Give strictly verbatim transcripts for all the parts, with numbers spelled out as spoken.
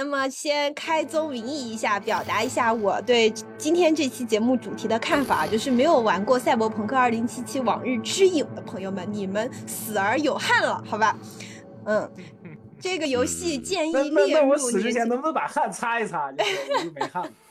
那么先开宗明义一下，表达一下我对今天这期节目主题的看法，就是没有玩过赛博朋克二零七七往日之影的朋友们，你们死而有憾了，好吧？嗯，这个游戏建议列入那那我死之前能不能把汗擦一擦？就是我就没汗了。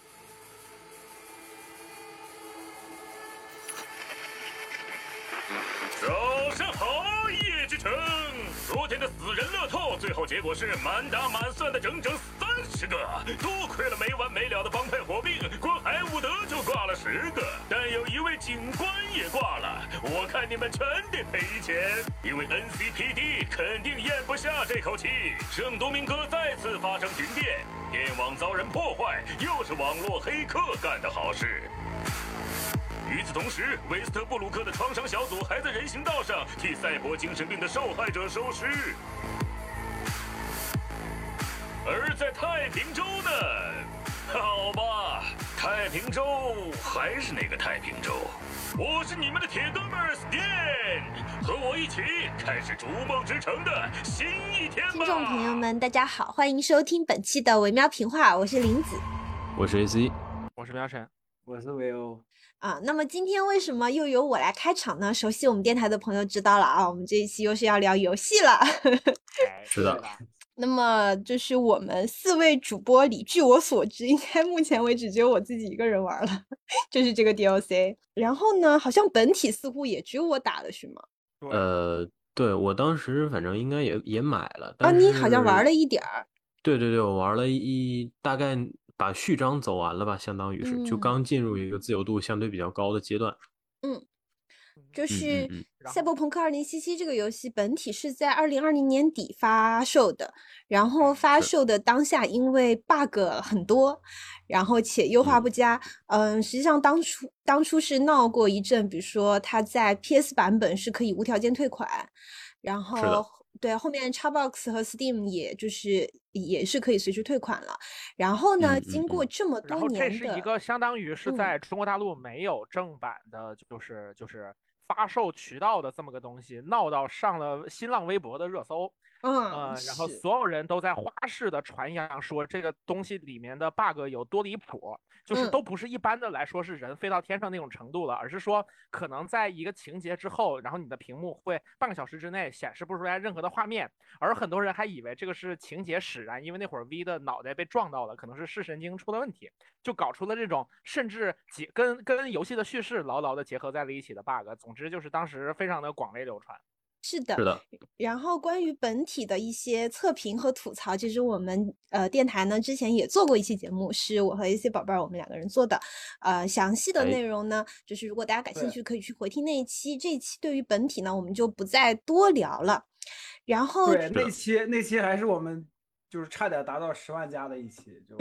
早上好，夜之城。昨天的死人乐透最后结果是满打满算的整整三十个，多亏了没完没了的帮派火并，光海伍德就挂了十个，但有一位警官也挂了。我看你们全得赔钱，因为 N C P D 肯定咽不下这口气。圣多明哥再次发生停电，电网遭人破坏，又是网络黑客干的好事。与此同时，维斯特布鲁克的创伤小组还在人行道上替赛博精神病的受害者收尸。而在太平洲呢？好吧，太平洲还是那个太平洲。我是你们的铁哥们儿 Stan， 和我一起开始逐梦之城的新一天吧。 听众朋友们，大家好，欢迎收听本期的微喵评话，我是林子， 我是 A C， 我是苗晨， 我是维欧。 啊，那么今天为什么又由我来开场呢？熟悉我们电台的朋友知道了啊，我们这一期又是要聊游戏了。 是的。 那么就是我们四位主播里，据我所知，应该目前为止只有我自己一个人玩了，就是这个 D L C。然后呢，好像本体似乎也只有我打了，是吗？ 呃，对，我当时反正应该也也买了。 啊，你好像玩了一点儿。 对对对，我玩了一大概把序章走完了吧，相当于是、嗯、就刚进入一个自由度相对比较高的阶段。 嗯。就是赛博朋克二零七七这个游戏本体是在二零二零年底发售的，然后发售的当下因为 bug 很多，然后且优化不佳，嗯、呃，实际上当初当初是闹过一阵，比如说它在 P S 版本是可以无条件退款，然后对后面 Xbox 和 Steam 也就是也是可以随时退款了。然后呢， 嗯、 经过这么多年的， 然后这是一个相当于是在中国大陆没有正版的，就是、嗯、就是发售渠道的这么个东西，闹到上了新浪微博的热搜。 嗯、 呃，然后所有人都在花式的传扬说这个东西里面的 bug 有多离谱，就是都不是一般的来说是人飞到天上那种程度了，而是说可能在一个情节之后，然后你的屏幕会半个小时之内显示不出来任何的画面，而很多人还以为这个是情节使然，因为那会儿 V 的脑袋被撞到了，可能是视神经出了问题，就搞出了这种甚至结跟跟游戏的叙事牢牢的结合在了一起的 bug。总之就是当时非常的广为流传。 是的， 是的。 然后关于本体的一些测评和吐槽，其实我们呃电台呢之前也做过一期节目，是我和 A C 宝贝儿我们两个人做的。呃，详细的内容呢，哎、就是如果大家感兴趣，可以去回听那一期。这一期对于本体呢，我们就不再多聊了。然后对那期那期还是我们就是差点达到十万加的一期，就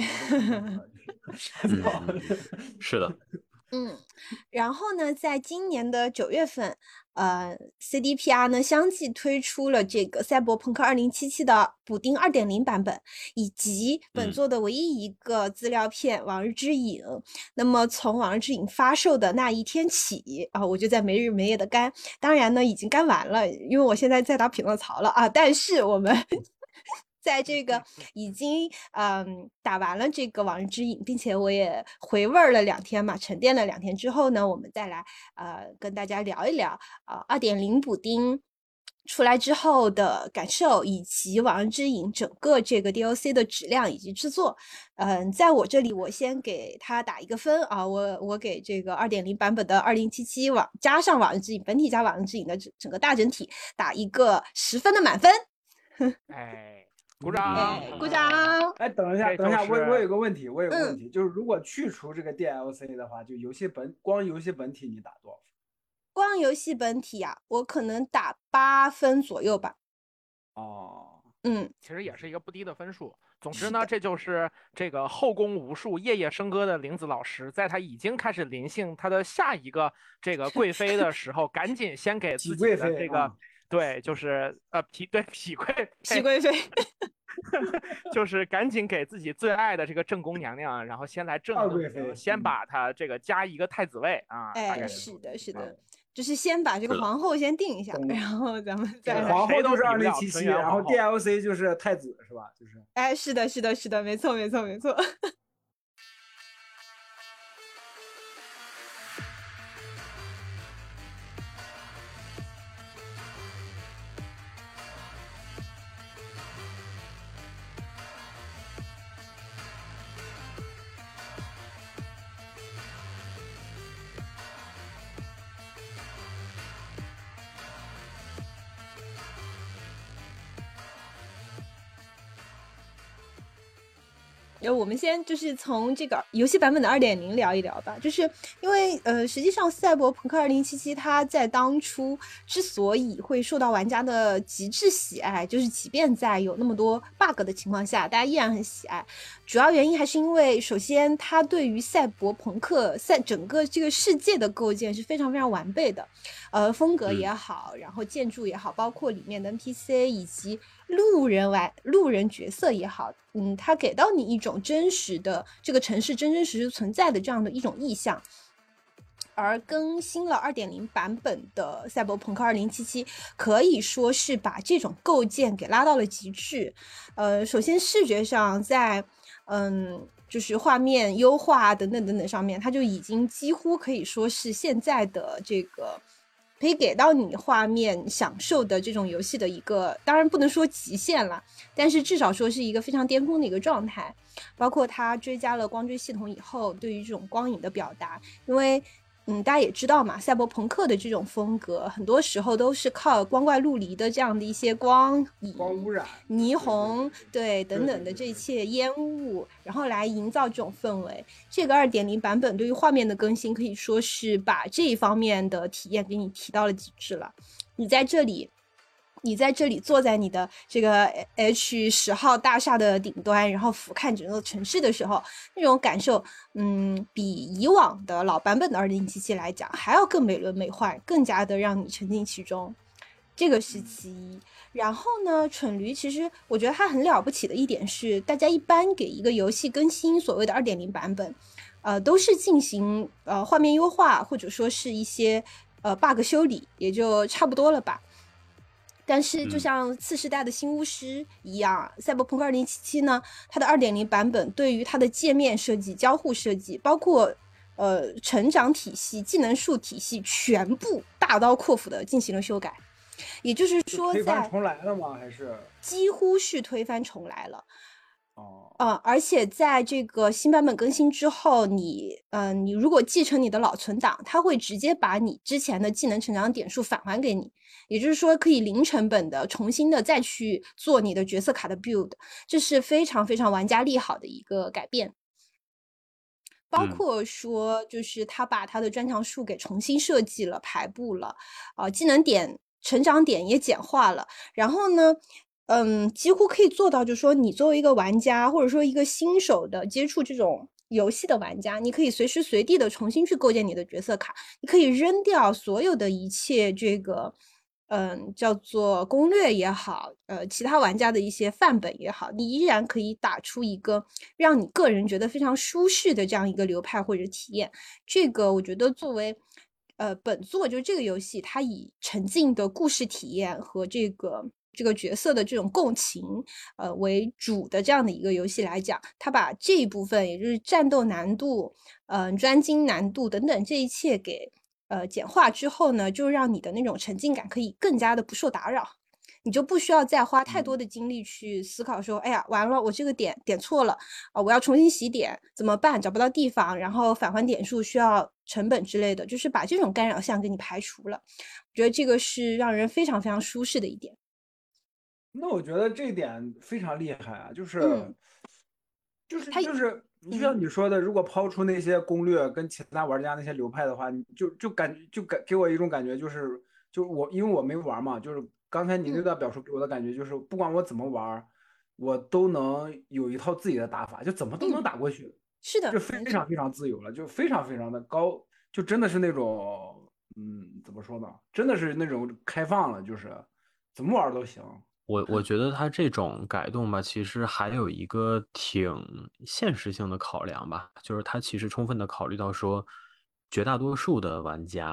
嗯、是的。 嗯，然后呢，在今年的九月份，呃 ，C D P R 呢相继推出了这个《赛博朋克二零七七》的补丁 二点零 版本，以及本作的唯一一个资料片《往日之影》嗯。那么从《往日之影》发售的那一天起啊，我就在没日没夜的干，当然呢，已经干完了，因为我现在在打匹诺曹了啊。但是我们在这个已经嗯打完了这个往日之影，并且我也回味了两天嘛，沉淀了两天之后呢，我们再来呃跟大家聊一聊呃 二点零 补丁出来之后的感受，以及往日之影整个这个 D L C 的质量以及制作。嗯，在我这里我先给他打一个分啊，我我给这个 二点零 版本的二零七七往加上往日之影本体加往日之影的整个大整体打一个十分的满分。 哎。鼓掌！ 哎，鼓掌！ 哎，等一下，等一下，我我有个问题，我有个问题， 嗯、 就是如果去除这个 D L C 的话，就游戏本光游戏本体你打多少分？ 光游戏本体呀、啊，我可能打八分左右吧。 哦， 嗯， 其实也是一个不低的分数。总之呢，这就是这个后宫无数、夜夜笙歌的玲子老师，在他已经开始临幸他的下一个这个贵妃的时候，赶紧先给自己的这个。对，就是呃痞对痞贵痞贵妃， 就是赶紧给自己最爱的这个正宫娘娘，然后先来正二贵妃， 先把她这个加一个太子位啊。 哎，是的，是的。 就是先把这个对了皇后先定一下， 懂了然后咱们这个再来。 皇后就是谁都比不二零七七， 了纯元然后皇后 D L C 就是太子是吧？就是哎，是的，是的，是的，没错，没错，没错。然后我们先就是从这个游戏版本的二点零聊一聊吧，就是因为呃，实际上《赛博朋克二零七七》它在当初之所以会受到玩家的极致喜爱，就是即便在有那么多 bug 的情况下，大家依然很喜爱。主要原因还是因为，首先它对于赛博朋克赛整个这个世界的构建是非常非常完备的，呃，风格也好，然后建筑也好，包括里面的 N P C 以及路人玩路人角色也好，嗯，它给到你一种真实的这个城市真真实实存在的这样的一种意象。而更新了 二点零 版本的赛博朋克二零七七可以说是把这种构建给拉到了极致。呃，首先视觉上在嗯就是画面优化等等等等上面，它就已经几乎可以说是现在的这个可以给到你画面享受的这种游戏的一个，当然不能说极限了，但是至少说是一个非常巅峰的一个状态。包括它追加了光追系统以后，对于这种光影的表达，因为嗯，大家也知道嘛，赛博朋克的这种风格，很多时候都是靠光怪陆离的这样的一些光影、 光污染、 霓虹，对对等等的这一切烟雾，然后来营造这种氛围。这个 二点零 版本对于画面的更新，可以说是把这一方面的体验给你提到了极致了。你在这里。你在这里坐在你的这个 H 十号大厦的顶端，然后俯瞰整个城市的时候，那种感受，嗯，比以往的老版本的二零七七来讲还要更美轮美奂，更加的让你沉浸其中。这个是其一。然后呢，蠢驴其实我觉得它很了不起的一点是，大家一般给一个游戏更新所谓的 二点零 版本，呃，都是进行呃画面优化，或者说是一些呃 bug 修理，也就差不多了吧。但是就像次世代的新巫师一样，嗯、赛博朋克二零七七呢，它的 二点零 版本对于它的界面设计、交互设计，包括呃成长体系、技能树体系，全部大刀阔斧的进行了修改。也就是说， 推翻重来了吗？还是几乎是推翻重来了。 哦， 呃，而且在这个新版本更新之后，你，嗯、呃，你如果继承你的老存档，它会直接把你之前的技能成长点数返还给你，也就是说，可以零成本的重新的再去做你的角色卡的 build， 这是非常非常玩家利好的一个改变。包括说，就是他把他的专长树给重新设计了、排布了，啊、呃，技能点、成长点也简化了，然后呢。嗯，几乎可以做到，就是说，你作为一个玩家，或者说一个新手的接触这种游戏的玩家，你可以随时随地的重新去构建你的角色卡，你可以扔掉所有的一切这个，嗯，叫做攻略也好，呃，其他玩家的一些范本也好，你依然可以打出一个让你个人觉得非常舒适的这样一个流派或者体验。这个我觉得作为。呃，本作就是这个游戏，它以沉浸的故事体验和这个这个角色的这种共情，呃为主的这样的一个游戏来讲，它把这一部分，也就是战斗难度、呃专精难度等等这一切给呃简化之后呢，就让你的那种沉浸感可以更加的不受打扰。你就不需要再花太多的精力去思考说，哎呀，完了，我这个点点错了啊、呃，我要重新洗点怎么办？找不到地方，然后返还点数需要成本之类的，就是把这种干扰项给你排除了。我觉得这个是让人非常非常舒适的一点。 那我觉得这一点非常厉害啊，就是， 嗯、 就是就是就像你说的，如果抛出那些攻略跟其他玩家那些流派的话，你就就感就感给我一种感觉，就是就我因为我没玩嘛，就是。刚才你那段表述给我的感觉就是，不管我怎么玩，我都能有一套自己的打法，就怎么都能打过去。 嗯、是的， 就非常非常自由了，就非常非常的高，就真的是那种，嗯，怎么说呢？真的是那种开放了，就是怎么玩都行。 我我觉得它这种改动吧，其实还有一个挺现实性的考量吧，就是它其实充分的考虑到说，绝大多数的玩家。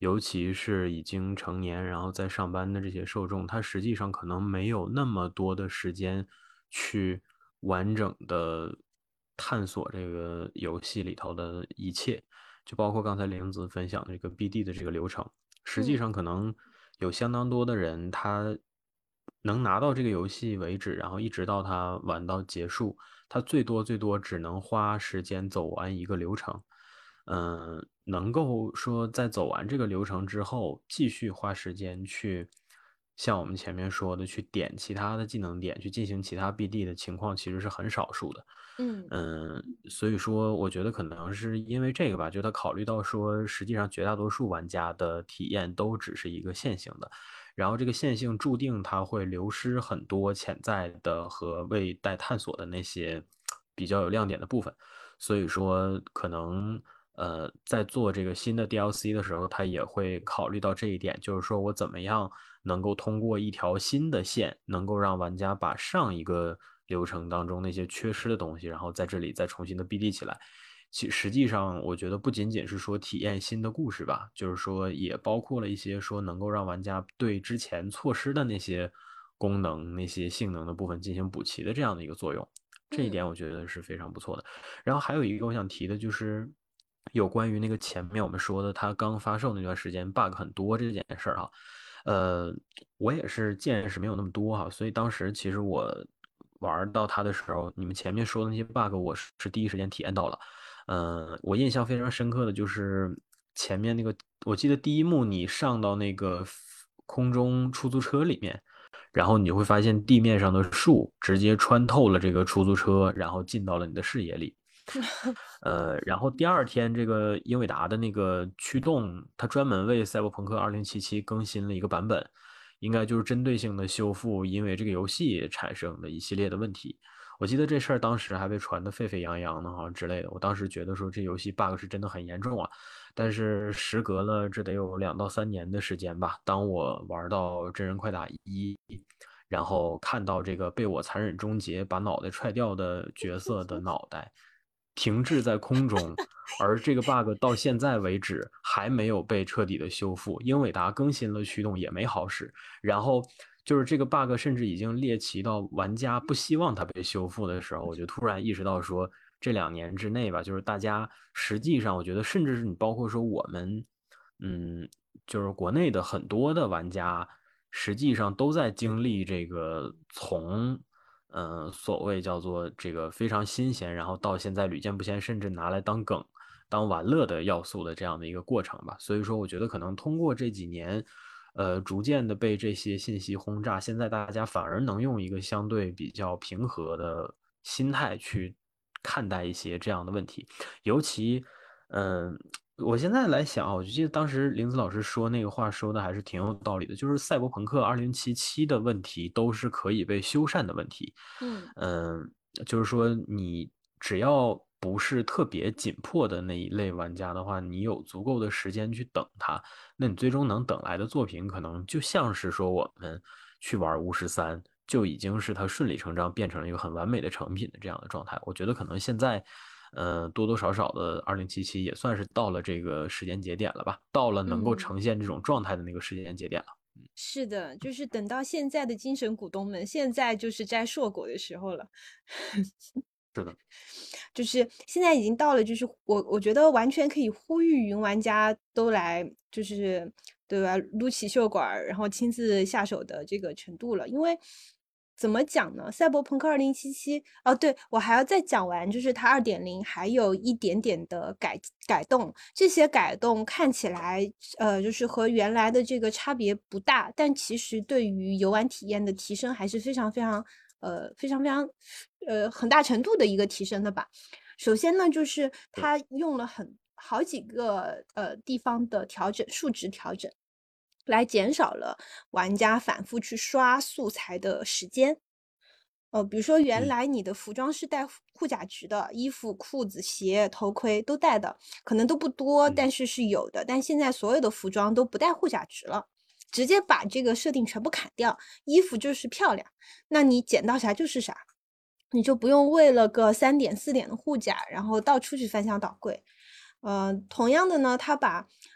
尤其是已经成年然后在上班的这些受众，他实际上可能没有那么多的时间去完整的探索这个游戏里头的一切，就包括刚才玲子分享的这个 B D 的这个流程。实际嗯上可能有相当多的人，他能拿到这个游戏为止，然后一直到他玩到结束，他最多最多只能花时间走完一个流程。嗯，能够说在走完这个流程之后，继续花时间去像我们前面说的，去点其他的技能点，去进行其他 B D 的情况，其实是很少数的。 嗯嗯，所以说我觉得可能是因为这个吧，就他考虑到说，实际上绝大多数玩家的体验都只是一个线性的，然后这个线性注定它会流失很多潜在的和未待探索的那些比较有亮点的部分，所以说可能呃在做这个新的 D L C 的时候，他也会考虑到这一点，就是说我怎么样能够通过一条新的线，能够让玩家把上一个流程当中那些缺失的东西，然后在这里再重新的 B D 起来。其实际上，我觉得不仅仅是说体验新的故事吧，就是说也包括了一些说能够让玩家对之前错失的那些功能、那些性能的部分进行补齐的这样的一个作用。这一点我觉得是非常不错的。然后还有一个我想提的就是有关于那个前面我们说的它刚发售那段时间 bug 很多这件事儿哈。呃，我也是见识没有那么多哈，所以当时其实我玩到它的时候，你们前面说的那些 bug 我是是第一时间体验到了。呃，我印象非常深刻的就是前面那个，我记得第一幕你上到那个空中出租车里面，然后你就会发现地面上的树直接穿透了这个出租车，然后进到了你的视野里。呃，然后第二天这个英伟达的那个驱动，它专门为赛博朋克二零七七更新了一个版本，应该就是针对性的修复因为这个游戏产生的一系列的问题。我记得这事儿当时还被传得沸沸扬扬的，好像之类的。我当时觉得说这游戏 bug 是真的很严重啊，但是时隔了这得有两到三年的时间吧，当我玩到真人快打一，然后看到这个被我残忍终结把脑袋踹掉的角色的脑袋停滞在空中，而这个 bug 到现在为止还没有被彻底的修复，英伟达更新了驱动也没好使，然后就是这个 bug 甚至已经猎奇到玩家不希望它被修复的时候，我就突然意识到说，这两年之内吧，就是大家实际上我觉得，甚至是你包括说我们，嗯，就是国内的很多的玩家，实际上都在经历这个从。嗯、呃，所谓叫做这个非常新鲜，然后到现在屡见不鲜，甚至拿来当梗、当玩乐的要素的这样的一个过程吧。所以说，我觉得可能通过这几年，呃，逐渐的被这些信息轰炸，现在大家反而能用一个相对比较平和的心态去看待一些这样的问题，尤其，嗯、我现在来想啊，我就记得当时林子老师说那个话说的还是挺有道理的，就是赛博朋克二零七七的问题都是可以被修缮的问题。 嗯嗯，就是说你只要不是特别紧迫的那一类玩家的话，你有足够的时间去等它，那你最终能等来的作品，可能就像是说我们去玩巫师三，就已经是它顺理成章变成了一个很完美的成品的这样的状态。我觉得可能现在。呃，多多少少的二零七七也算是到了这个时间节点了吧，到了能够嗯， 呈现这种状态的那个时间节点了。 是的，就是等到现在的精神股东们，现在就是摘硕果的时候了。 是的， 就是现在已经到了，就是我我觉得完全可以呼吁云玩家都来，就是对吧，撸起袖管儿，然后亲自下手的这个程度了。因为怎么讲呢？赛博朋克二零七七，哦，对，我还要再讲完，就是它二点零还有一点点的改改动，这些改动看起来，呃，就是和原来的这个差别不大，但其实对于游玩体验的提升还是非常非常。呃，非常非常，呃，很大程度的一个提升的吧。首先呢，就是它用了很好几个呃地方的调整，数值调整，来减少了玩家反复去刷素材的时间。呃，比如说原嗯来你的服装是带护甲值的，衣服、裤子、鞋、头盔都带的，可能都不多， 嗯但是是有的。但现在所有的服装都不带护甲值了。直接把这个设定全部砍掉，衣服就是漂亮，那你捡到啥就是啥，你就不用为了个三点四点的护甲，然后到处去翻箱倒柜。呃，同样的呢，他把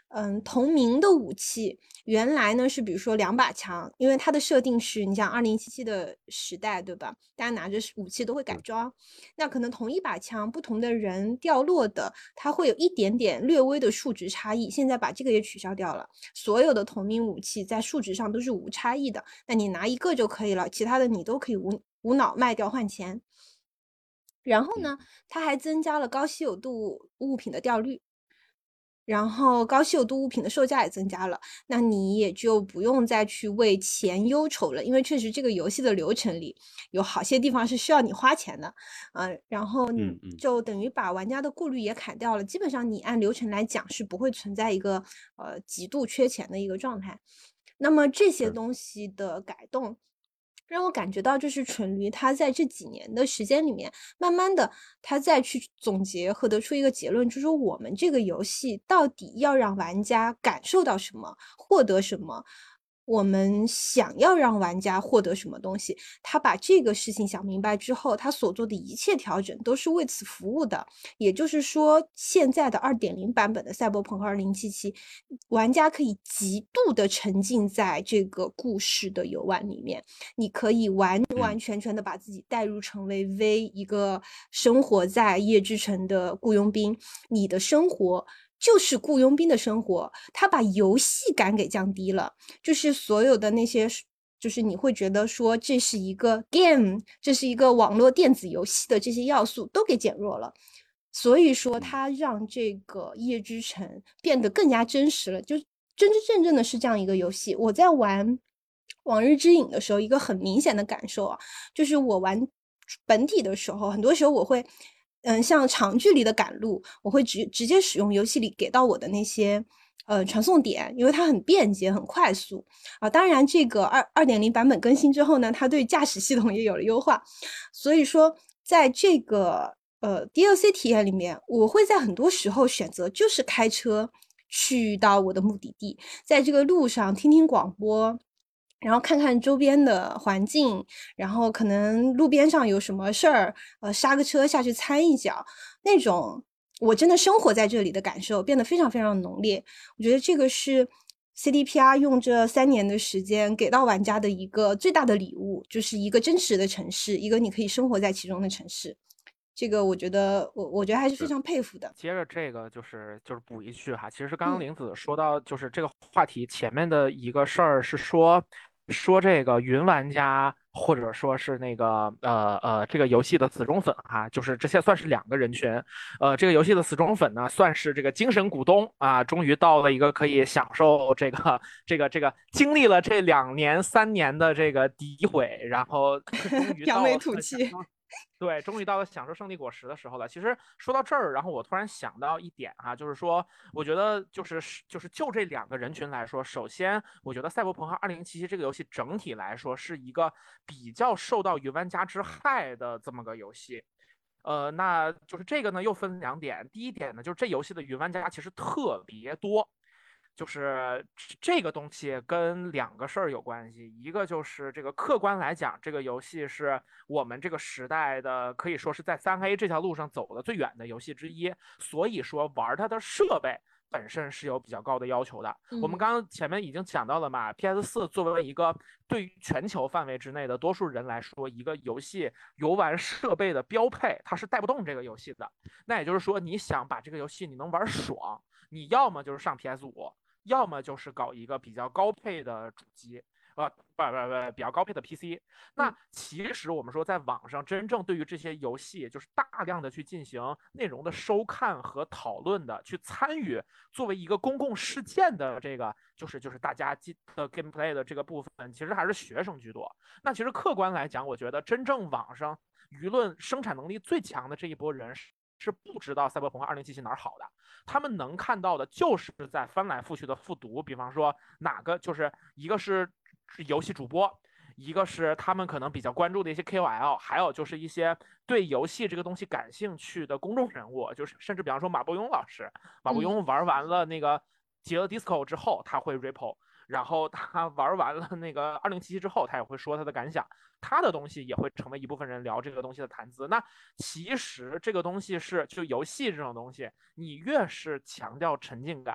嗯，同名的武器原来呢是比如说两把枪，因为它的设定是你像二零七七的时代，对吧？大家拿着武器都会改装，那可能同一把枪，不同的人掉落的，它会有一点点略微的数值差异。现在把这个也取消掉了，所有的同名武器在数值上都是无差异的，那你拿一个就可以了，其他的你都可以无无脑卖掉换钱。然后呢，它还增加了高稀有度物品的掉率。然后高稀有度物品的售价也增加了，那你也就不用再去为钱忧愁了，因为确实这个游戏的流程里有好些地方是需要你花钱的，嗯、呃，然后你就等于把玩家的顾虑也砍掉了，基本上你按流程来讲是不会存在一个呃极度缺钱的一个状态。那么这些东西的改动，让我感觉到就是蠢驴他在这几年的时间里面，慢慢的他再去总结和得出一个结论，就是说我们这个游戏到底要让玩家感受到什么，获得什么，我们想要让玩家获得什么东西，他把这个事情想明白之后，他所做的一切调整都是为此服务的。也就是说，现在的 二点零 版本的赛博朋克二零七七，玩家可以极度的沉浸在这个故事的游玩里面，你可以完完全全的把自己带入成为 V 一个生活在夜之城的雇佣兵，你的生活就是雇佣兵的生活，他把游戏感给降低了，就是所有的那些，就是你会觉得说这是一个 game， 这是一个网络电子游戏的这些要素都给减弱了，所以说它让这个夜之城变得更加真实了，就真真正正的是这样一个游戏。我在玩往日之影的时候，一个很明显的感受啊，就是我玩本体的时候，很多时候我会嗯，像长距离的赶路，我会直直接使用游戏里给到我的那些呃传送点，因为它很便捷、很快速啊。当然，这个二二点零版本更新之后呢，它对驾驶系统也有了优化，所以说在这个呃 D L C 体验里面，我会在很多时候选择就是开车去到我的目的地，在这个路上听听广播。然后看看周边的环境，然后可能路边上有什么事儿，呃，刹个车下去参一脚，那种我真的生活在这里的感受变得非常非常浓烈。我觉得这个是 C D P R 用这三年的时间给到玩家的一个最大的礼物，就是一个真实的城市，一个你可以生活在其中的城市。这个我觉得我我觉得还是非常佩服的。 接着这个就是就是补一句哈，其实刚刚玲子说到就是这个话题前面的一个事儿是说。说这个云玩家，或者说是那个呃呃这个游戏的死忠粉哈，就是这些算是两个人群。呃，这个游戏的死忠粉呢，算是这个精神股东啊，终于到了一个可以享受这个这个这个经历了这两年三年的这个诋毁，然后终于扬眉吐气。 对，终于到了享受胜利果实的时候了。其实说到这儿，然后我突然想到一点哈、啊，就是说，我觉得就是就是就这两个人群来说，首先，我觉得《赛博朋克二零七七》这个游戏整体来说是一个比较受到云玩家之害的这么个游戏。呃，那就是这个呢，又分两点。第一点呢，就是这游戏的云玩家其实特别多。就是这个东西跟两个事儿有关系，一个就是这个客观来讲，这个游戏是我们这个时代的可以说是在三 A 这条路上走的最远的游戏之一，所以说玩它的设备本身是有比较高的要求的。嗯、我们刚刚前面已经讲到了嘛 ，P S 四 作为一个对于全球范围之内的多数人来说，一个游戏游玩设备的标配，它是带不动这个游戏的。那也就是说，你想把这个游戏你能玩爽，你要么就是上 P S 五。要么就是搞一个比较高配的主机，呃，不不不，比较高配的 P C。那其实我们说，在网上真正对于这些游戏，就是大量的去进行内容的收看和讨论的，去参与作为一个公共事件的这个，就是就是大家的 gameplay 的这个部分，其实还是学生居多。那其实客观来讲，我觉得真正网上舆论生产能力最强的这一波人是。是不知道赛博朋克二零七七哪儿好的，他们能看到的就是在翻来覆去的复读，比方说哪个就是一个是游戏主播，一个是他们可能比较关注的一些 K O L， 还有就是一些对游戏这个东西感兴趣的公众人物，就是甚至比方说马伯庸老师，马伯庸玩完了那个极乐 disco 之后，他会 Ripple。然后他玩完了那个二零七七之后，他也会说他的感想，他的东西也会成为一部分人聊这个东西的谈资。那其实这个东西是就游戏这种东西，你越是强调沉浸感，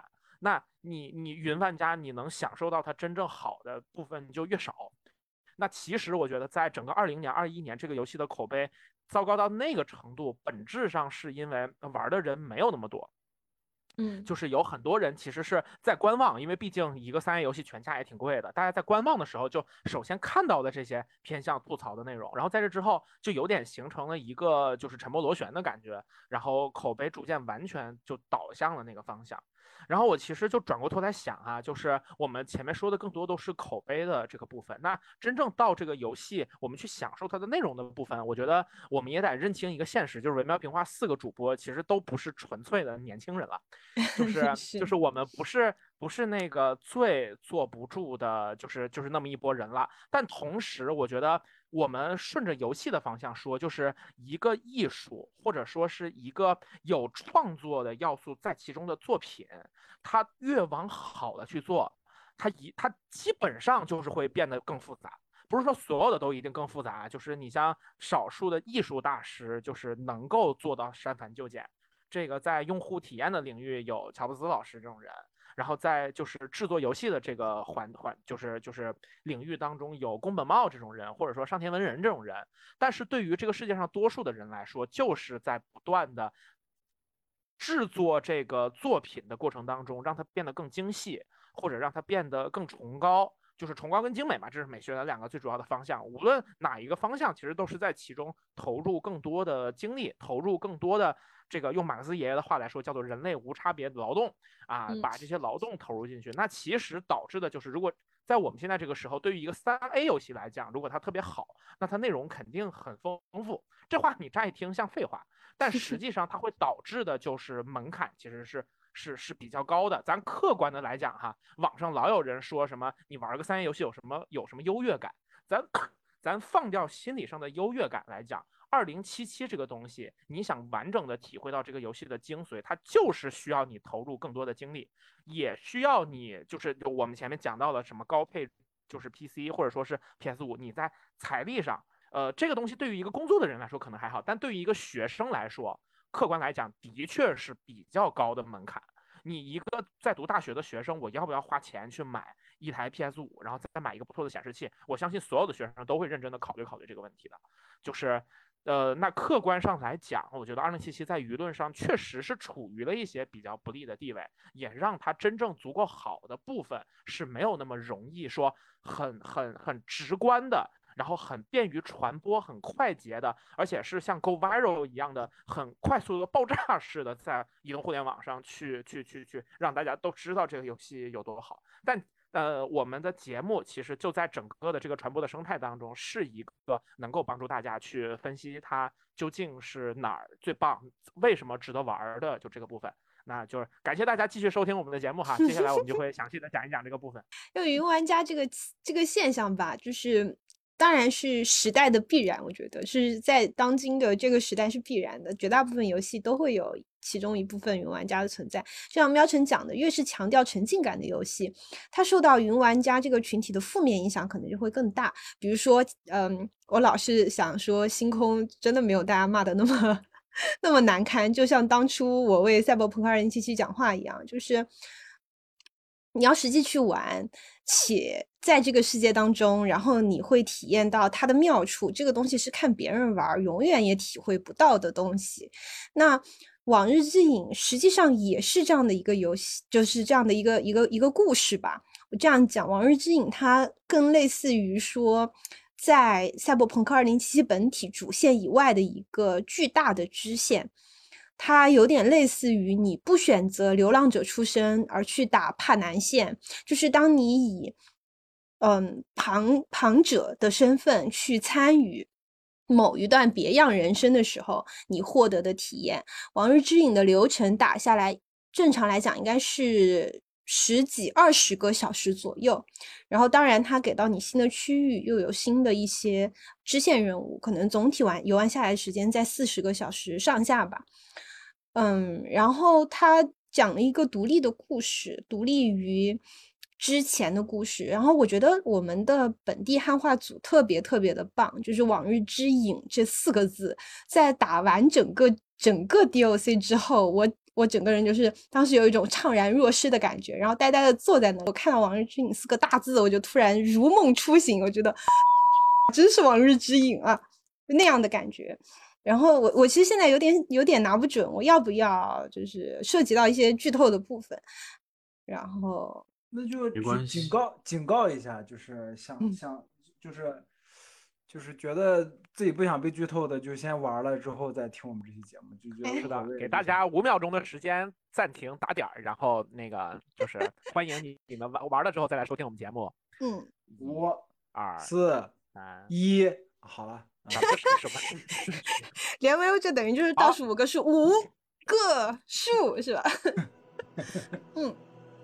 那你你云玩家你能享受到它真正好的部分就越少。那其实我觉得在整个二零年二一年这个游戏的口碑糟糕到那个程度，本质上是因为玩的人没有那么多。 嗯， 就是有很多人其实是在观望，因为毕竟一个三 A 游戏全价也挺贵的，大家在观望的时候就首先看到的这些偏向吐槽的内容，然后在这之后就有点形成了一个就是沉默螺旋的感觉，然后口碑逐渐完全就导向了那个方向。然后我其实就转过头来想啊，就是我们前面说的更多都是口碑的这个部分，那真正到这个游戏我们去享受它的内容的部分，我觉得我们也得认清一个现实，就是维喵平话四个主播其实都不是纯粹的年轻人了，就是是就是我们不是不是那个最坐不住的，就是就是那么一拨人了。但同时，我觉得我们顺着游戏的方向说，就是一个艺术或者说是一个有创作的要素在其中的作品，它越往好的去做，它一它基本上就是会变得更复杂。不是说所有的都一定更复杂，就是你像少数的艺术大师，就是能够做到删繁就简。这个在用户体验的领域有乔布斯老师这种人，然后在就是制作游戏的这个环环就是就是领域当中有宫本茂这种人，或者说上田文人这种人。但是对于这个世界上多数的人来说，就是在不断的制作这个作品的过程当中，让它变得更精细，或者让它变得更崇高。就是崇高跟精美嘛，这是美学的两个最主要的方向。无论哪一个方向，其实都是在其中投入更多的精力，投入更多的这个用马克思爷爷的话来说，叫做人类无差别的劳动啊，把这些劳动投入进去。那其实导致的就是，如果在我们现在这个时候，对于一个三 A 游戏来讲，如果它特别好，那它内容肯定很丰富。这话你乍一听像废话，但实际上它会导致的就是门槛其实是。是是比较高的，咱客观的来讲哈，网上老有人说什么你玩个三 A 游戏有什么有什么优越感，咱咱放掉心理上的优越感来讲，二零七七这个东西，你想完整的体会到这个游戏的精髓，它就是需要你投入更多的精力，也需要你就是我们前面讲到了什么高配就是 P C 或者说是 P S 五，你在财力上，呃，这个东西对于一个工作的人来说可能还好，但对于一个学生来说。客观来讲，的确是比较高的门槛。你一个在读大学的学生，我要不要花钱去买一台 P S 五，然后再买一个不错的显示器？我相信所有的学生都会认真的考虑考虑这个问题的。就是，呃，那客观上来讲，我觉得二零七七在舆论上确实是处于了一些比较不利的地位，也让它真正足够好的部分是没有那么容易说很很很直观的。然后很便于传播，很快捷的，而且是像 Go Viral 一样的很快速的爆炸式的，在移动互联网上去去去去让大家都知道这个游戏有多好。但呃，我们的节目其实就在整个的这个传播的生态当中，是一个能够帮助大家去分析它究竟是哪儿最棒，为什么值得玩的，就这个部分。那就是感谢大家继续收听我们的节目哈，接下来我们就会详细的讲一讲这个部分。 就云玩家这个这个现象吧，就是。当然是时代的必然，我觉得是在当今的这个时代是必然的。绝大部分游戏都会有其中一部分云玩家的存在。就像喵晨讲的，越是强调沉浸感的游戏，它受到云玩家这个群体的负面影响可能就会更大。比如说，嗯，我老是想说，星空真的没有大家骂的那么那么难堪。就像当初我为赛博朋克二零七七讲话一样，就是你要实际去玩。且在这个世界当中，然后你会体验到它的妙处，这个东西是看别人玩永远也体会不到的东西。那往日之影实际上也是这样的一个游戏，就是这样的一个一个一个故事吧。我这样讲，往日之影它更类似于说在赛博朋克二零七七本体主线以外的一个巨大的支线。它有点类似于你不选择流浪者出身而去打帕南线，就是当你以嗯旁旁者的身份去参与某一段别样人生的时候，你获得的体验。往日之影的流程打下来，正常来讲应该是十几二十个小时左右，然后当然它给到你新的区域，又有新的一些支线任务，可能总体玩游玩下来的时间在四十个小时上下吧。嗯，然后他讲了一个独立的故事，独立于之前的故事。然后我觉得我们的本地汉化组特别特别的棒，就是往日之影这四个字，在打完整个整个 D L C 之后，我我整个人就是当时有一种怅然若失的感觉，然后呆呆的坐在那。我看到往日之影四个大字，我就突然如梦初醒，我觉得真是往日之影啊，那样的感觉。然后我我其实现在有点有点拿不准，我要不要就是涉及到一些剧透的部分，然后那就没关系警告警告一下，就是想嗯想就是就是觉得自己不想被剧透的，就先玩了之后再听我们这期节目，就觉得哎是的无所，谓给大家五秒钟的时间暂停打点儿，然后那个就是欢迎你你们玩玩了之后再来收听我们节目。 嗯， 五二四三， 一，好了， 咱们这是什么顺序？ 连维这等于就是倒数五个数，五个数是吧？嗯。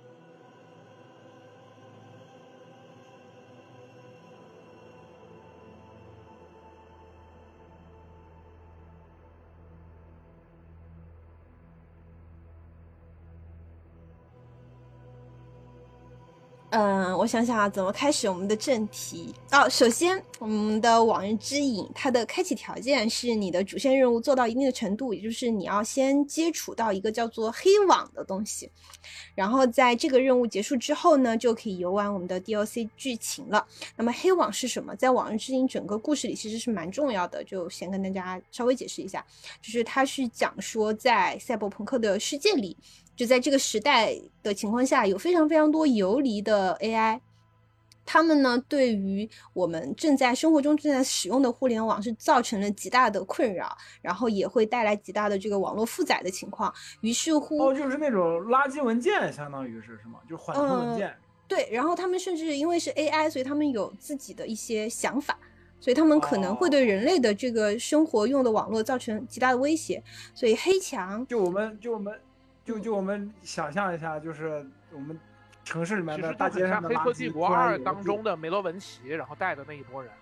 嗯，我想想啊，怎么开始我们的正题？哦，首先，我们的往日之影，它的开启条件是你的主线任务做到一定的程度，也就是你要先接触到一个叫做黑网的东西，然后在这个任务结束之后呢，就可以游玩我们的 D L C 剧情了。那么黑网是什么？在往日之影整个故事里其实是蛮重要的，就先跟大家稍微解释一下，就是它是讲说在赛博朋克的世界里。就在这个时代的情况下，有非常非常多游离的 A I， 他们呢对于我们正在生活中正在使用的互联网是造成了极大的困扰，然后也会带来极大的这个网络负载的情况。于是乎， 哦，就是那种垃圾文件，相当于是是吗？就是缓冲文件。 嗯、对，然后他们甚至因为是 A I， 所以他们有自己的一些想法。所以他们可能会对人类的这个生活用的网络造成极大的威胁。所以黑墙， 就我们就我们就就我们想象一下，就是我们城市里面的大街上的黑客帝国二》当中的的梅罗文奇，然后带的那一波人。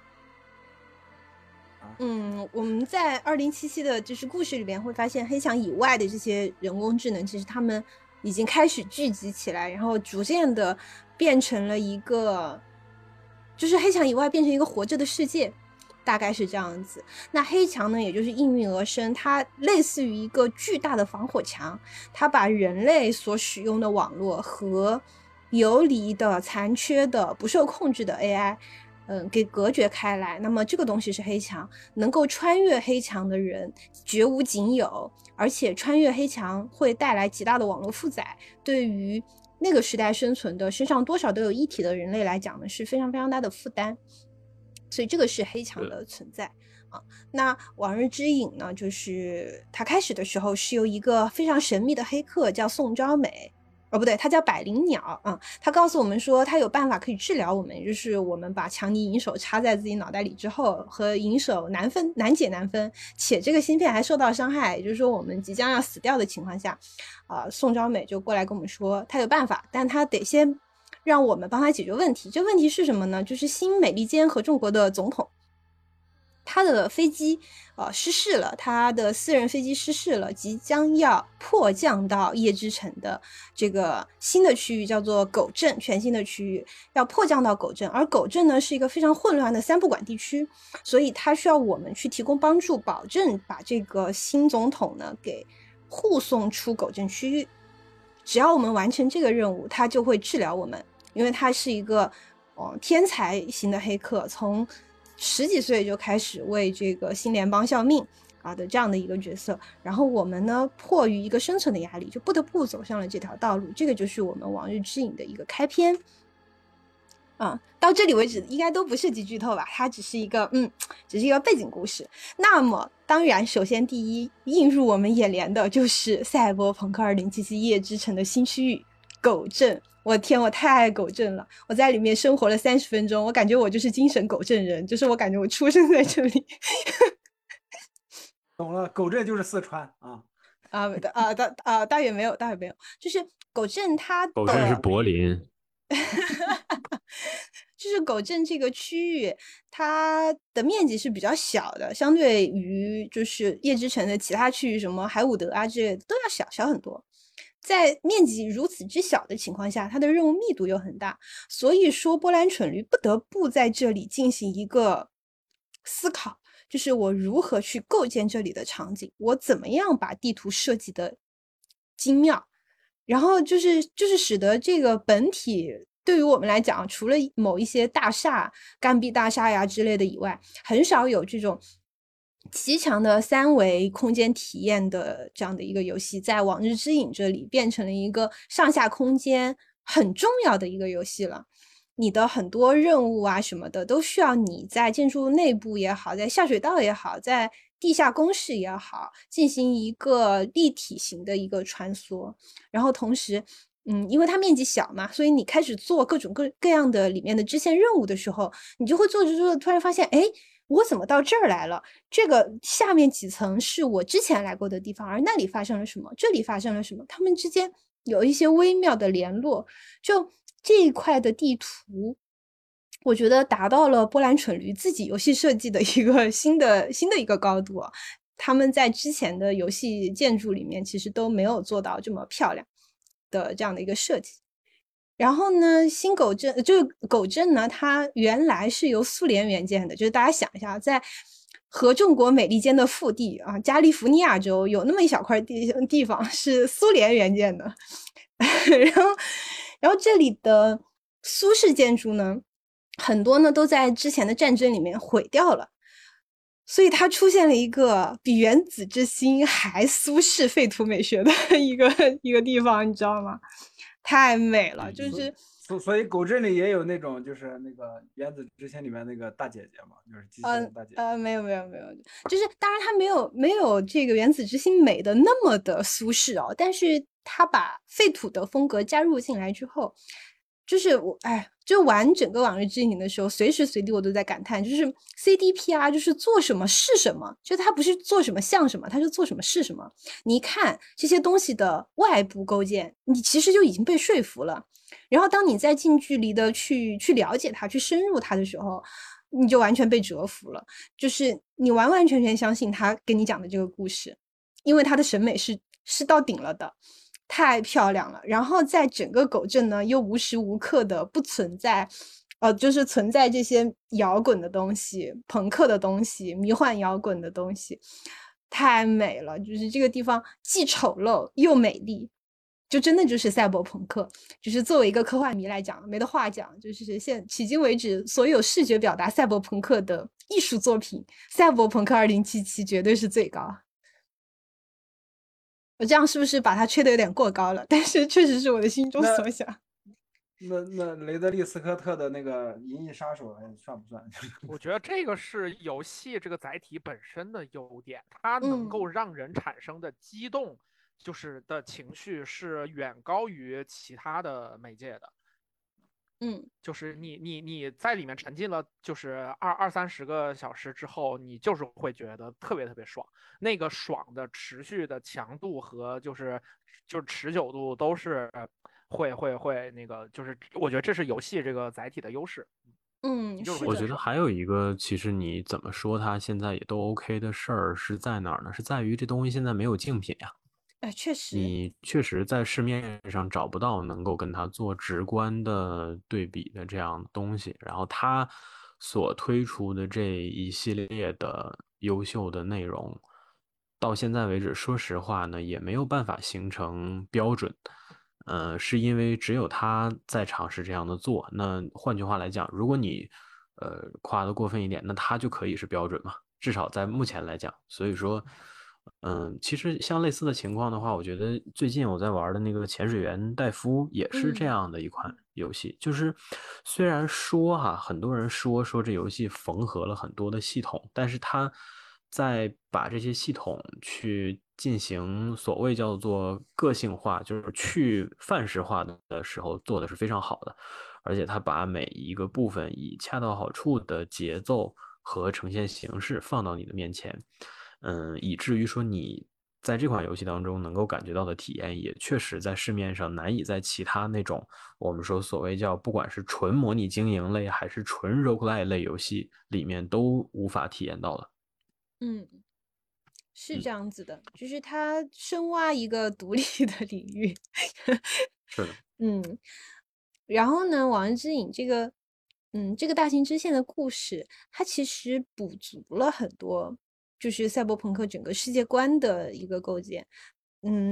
嗯，我们在二零七七的就是故事里边会发现，黑墙以外的这些人工智能，其实他们已经开始聚集起来，然后逐渐的变成了一个，就是黑墙以外变成一个活着的世界。大概是这样子。那黑墙呢，也就是应运而生，它类似于一个巨大的防火墙，它把人类所使用的网络和游离的、残缺的、不受控制的 A I， 嗯，给隔绝开来。那么这个东西是黑墙，能够穿越黑墙的人绝无仅有，而且穿越黑墙会带来极大的网络负载，对于那个时代生存的、身上多少都有一体的人类来讲呢，是非常非常大的负担。所以这个是黑墙的存在啊。那往日之影呢，就是它开始的时候是由一个非常神秘的黑客叫宋昭美，哦不对，他叫百灵鸟啊。他告诉我们说，他有办法可以治疗我们，就是我们把强尼银手插在自己脑袋里之后，和银手难分难解难分，且这个芯片还受到伤害，也就是说我们即将要死掉的情况下，啊、呃，宋昭美就过来跟我们说，他有办法，但他得先让我们帮他解决问题。这问题是什么呢？就是新美利坚合众国的总统，他的飞机呃失事了，他的私人飞机失事了，即将要迫降到夜之城的这个新的区域，叫做狗镇，全新的区域要迫降到狗镇。而狗镇呢是一个非常混乱的三不管地区，所以他需要我们去提供帮助，保证把这个新总统呢给护送出狗镇区域。只要我们完成这个任务，他就会治疗我们。因为他是一个、哦、天才型的黑客，从十几岁就开始为这个新联邦效命啊的这样的一个角色。然后我们呢，迫于一个生存的压力，就不得不走上了这条道路。这个就是我们往日之影的一个开篇。啊，到这里为止应该都不涉及剧透吧？它只是一个嗯，只是一个背景故事。那么当然，首先第一映入我们眼帘的就是赛博朋克二零七七夜之城的新区域狗镇。我天，我太爱狗镇了！我在里面生活了三十分钟，我感觉我就是精神狗镇人，就是我感觉我出生在这里。 懂了，狗镇就是四川啊啊啊大啊大约没有，大约没有，就是狗镇它的狗镇是柏林。 就是狗镇这个区域，它的面积是比较小的，相对于就是夜之城的其他区域，什么海伍德啊这些都要小小很多。在面积如此之小的情况下，它的任务密度又很大，所以说波兰蠢驴不得不在这里进行一个思考，就是我如何去构建这里的场景，我怎么样把地图设计的精妙，然后就是就是使得这个本体对于我们来讲，除了某一些大厦、干壁大厦呀之类的以外，很少有这种极强的三维空间体验的这样的一个游戏，在《往日之影》这里变成了一个上下空间很重要的一个游戏了。你的很多任务啊什么的，都需要你在建筑内部也好，在下水道也好，在地下工事也好，进行一个立体型的一个穿梭。然后同时，嗯，因为它面积小嘛，所以你开始做各种各各样的里面的支线任务的时候，你就会做着做着突然发现，哎，我怎么到这儿来了？这个下面几层是我之前来过的地方，而那里发生了什么？这里发生了什么？它们之间有一些微妙的联络。就这一块的地图，我觉得达到了波兰蠢驴自己游戏设计的一个新的新的一个高度啊。他们在之前的游戏建筑里面其实都没有做到这么漂亮的这样的一个设计。然后呢，新狗镇就是狗镇呢，它原来是由苏联援建的，就是大家想一下，在和众国美利坚的腹地啊，加利福尼亚州有那么一小块地地方是苏联援建的，然后，然后这里的苏式建筑呢，很多呢都在之前的战争里面毁掉了。所以它出现了一个比原子之心还苏式废土美学的一个一个地方，你知道吗？太美了，就是所所以狗镇里也有那种就是那个原子之心里面那个大姐姐嘛，就是机器人大姐姐。 呃呃，没有没有没有，就是当然它没有没有这个原子之心美的那么的苏式哦，但是它把废土的风格加入进来之后，就是我哎，就玩整个往日之影的时候，随时随地我都在感叹，就是 C D P R 就是做什么是什么，就它不是做什么像什么，它是做什么是什么。你一看这些东西的外部构建，你其实就已经被说服了。然后当你再近距离的去去了解它，去深入它的时候，你就完全被折服了，就是你完完全全相信他跟你讲的这个故事，因为他的审美是是到顶了的。太漂亮了，然后在整个狗镇呢，又无时无刻的不存在，呃，就是存在这些摇滚的东西、朋克的东西、迷幻摇滚的东西，太美了。就是这个地方既丑陋又美丽，就真的就是赛博朋克。就是作为一个科幻迷来讲，没得话讲，就是现迄今为止所有视觉表达赛博朋克的艺术作品，赛博朋克二零七七绝对是最高。我这样是不是把它吹得有点过高了？但是确实是我的心中所想。 那那雷德利·斯科特的那个《银翼杀手》算不算？ 我觉得这个是游戏这个载体本身的优点，它能够让人产生的激动，就是的情绪是远高于其他的媒介的。 嗯， 就是你你你在里面沉浸了，就是二二三十个小时之后，你就是会觉得特别特别爽。那个爽的持续的强度和就是就是持久度都是会会会那个，就是我觉得这是游戏这个载体的优势。 嗯， 我觉得还有一个，其实你怎么说它现在也都 OK 的事儿是在哪儿呢？是在于这东西现在没有竞品呀。 哎，确实， 你确实在市面上找不到能够跟它做直观的对比的这样的东西，然后它所推出的这一系列的优秀的内容，到现在为止，说实话呢，也没有办法形成标准。呃，是因为只有他在尝试这样的做。那换句话来讲，如果你呃夸得过分一点，那他就可以是标准嘛，至少在目前来讲。所以说。嗯，其实像类似的情况的话，我觉得最近我在玩的那个潜水员戴夫也是这样的一款游戏。嗯、就是虽然说哈，很多人说说这游戏缝合了很多的系统，但是它在把这些系统去进行所谓叫做个性化，就是去范式化的时候，做的是非常好的。而且它把每一个部分以恰到好处的节奏和呈现形式放到你的面前。嗯，以至于说你在这款游戏当中能够感觉到的体验，也确实在市面上难以在其他那种我们说所谓叫不管是纯模拟经营类还是纯 roguelike 类游戏里面都无法体验到了。 嗯，是这样子的，嗯、就是它深挖一个独立的领域。 是的， 嗯，然后呢，《往日之影》这个，嗯，这个大型支线的故事，它其实补足了很多。就是赛博朋克整个世界观的一个构建，嗯，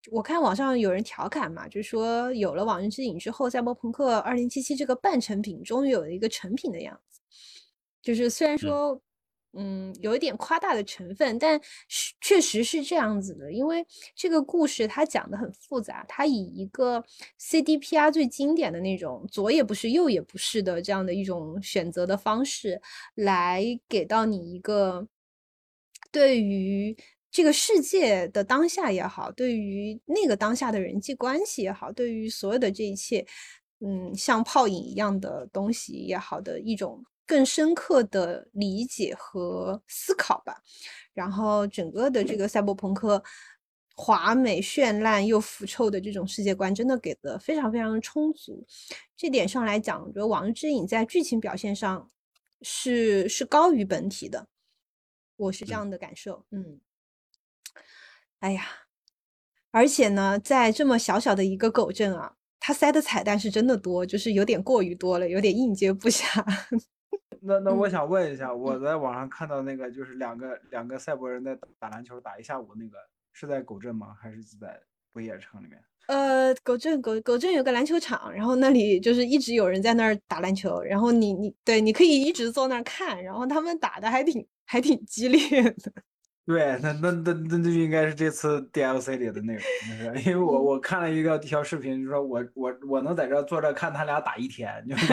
我看网上有人调侃嘛，就说有了《往日之影》之后，《赛博朋克二零七七》这个半成品终于有了一个成品的样子。就是虽然说，嗯，嗯有一点夸大的成分，但是确实是这样子的。因为这个故事它讲的很复杂，它以一个 C D P R 最经典的那种左也不是右也不是的这样的一种选择的方式，来给到你一个对于这个世界的当下也好，对于那个当下的人际关系也好，对于所有的这一切，嗯，像泡影一样的东西也好的一种更深刻的理解和思考吧。然后整个的这个赛博朋克华美绚烂又腐臭的这种世界观真的给的非常非常的充足。这点上来讲，我觉得《往日之影》在剧情表现上是是高于本体的，我是这样的感受。嗯，哎呀，而且呢，在这么小小的一个狗镇啊，它塞的彩蛋是真的多，就是有点过于多了，有点应接不暇。 那那我嗯想问一下，我在网上看到那个就是两个两个赛博人在打篮球打一下午，那个是在狗镇吗？还是在不夜城里面？ 呃，狗镇狗狗镇有个篮球场，然后那里就是一直有人在那儿打篮球，然后你你对，你可以一直坐那儿看，然后他们打的还挺还挺激烈的。 对，那那那那就应该是这次 D L C 里的内容，就是因为我我看了一个一条视频，就说我我我能在这坐着看他俩打一天，就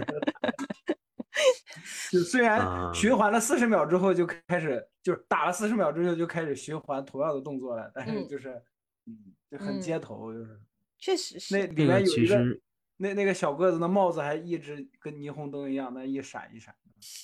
就虽然循环了四十秒之后就开始，就是打了四十秒之后就开始循环同样的动作了，但是就是嗯就很街头，就是确实是那里面有一个那那个小个子的帽子还一直跟霓虹灯一样，那一闪一闪。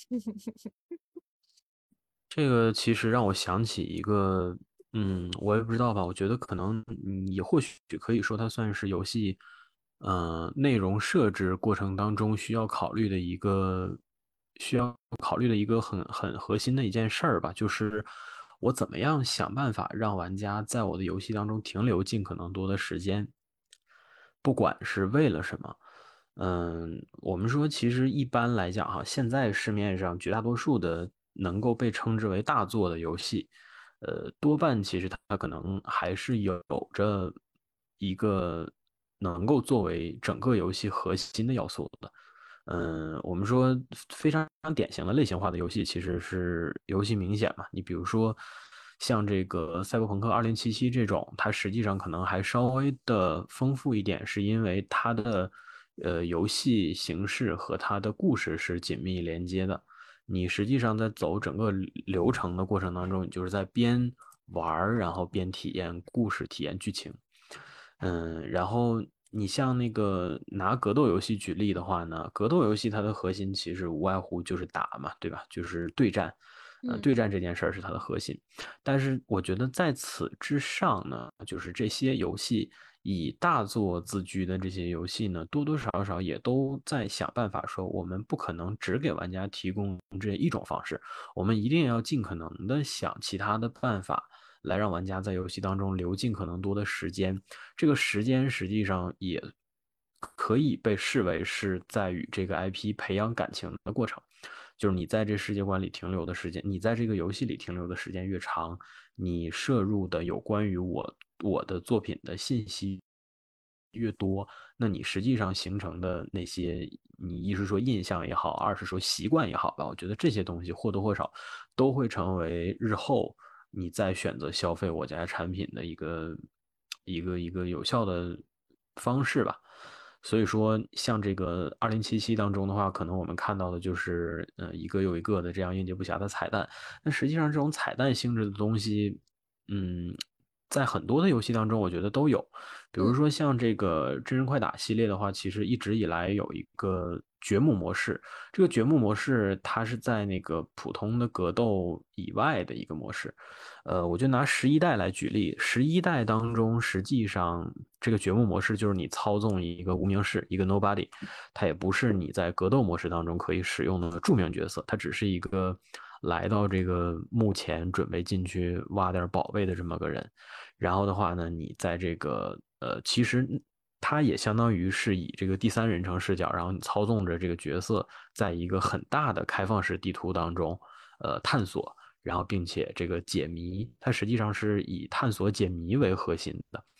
这个其实让我想起一个，嗯，我也不知道吧，我觉得可能也或许可以说它算是游戏，呃，内容设置过程当中需要考虑的一个需要考虑的一个很很核心的一件事儿吧，就是我怎么样想办法让玩家在我的游戏当中停留尽可能多的时间，不管是为了什么。嗯，我们说，其实一般来讲哈，现在市面上绝大多数的能够被称之为大作的游戏，呃，多半其实它可能还是有着一个能够作为整个游戏核心的要素的。嗯，我们说非常典型的类型化的游戏其实是游戏明显嘛。你比如说像这个《赛博朋克二零七七》这种，它实际上可能还稍微的丰富一点，是因为它的呃游戏形式和它的故事是紧密连接的。你实际上在走整个流程的过程当中，你就是在边玩儿，然后边体验故事、体验剧情。嗯，然后你像那个拿格斗游戏举例的话呢，格斗游戏它的核心其实无外乎就是打嘛，对吧？就是对战，呃，对战这件事儿是它的核心。但是我觉得在此之上呢，就是这些游戏以大作自居的这些游戏呢，多多少少也都在想办法说，我们不可能只给玩家提供这一种方式，我们一定要尽可能的想其他的办法。来让玩家在游戏当中留尽可能多的时间，这个时间实际上也可以被视为是在与这个 I P 培养感情的过程。就是你在这世界观里停留的时间，你在这个游戏里停留的时间越长，你摄入的有关于我我的作品的信息越多，那你实际上形成的那些，你一是说印象也好，二是说习惯也好吧，我觉得这些东西或多或少都会成为日后你在选择消费我家产品的一个一个一个有效的方式吧。所以说，像这个二零七七当中的话，可能我们看到的就是呃一个又一个的这样应接不暇的彩蛋。那实际上这种彩蛋性质的东西，嗯，在很多的游戏当中，我觉得都有。比如说像这个真人快打系列的话，其实一直以来有一个掘墓模式。这个掘墓模式它是在那个普通的格斗以外的一个模式。呃，我就拿十一代来举例，十一代当中实际上这个掘墓模式就是你操纵一个无名氏，一个 nobody，它也不是你在格斗模式当中可以使用的著名角色，它只是一个来到这个墓前准备进去挖点宝贝的这么个人。然后的话呢，你在这个呃，其实它也相当于是以这个第三人称视角，然后你操纵着这个角色，在一个很大的开放式地图当中，呃，探索。然后并且这个解谜，它实际上是以探索解谜为核心的。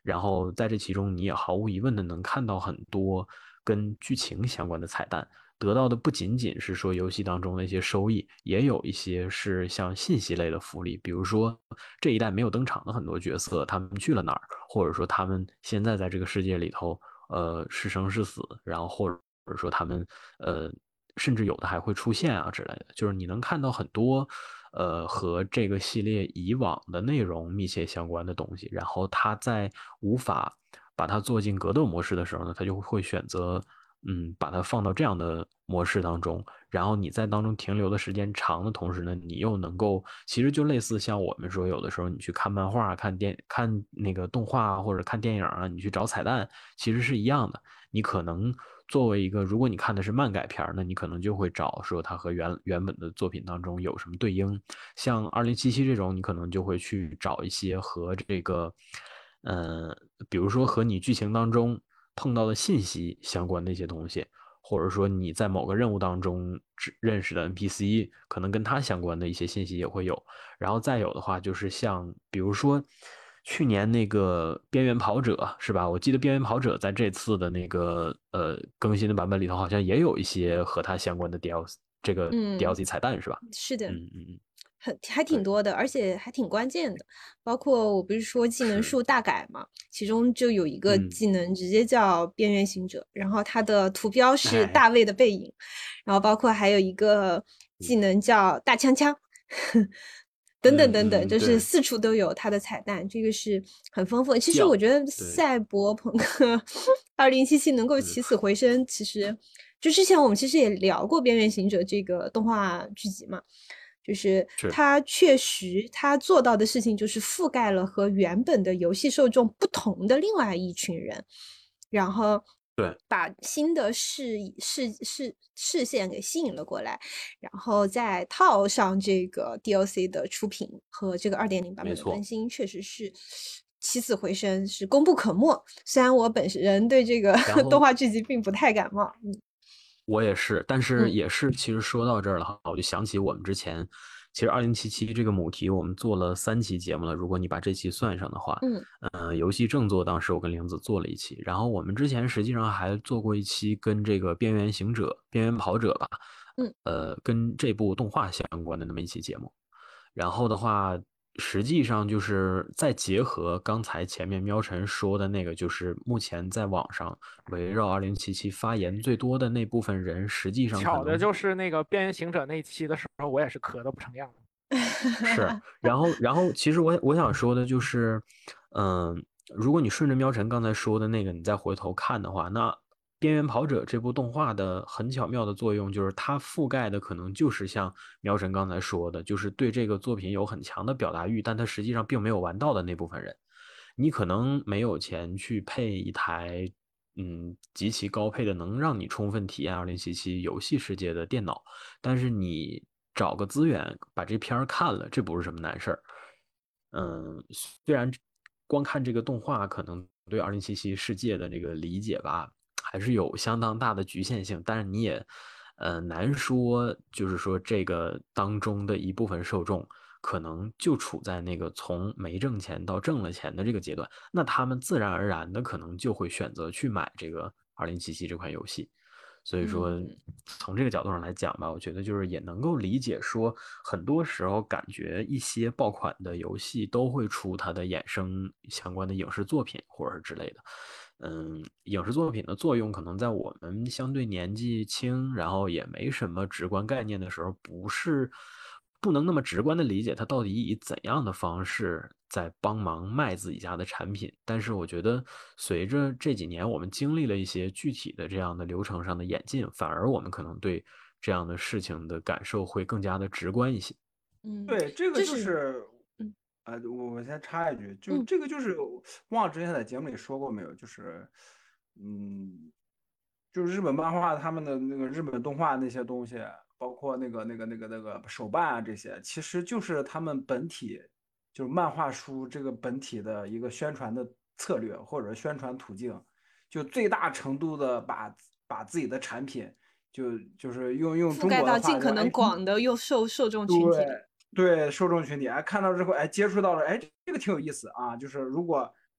然后在这其中，你也毫无疑问的能看到很多跟剧情相关的彩蛋，得到的不仅仅是说游戏当中的一些收益，也有一些是像信息类的福利，比如说这一代没有登场的很多角色，他们去了哪儿，或者说他们现在在这个世界里头，呃，是生是死，然后或者或者说他们呃，甚至有的还会出现啊之类的，就是你能看到很多。呃，和这个系列以往的内容密切相关的东西，然后它在无法把它做进格斗模式的时候呢，它就会选择，嗯，把它放到这样的模式当中，然后你在当中停留的时间长的同时呢，你又能够，其实就类似像我们说，有的时候你去看漫画、看电、看那个动画或者看电影啊，你去找彩蛋，其实是一样的，你可能。作为一个，如果你看的是漫改片儿，那你可能就会找说它和原原本的作品当中有什么对应。像二零七七这种，你可能就会去找一些和这个，呃，比如说和你剧情当中碰到的信息相关的一些东西，或者说你在某个任务当中认识的 N P C，可能跟它相关的一些信息也会有。然后再有的话，就是像比如说。去年那个边缘跑者是吧？我记得边缘跑者在这次的那个呃更新的版本里头，好像也有一些和它相关的 D L C， 这个 D L C 彩蛋、嗯、是吧？ 是的， 嗯嗯嗯， 很还挺多的，而且还挺关键的。包括我不是说技能树大改嘛，其中就有一个技能直接叫边缘行者，嗯、然后它的图标是大卫的背影，哎、然后包括还有一个技能叫大枪枪。等等等等，就是四处都有它的彩蛋，这个是很丰富的。其实我觉得赛博朋克二零七七能够起死回生，其实就之前我们其实也聊过《边缘行者》这个动画剧集嘛，就是它确实它做到的事情就是覆盖了和原本的游戏受众不同的另外一群人，然后。 对， 把新的视视视视线给吸引了过来，然后再套上这个 D L C 的出品和这个 二点零 版本的更新，确实是起死回生，是功不可没。虽然我本人对这个动画剧集并不太感冒，嗯， 我也是，但是也是，其实说到这儿了哈，我就想起我们之前。其实二零七七这个母题我们做了三期节目了，如果你把这期算上的话， 嗯， 呃，游戏正作当时我跟玲子做了一期，然后我们之前实际上还做过一期跟这个边缘行者、边缘跑者吧， 嗯， 呃，跟这部动画相关的那么一期节目，然后的话。实际上就是再结合刚才前面喵晨说的那个，就是目前在网上围绕二零七七发言最多的那部分人，实际上巧的就是那个边缘行者那期的时候，我也是咳得不成样。 是，然后然后其实我我想说的就是，嗯、呃，如果你顺着喵晨刚才说的那个，你再回头看的话，那。边缘跑者这部动画的很巧妙的作用，就是它覆盖的可能就是像苗晨刚才说的，就是对这个作品有很强的表达欲，但它实际上并没有玩到的那部分人。你可能没有钱去配一台嗯极其高配的能让你充分体验二零七七游戏世界的电脑，但是你找个资源把这片儿看了，这不是什么难事儿。嗯，虽然光看这个动画可能对二零七七世界的这个理解吧。还是有相当大的局限性，但是你也，呃，难说，就是说这个当中的一部分受众可能就处在那个从没挣钱到挣了钱的这个阶段，那他们自然而然的可能就会选择去买这个二零七七这款游戏。所以说，从这个角度上来讲吧，我觉得就是也能够理解说，很多时候感觉一些爆款的游戏都会出它的衍生相关的影视作品或者是之类的。嗯，影视作品的作用可能在我们相对年纪轻，然后也没什么直观概念的时候，不是不能那么直观的理解它到底以怎样的方式在帮忙卖自己家的产品。但是我觉得，随着这几年我们经历了一些具体的这样的流程上的演进，反而我们可能对这样的事情的感受会更加的直观一些。 嗯， 对，这个就是。 嗯呃，我我先插一句，就这个就是忘了之前在节目里说过没有，就是，嗯，就是日本漫画他们的那个日本动画那些东西，包括那个那个那个那个手办啊这些，其实就是他们本体，就是漫画书这个本体的一个宣传的策略或者宣传途径，就最大程度的把把自己的产品，就就是用用中国的话， 覆盖到尽可能广的用受受众群体里。 对受众群体，哎，看到之后，哎，接触到了，哎，这个挺有意思啊。就是如果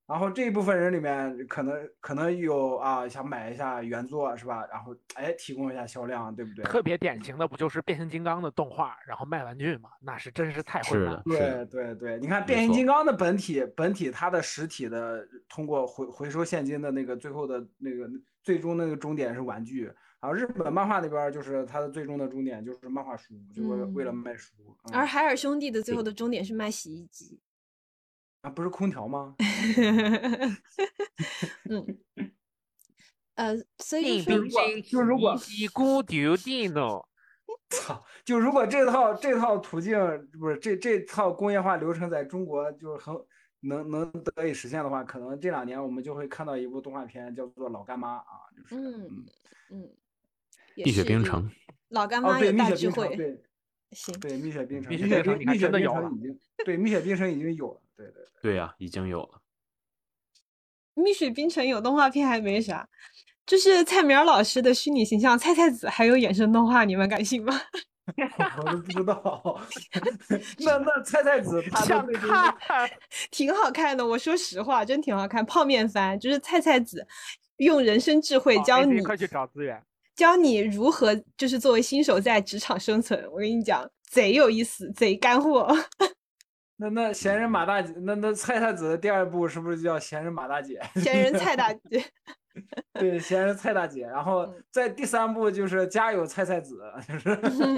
然后这一部分人里面可能可能有啊想买一下原作是吧？然后哎提供一下销量，对不对？ 特别典型的不就是变形金刚的动画，然后卖玩具嘛？那是真是太混乱了。 对对对，你看变形金刚的本体本体它的实体的通过回回收现金的那个最后的那个最终那个终点是玩具。然后日本漫画那边就是它的最终的终点就是漫画书，就为了、嗯、为了卖书。 嗯、而海尔兄弟的最后的终点是卖洗衣机。 啊，不是空调吗？ 嗯，呃，所以就说， 就如果孤丢地呢， 操，就如果这套这套途径不是这这套工业化流程在中国就是很能能得以实现的话，可能这两年我们就会看到一部动画片叫做《老干妈》啊，就是嗯嗯， 蜜雪冰城， 老干妈有大智慧， 哦、对， 行， 对蜜雪冰城， 蜜雪冰城你看真的有了， 已经对蜜雪冰城已经有了，对对对呀、啊，已经有了。 蜜雪冰城有动画片还没啥，就是蔡明老师的虚拟形象菜菜子还有衍生动画，你们敢信吗？ 我都不知道。那那菜菜子他想看， 挺好看的。我说实话，真挺好看。泡面番就是菜菜子用人生智慧教你， 快去找资源， 教你如何就是作为新手在职场生存。我跟你讲，贼有意思，贼干货。 那那闲人马大姐，那那菜菜子的第二部是不是就叫闲人马大姐？ 闲人菜大姐。 对，闲人蔡大姐，然后在第三部就是家有菜菜子，就是。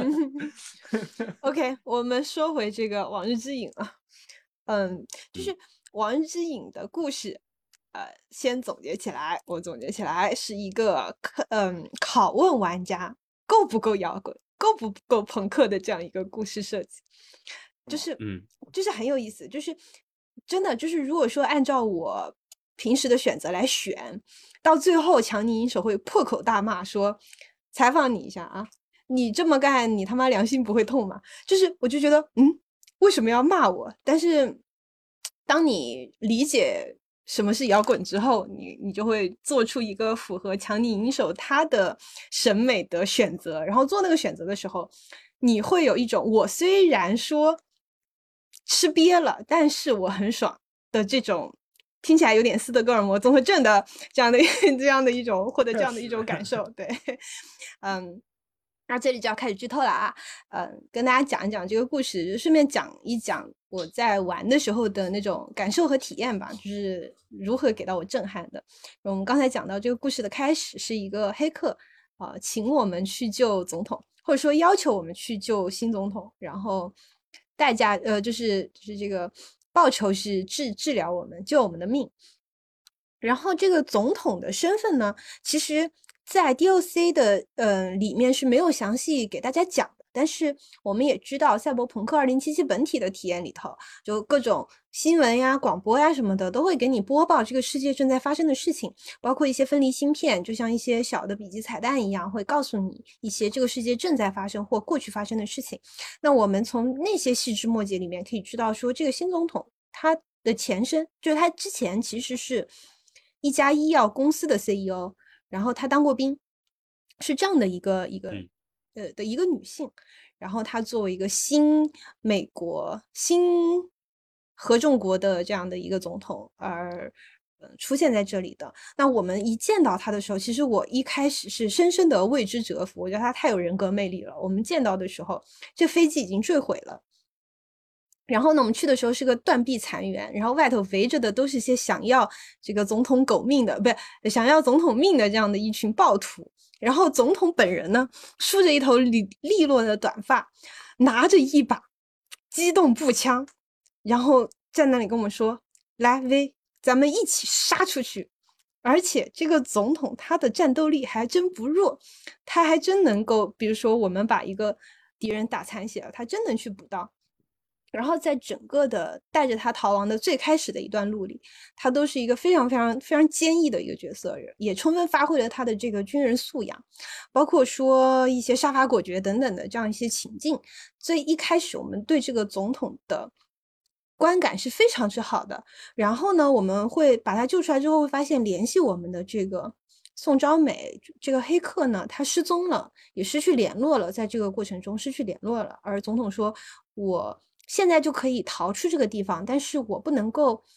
OK， 我们说回这个《往日之影》啊，嗯，就是《往日之影》的故事，呃，先总结起来，我总结起来是一个嗯拷问玩家够不够摇滚，够不够朋克的这样一个故事设计，就是嗯， 就是很有意思，就是真的就是如果说按照我平时的选择来选，到最后强尼银手会破口大骂说：“采访你一下啊，你这么干，你他妈良心不会痛吗？”就是我就觉得，嗯，为什么要骂我？但是当你理解什么是摇滚之后，你你就会做出一个符合强尼银手他的审美的选择。然后做那个选择的时候，你会有一种我虽然说吃瘪了，但是我很爽的这种。听起来有点斯德哥尔摩综合症的这样的这样的一种获得这样的一种感受，对，嗯，那这里就要开始剧透了啊，嗯，跟大家讲一讲这个故事，顺便讲一讲我在玩的时候的那种感受和体验吧，就是如何给到我震撼的。我们刚才讲到这个故事的开始是一个黑客啊、呃，请我们去救总统，或者说要求我们去救新总统，然后代价呃就是就是这个。报酬是治治疗我们，救我们的命。然后这个总统的身份呢，其实在 D L C 的呃里面是没有详细给大家讲的。但是我们也知道，赛博朋克二零七七本体的体验里头，就各种新闻呀、广播呀什么的，都会给你播报这个世界正在发生的事情，包括一些分离芯片，就像一些小的笔记彩蛋一样，会告诉你一些这个世界正在发生或过去发生的事情。那我们从那些细枝末节里面可以知道，说这个新总统他的前身，就是他之前其实是一家医药公司的 C E O， 然后他当过兵，是这样的一个一个。嗯呃的一个女性，然后她作为一个新美国新合众国的这样的一个总统而呃出现在这里的。那我们一见到她的时候，其实我一开始是深深的为之折服，我觉得她太有人格魅力了。我们见到的时候，这飞机已经坠毁了。然后呢，我们去的时候是个断壁残垣，然后外头围着的都是些想要这个总统狗命的，不是想要总统命的这样的一群暴徒。然后总统本人呢，梳着一头利利落的短发，拿着一把机动步枪，然后在那里跟我们说：“来，威，咱们一起杀出去。”而且这个总统他的战斗力还真不弱，他还真能够，比如说我们把一个敌人打残血了，他真能去补刀。然后在整个的带着他逃亡的最开始的一段路里，他都是一个非常非常非常坚毅的一个角色，也充分发挥了他的这个军人素养，包括说一些杀伐果决等等的这样一些情境。所以一开始我们对这个总统的观感是非常之好的。然后呢，我们会把他救出来之后，会发现联系我们的这个宋昭美这个黑客呢，他失踪了，也失去联络了，在这个过程中失去联络了。而总统说：“我现在就可以逃出这个地方，但是我不能够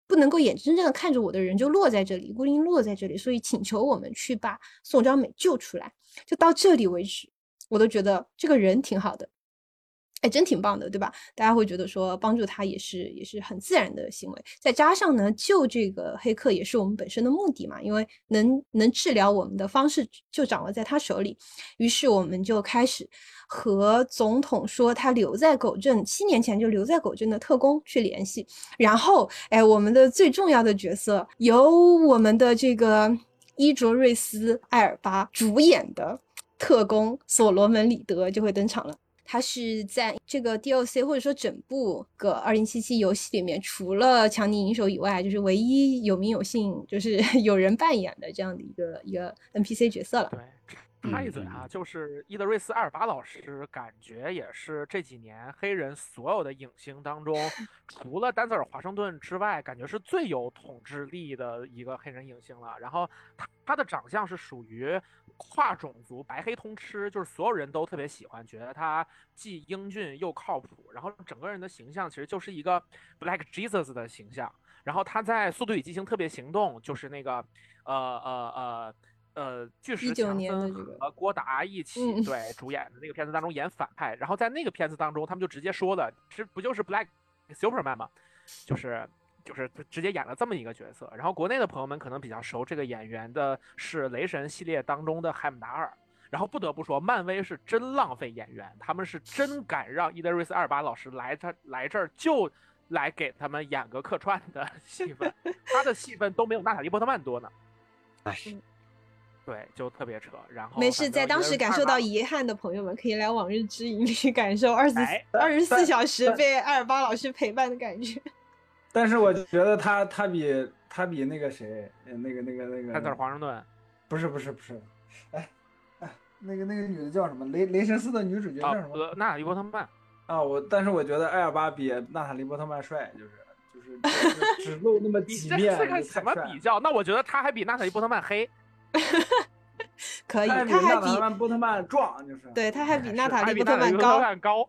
不能够眼睁睁的看着我的人就落在这里，孤零落在这里，所以请求我们去把宋昭美救出来。就到这里为止，我都觉得这个人挺好的。哎，真挺棒的，对吧？大家会觉得说帮助他也是也是很自然的行为，再加上呢，救这个黑客也是我们本身的目的嘛，因为能能治疗我们的方式就掌握在他手里。于是我们就开始和总统说他留在狗镇七年前就留在狗镇的特工去联系，然后哎，我们的最重要的角色由我们的这个伊卓瑞斯·艾尔巴主演的特工所罗门·里德就会登场了。他是在这个 D L C 或者说整部个二零七七游戏里面，除了强尼银手以外，就是唯一有名有姓，就是有人扮演的这样的一个一个 N P C 角色了。 对，插一嘴啊，就是伊德瑞斯·艾尔巴老师，感觉也是这几年黑人所有的影星当中，除了丹泽尔·华盛顿之外，感觉是最有统治力的一个黑人影星了。然后他他的长相是属于跨种族白黑通吃，就是所有人都特别喜欢，觉得他既英俊又靠谱，然后整个人的形象其实就是一个 Black Jesus 的形象。然后他在《速度与激情：特别行动》就是那个呃呃呃呃巨石强森和郭达一起、嗯、对主演的那个片子当中演反派，然后在那个片子当中他们就直接说了，这不就是 Black Superman 吗？就是就是直接演了这么一个角色。然后国内的朋友们可能比较熟这个演员的是雷神系列当中的海姆达尔。然后不得不说，漫威是真浪费演员，他们是真敢让伊德瑞斯·艾尔巴老师来他来这儿就来给他们演个客串的戏份，他的戏份都没有娜塔莉·波特曼多呢。 哎， 对，就特别扯。然后没事，在当时感受到遗憾的朋友们，可以来往日之影里感受二十二十四小时被艾尔巴老师陪伴的感觉。 但是我觉得他他比他比那个谁，那个那个那个丹泽尔·华盛顿， 不是不是不是，哎哎，那个那个女的叫什么？雷雷神四的女主角叫什么？ 呃、娜塔莉·波特曼。 啊，我但是我觉得艾尔巴比娜塔莉·波特曼帅，就是就是就是只露那么几面。 你这是个什么比较？那我觉得他还比娜塔莉·波特曼黑。 可以， 他还比娜塔莉·波特曼壮，就是对，他还比娜塔莉· 波特曼高。 高。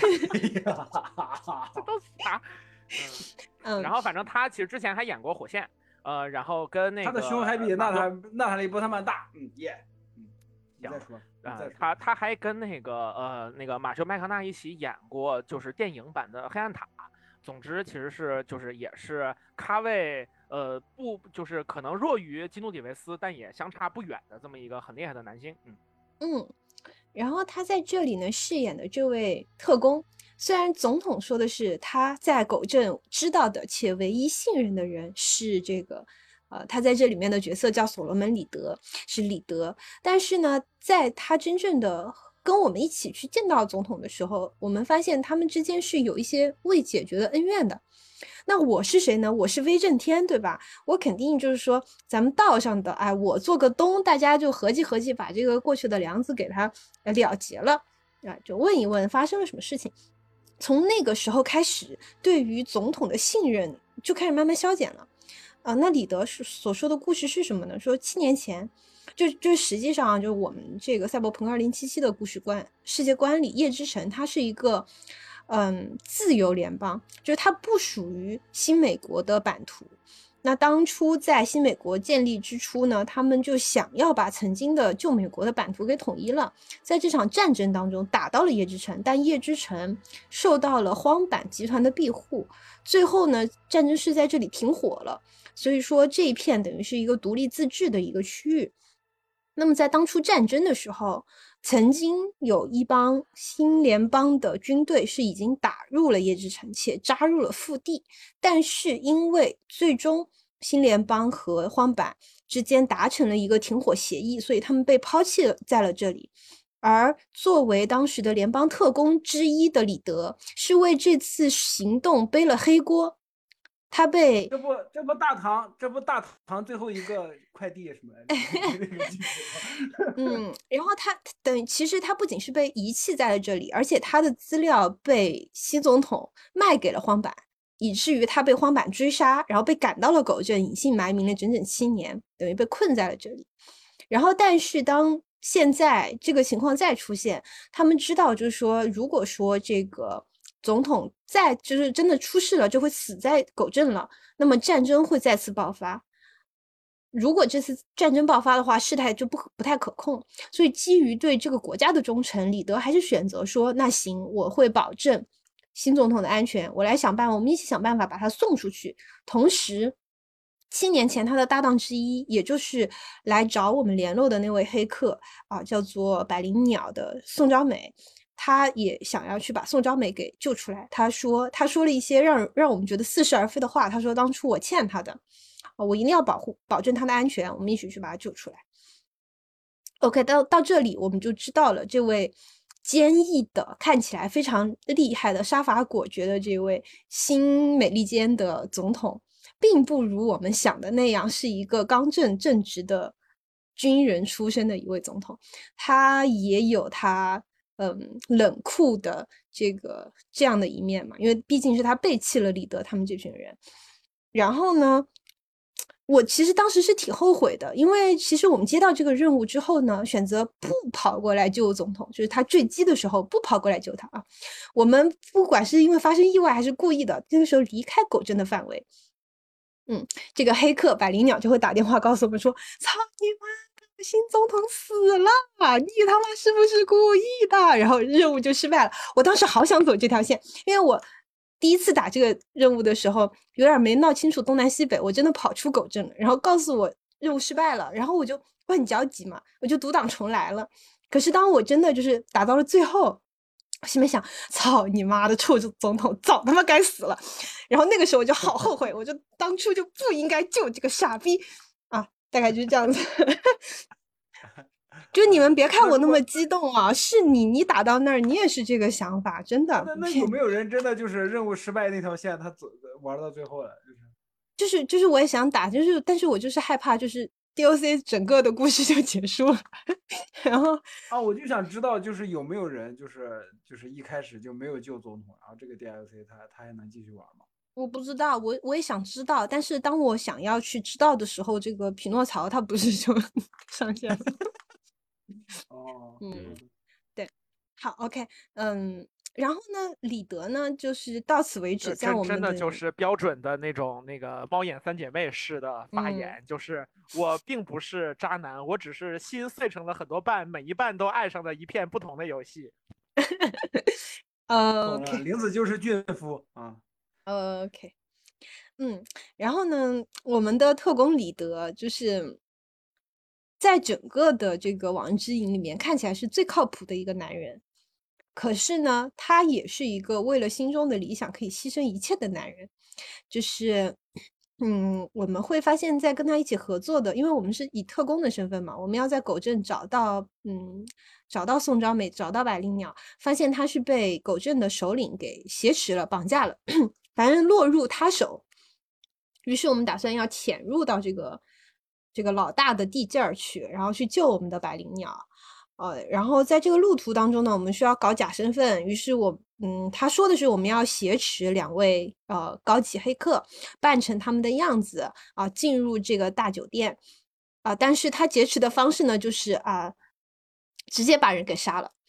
这都啥？嗯，然后反正他其实之前还演过《火线》，呃，然后跟那个他的胸还比娜塔娜塔莉·波特曼大，嗯耶，嗯，你再说。 啊、呃，他他还跟那个呃那个马修麦康纳一起演过，就是电影版的《黑暗塔》。总之，其实是就是也是咖位呃不就是可能弱于基努里维斯，但也相差不远的这么一个很厉害的男星。嗯嗯，然后他在这里呢饰演的这位特工，虽然总统说的是他在狗镇知道的且唯一信任的人是这个。呃，他在这里面的角色叫所罗门·里德，是里德。但是呢，在他真正的跟我们一起去见到总统的时候，我们发现他们之间是有一些未解决的恩怨的。那我是谁呢？我是威震天，对吧？我肯定就是说，咱们道上的，哎，我做个东，大家就合计合计，把这个过去的梁子给他了结了，啊，就问一问发生了什么事情。从那个时候开始，对于总统的信任就开始慢慢消减了。啊、呃，那李德是所说的故事是什么呢？说七年前，就就实际上就是我们这个赛博朋克二零七七的故事观世界观里，夜之城它是一个嗯自由联邦，就是它不属于新美国的版图。那当初在新美国建立之初呢，他们就想要把曾经的旧美国的版图给统一了。在这场战争当中打到了夜之城，但夜之城受到了荒坂集团的庇护，最后呢战争是在这里停火了。所以说这一片等于是一个独立自治的一个区域。那么在当初战争的时候，曾经有一帮新联邦的军队是已经打入了夜之城且扎入了腹地，但是因为最终新联邦和荒坂之间达成了一个停火协议，所以他们被抛弃在了这里。而作为当时的联邦特工之一的李德是为这次行动背了黑锅。他被这不这不大唐这不大唐最后一个快递什么嗯，然后他等其实他不仅是被遗弃在了这里，而且他的资料被西总统卖给了荒坂，以至于他被荒坂追杀，然后被赶到了狗镇，隐姓埋名了整整七年，等于被困在了这里。然后但是当现在这个情况再出现，他们知道就是说，如果说这个总统再就是真的出事了，就会死在狗镇了，那么战争会再次爆发。如果这次战争爆发的话，事态就不不太可控。所以基于对这个国家的忠诚，李德还是选择说，那行，我会保证新总统的安全，我来想办法，我们一起想办法把他送出去。同时，七年前他的搭档之一，也就是来找我们联络的那位黑客啊，叫做百灵鸟的宋昭美，他也想要去把宋昭美给救出来。他说，他说了一些让让我们觉得似是而非的话。他说，当初我欠他的，啊，我一定要保护保证他的安全，我们一起去把他救出来。OK， 到到这里我们就知道了，这位坚毅的、看起来非常厉害的、杀伐果决的这位新美利坚的总统，并不如我们想的那样是一个刚正正直的军人出身的一位总统，他也有他嗯冷酷的这个这样的一面嘛，因为毕竟是他背弃了李德他们这群人。然后呢，我其实当时是挺后悔的，因为其实我们接到这个任务之后呢，选择不跑过来救总统，就是他坠机的时候不跑过来救他啊。我们不管是因为发生意外还是故意的，这个时候离开狗镇的范围。嗯，这个黑客百灵鸟就会打电话告诉我们说：“操你妈的，新总统死了，你他妈是不是故意的？”然后任务就失败了。我当时好想走这条线，因为我第一次打这个任务的时候，有点没闹清楚东南西北，我真的跑出狗镇了，然后告诉我任务失败了，然后我就我很着急嘛，我就读档重来了。可是当我真的就是打到了最后，我心里面想，操你妈的臭总统，早他妈该死了。然后那个时候我就好后悔，我就当初就不应该救这个傻逼啊，大概就是这样子。就你们别看我那么激动啊，是你你打到那儿，你也是这个想法，真的。 那那有没有人真的就是任务失败那条线，他走玩到最后了？ 就是就是就是我也想打，就是但是我就是害怕，就是 D O C 整个的故事就结束了。然后啊，我就想知道，就是有没有人就是就是一开始就没有救总统，然后这个 D L C 他他还能继续玩吗？ 我不知道，我我也想知道，但是当我想要去知道的时候，这个匹诺曹他不是就上线了。 哦， 嗯，对，好 ，OK， 嗯，然后呢，李德呢，就是到此为止，在我们真的就是标准的那种那个猫眼三姐妹式的发言，嗯、就是我并不是渣男，我只是心碎成了很多瓣，每一瓣都爱上了一片不同的游戏。 呃、 uh, ，OK， 玲子就是俊夫啊。 呃、OK， 嗯，然后呢，我们的特工李德就是在整个的这个网之营里面看起来是最靠谱的一个男人，可是呢，他也是一个为了心中的理想可以牺牲一切的男人。就是，嗯，我们会发现，在跟他一起合作的，因为我们是以特工的身份嘛，我们要在狗镇找到，嗯，找到宋昭美，找到百灵鸟，发现他是被狗镇的首领给挟持了、绑架了，反正落入他手。于是我们打算要潜入到这个这个老大的地界儿去，然后去救我们的百灵鸟。呃，然后在这个路途当中呢，我们需要搞假身份。于是我，嗯，他说的是我们要挟持两位呃高级黑客，扮成他们的样子啊、呃，进入这个大酒店啊、呃。但是他劫持的方式呢，就是啊、呃，直接把人给杀了。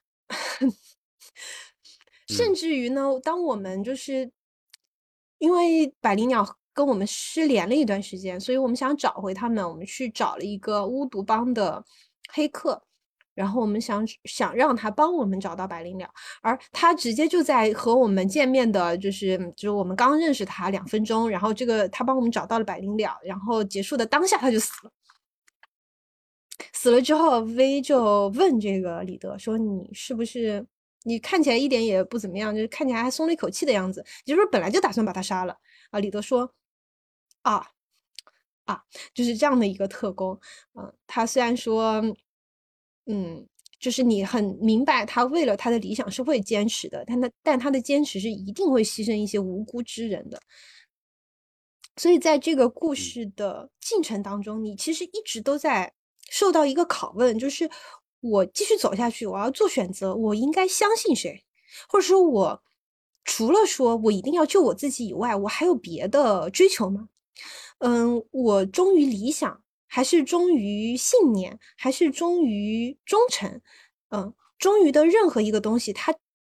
甚至于呢，当我们就是因为百灵鸟跟我们失联了一段时间，所以我们想找回他们，我们去找了一个巫毒帮的黑客。然后我们想想让他帮我们找到百灵鸟，而他直接就在和我们见面的，就是就是我们刚认识他两分钟，然后这个他帮我们找到了百灵鸟，然后结束的当下他就死了。死了之后 ，V 就问这个李德说：“你是不是你看起来一点也不怎么样，就是看起来还松了一口气的样子？你是不是本来就打算把他杀了？”啊，李德说：“啊啊，就是这样的一个特工。嗯、呃，他虽然说。”嗯，就是你很明白，他为了他的理想是会坚持的，但他但他的坚持是一定会牺牲一些无辜之人的。所以在这个故事的进程当中，你其实一直都在受到一个拷问，就是我继续走下去，我要做选择，我应该相信谁，或者说我除了说我一定要救我自己以外，我还有别的追求吗？嗯，我忠于理想。还是忠于信念，还是忠于忠诚，嗯，忠于的任何一个东西，它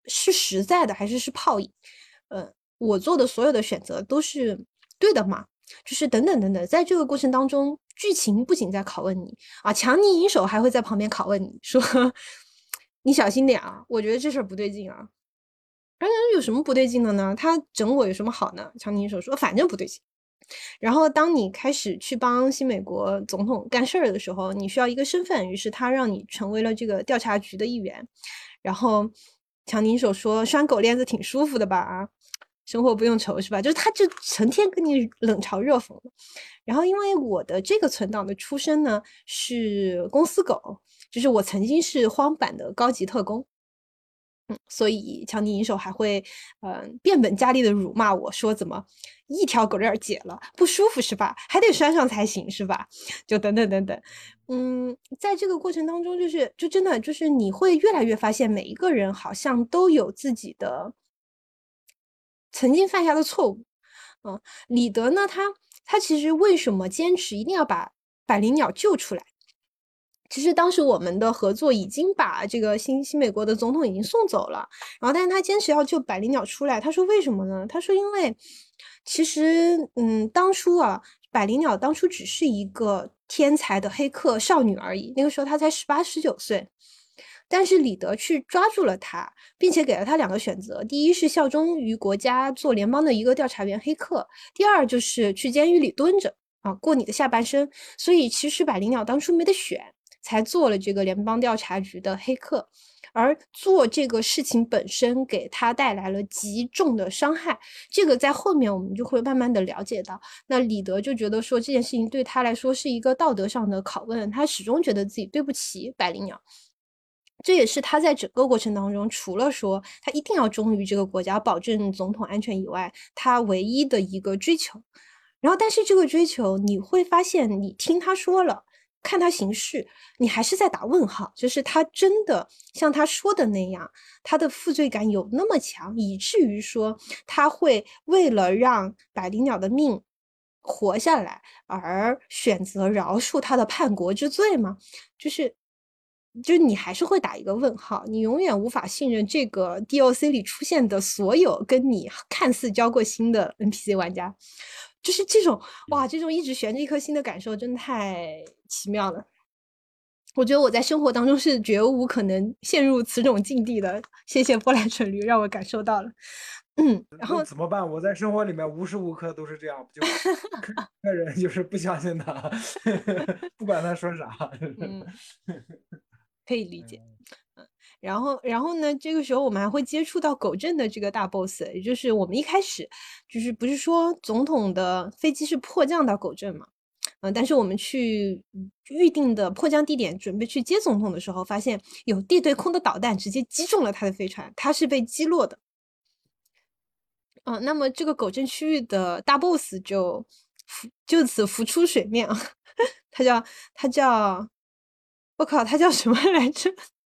是实在的还是是泡影？呃，我做的所有的选择都是对的吗？就是等等等等，在这个过程当中，剧情不仅在拷问你啊，强尼银手还会在旁边拷问你说你小心点啊，我觉得这事儿不对劲啊。然后有什么不对劲的呢？他整我有什么好呢？强尼银手说反正不对劲。然后当你开始去帮新美国总统干事儿的时候，你需要一个身份，于是他让你成为了这个调查局的一员。然后强尼银手说拴狗链子挺舒服的吧啊，生活不用愁是吧？就是他就成天跟你冷嘲热讽。然后因为我的这个存档的出身呢是公司狗，就是我曾经是荒坂的高级特工。嗯，所以强尼银手还会，嗯、呃，变本加厉的辱骂我说怎么一条狗链解了不舒服是吧？还得拴上才行是吧？就等等等等，嗯，在这个过程当中，就是就真的就是你会越来越发现每一个人好像都有自己的曾经犯下的错误。嗯，李德呢，他他其实为什么坚持一定要把百灵鸟救出来？其实当时我们的合作已经把这个新新美国的总统已经送走了，然后但是他坚持要救百灵鸟出来。他说为什么呢？他说因为其实嗯，当初啊，百灵鸟当初只是一个天才的黑客少女而已，那个时候她才十八十九岁。但是李德去抓住了他，并且给了他两个选择：第一是效忠于国家，做联邦的一个调查员黑客；第二就是去监狱里蹲着啊，过你的下半生。所以其实百灵鸟当初没得选，才做了这个联邦调查局的黑客。而做这个事情本身给他带来了极重的伤害，这个在后面我们就会慢慢的了解到。那李德就觉得说这件事情对他来说是一个道德上的拷问，他始终觉得自己对不起百灵鸟。这也是他在整个过程当中，除了说他一定要忠于这个国家，保证总统安全以外，他唯一的一个追求。然后但是这个追求你会发现，你听他说了，看他行事，你还是在打问号，就是他真的像他说的那样，他的负罪感有那么强，以至于说他会为了让百灵鸟的命活下来而选择饶恕他的叛国之罪吗？就是就你还是会打一个问号，你永远无法信任这个 D L C 里出现的所有跟你看似交过心的 N P C 玩家。就是这种哇，这种一直悬着一颗心的感受真太奇妙了。我觉得我在生活当中是绝无可能陷入此种境地的，谢谢波兰蠢驴让我感受到了。嗯，然后怎么办？我在生活里面无时无刻都是这样，就个人就是不相信他，不管他说啥。 嗯，可以理解。嗯，然后，然后呢？这个时候我们还会接触到狗镇的这个大 boss， 也就是我们一开始就是不是说总统的飞机是迫降到狗镇嘛？嗯、呃，但是我们去预定的迫降地点准备去接总统的时候，发现有地对空的导弹直接击中了他的飞船，他是被击落的。嗯、呃，那么这个狗镇区域的大 boss 就浮就此浮出水面啊，他叫他叫，我靠，他叫什么来着？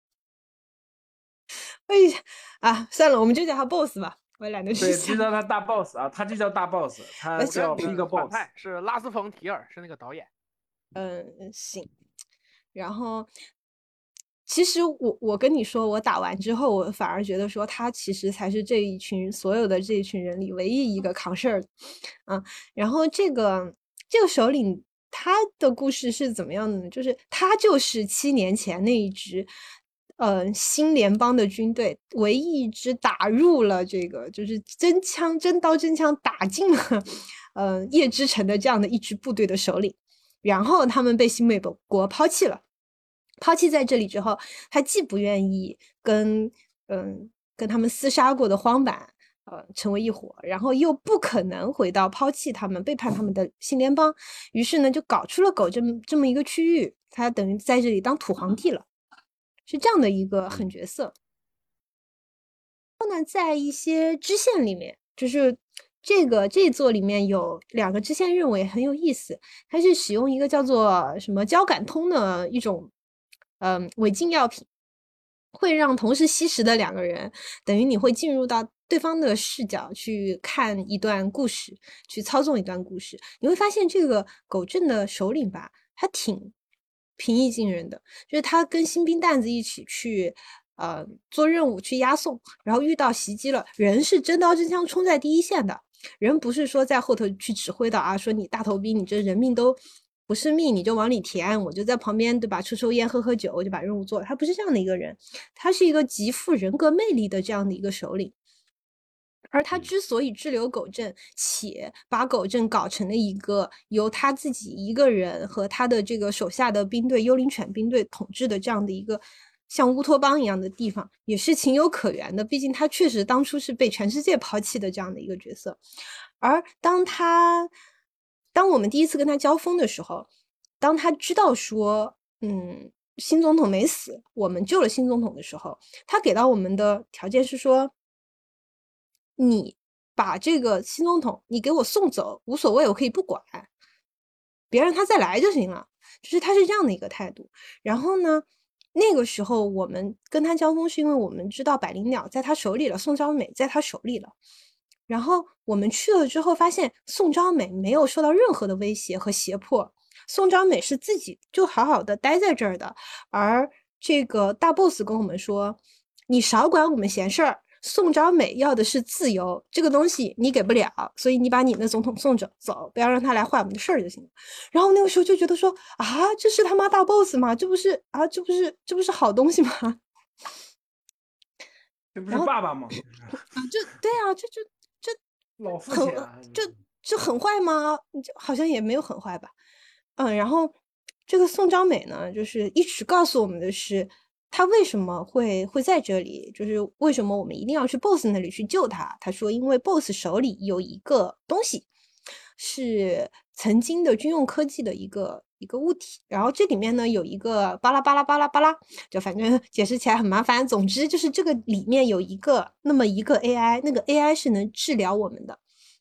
哎呀啊，算了，我们就叫他 boss 吧，我也懒得去对， 想。 就叫他大 boss 啊，他这叫大 boss， 他叫 big boss， 是拉斯冯提尔，是那个导演。 嗯，行。然后，其实我我跟你说，我打完之后，我反而觉得说他其实才是这一群所有的这一群人里唯一一个扛事儿的，啊。然后这个这个首领他的故事是怎么样的呢？就是他就是七年前那一支。呃，新联邦的军队唯一一支打入了这个，就是真枪真刀真枪打进了，呃，夜之城的这样的一支部队的首领，然后他们被新美国抛弃了。抛弃在这里之后，他既不愿意跟嗯、呃、跟他们厮杀过的荒坂呃成为一伙，然后又不可能回到抛弃他们、背叛他们的新联邦，于是呢，就搞出了狗这么这么一个区域，他等于在这里当土皇帝了。是这样的一个狠角色。后呢，在一些支线里面，就是这个这一座里面有两个支线任务也很有意思，它是使用一个叫做什么交感通的一种嗯违禁药品，会让同时吸食的两个人，等于你会进入到对方的视角去看一段故事，去操纵一段故事。你会发现这个狗镇的首领吧，他挺平易近人的，就是他跟新兵蛋子一起去呃做任务去押送，然后遇到袭击了，人是真刀真枪冲在第一线的，人不是说在后头去指挥的啊，说你大头兵，你这人命都不是命，你就往里填，我就在旁边对吧，抽抽烟喝喝酒，我就把任务做了。他不是这样的一个人，他是一个极富人格魅力的这样的一个首领。而他之所以滞留狗镇，且把狗镇搞成了一个由他自己一个人和他的这个手下的兵队幽灵犬兵队统治的这样的一个像乌托邦一样的地方，也是情有可原的。毕竟他确实当初是被全世界抛弃的这样的一个角色。而当他当我们第一次跟他交锋的时候，当他知道说嗯新总统没死，我们救了新总统的时候，他给到我们的条件是说，你把这个新总统你给我送走无所谓，我可以不管，别让他再来就行了，就是他是这样的一个态度。然后呢，那个时候我们跟他交锋是因为我们知道百灵鸟在他手里了，宋昭美在他手里了。然后我们去了之后发现宋昭美没有受到任何的威胁和胁迫，宋昭美是自己就好好的待在这儿的。而这个大 boss 跟我们说，你少管我们闲事儿，宋昭美要的是自由，这个东西你给不了，所以你把你的总统送走走，不要让他来坏我们的事儿就行了。然后那个时候就觉得说啊，这是他妈大 boss 吗？这不是啊，这不是这不是好东西吗？ 这不是爸爸吗？ 啊，这对啊，这这这老父亲、啊， 这这很坏吗？好像也没有很坏吧。嗯，然后这个宋昭美呢，就是一直告诉我们的是，他为什么会会在这里，就是为什么我们一定要去 boss 那里去救他。他说，因为 boss 手里有一个东西，是曾经的军用科技的一个一个物体，然后这里面呢有一个巴拉巴拉巴拉巴拉，就反正解释起来很麻烦。总之就是这个里面有一个那么一个 A I， 那个 A I 是能治疗我们的。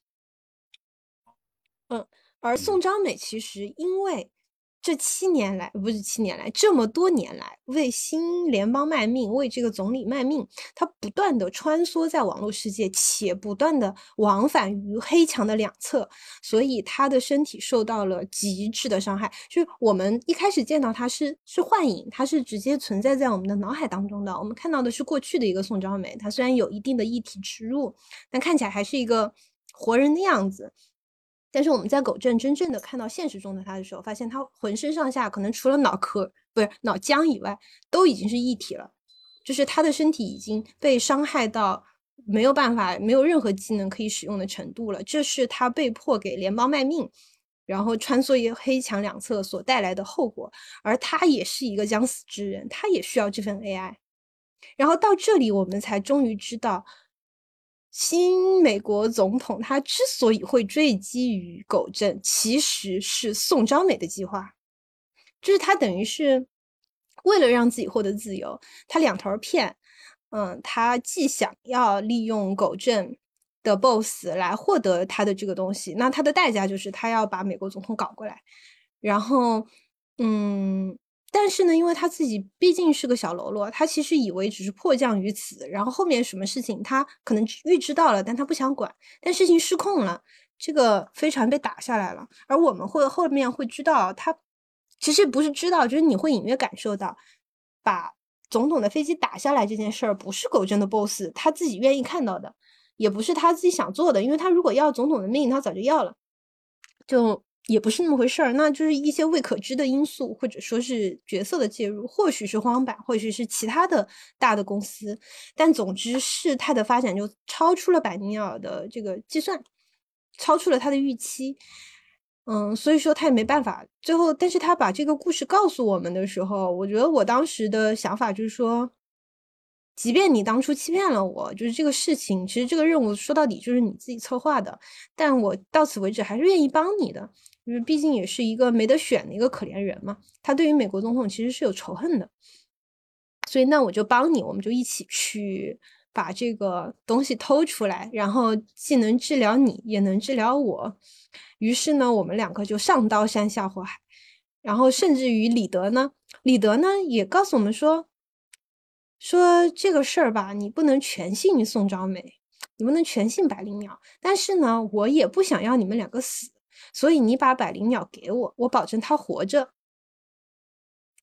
嗯，而宋昭美其实因为这七年来，不是七年来，这么多年来为新联邦卖命，为这个总理卖命，他不断的穿梭在网络世界，且不断的往返于黑墙的两侧，所以他的身体受到了极致的伤害。就是我们一开始见到他是是幻影，他是直接存在在我们的脑海当中的，我们看到的是过去的一个宋昭美，他虽然有一定的异体植入，但看起来还是一个活人的样子。但是我们在狗镇真正的看到现实中的他的时候，发现他浑身上下可能除了脑壳不是脑浆以外，都已经是一体了，就是他的身体已经被伤害到没有办法，没有任何技能可以使用的程度了。这是他被迫给联邦卖命，然后穿梭于黑墙两侧所带来的后果。而他也是一个将死之人，他也需要这份 A I。然后到这里，我们才终于知道，新美国总统他之所以会坠机于狗镇，其实是宋昭美的计划，就是他等于是为了让自己获得自由，他两头骗。嗯，他既想要利用狗镇的 boss 来获得他的这个东西，那他的代价就是他要把美国总统搞过来。然后，嗯。但是呢，因为他自己毕竟是个小喽啰，他其实以为只是迫降于此，然后后面什么事情他可能预知到了，但他不想管。但事情失控了，这个飞船被打下来了，而我们会后面会知道，他其实不是知道，就是你会隐约感受到，把总统的飞机打下来这件事儿不是狗镇的 boss 他自己愿意看到的，也不是他自己想做的，因为他如果要总统的命，他早就要了，就。也不是那么回事儿，那就是一些未可知的因素，或者说是角色的介入，或许是荒坂，或许是其他的大的公司，但总之事态的发展就超出了百灵鸟的这个计算，超出了他的预期。嗯，所以说他也没办法。最后，但是他把这个故事告诉我们的时候，我觉得我当时的想法就是说，即便你当初欺骗了我，就是这个事情，其实这个任务说到底就是你自己策划的，但我到此为止还是愿意帮你的。因为毕竟也是一个没得选的一个可怜人嘛，他对于美国总统其实是有仇恨的，所以那我就帮你，我们就一起去把这个东西偷出来，然后既能治疗你，也能治疗我。于是呢，我们两个就上刀山下火海，然后甚至于李德呢，李德呢也告诉我们说，说这个事儿吧，你不能全信于宋昭美，你不能全信百灵鸟，但是呢，我也不想要你们两个死。所以你把百灵鸟给我，我保证他活着。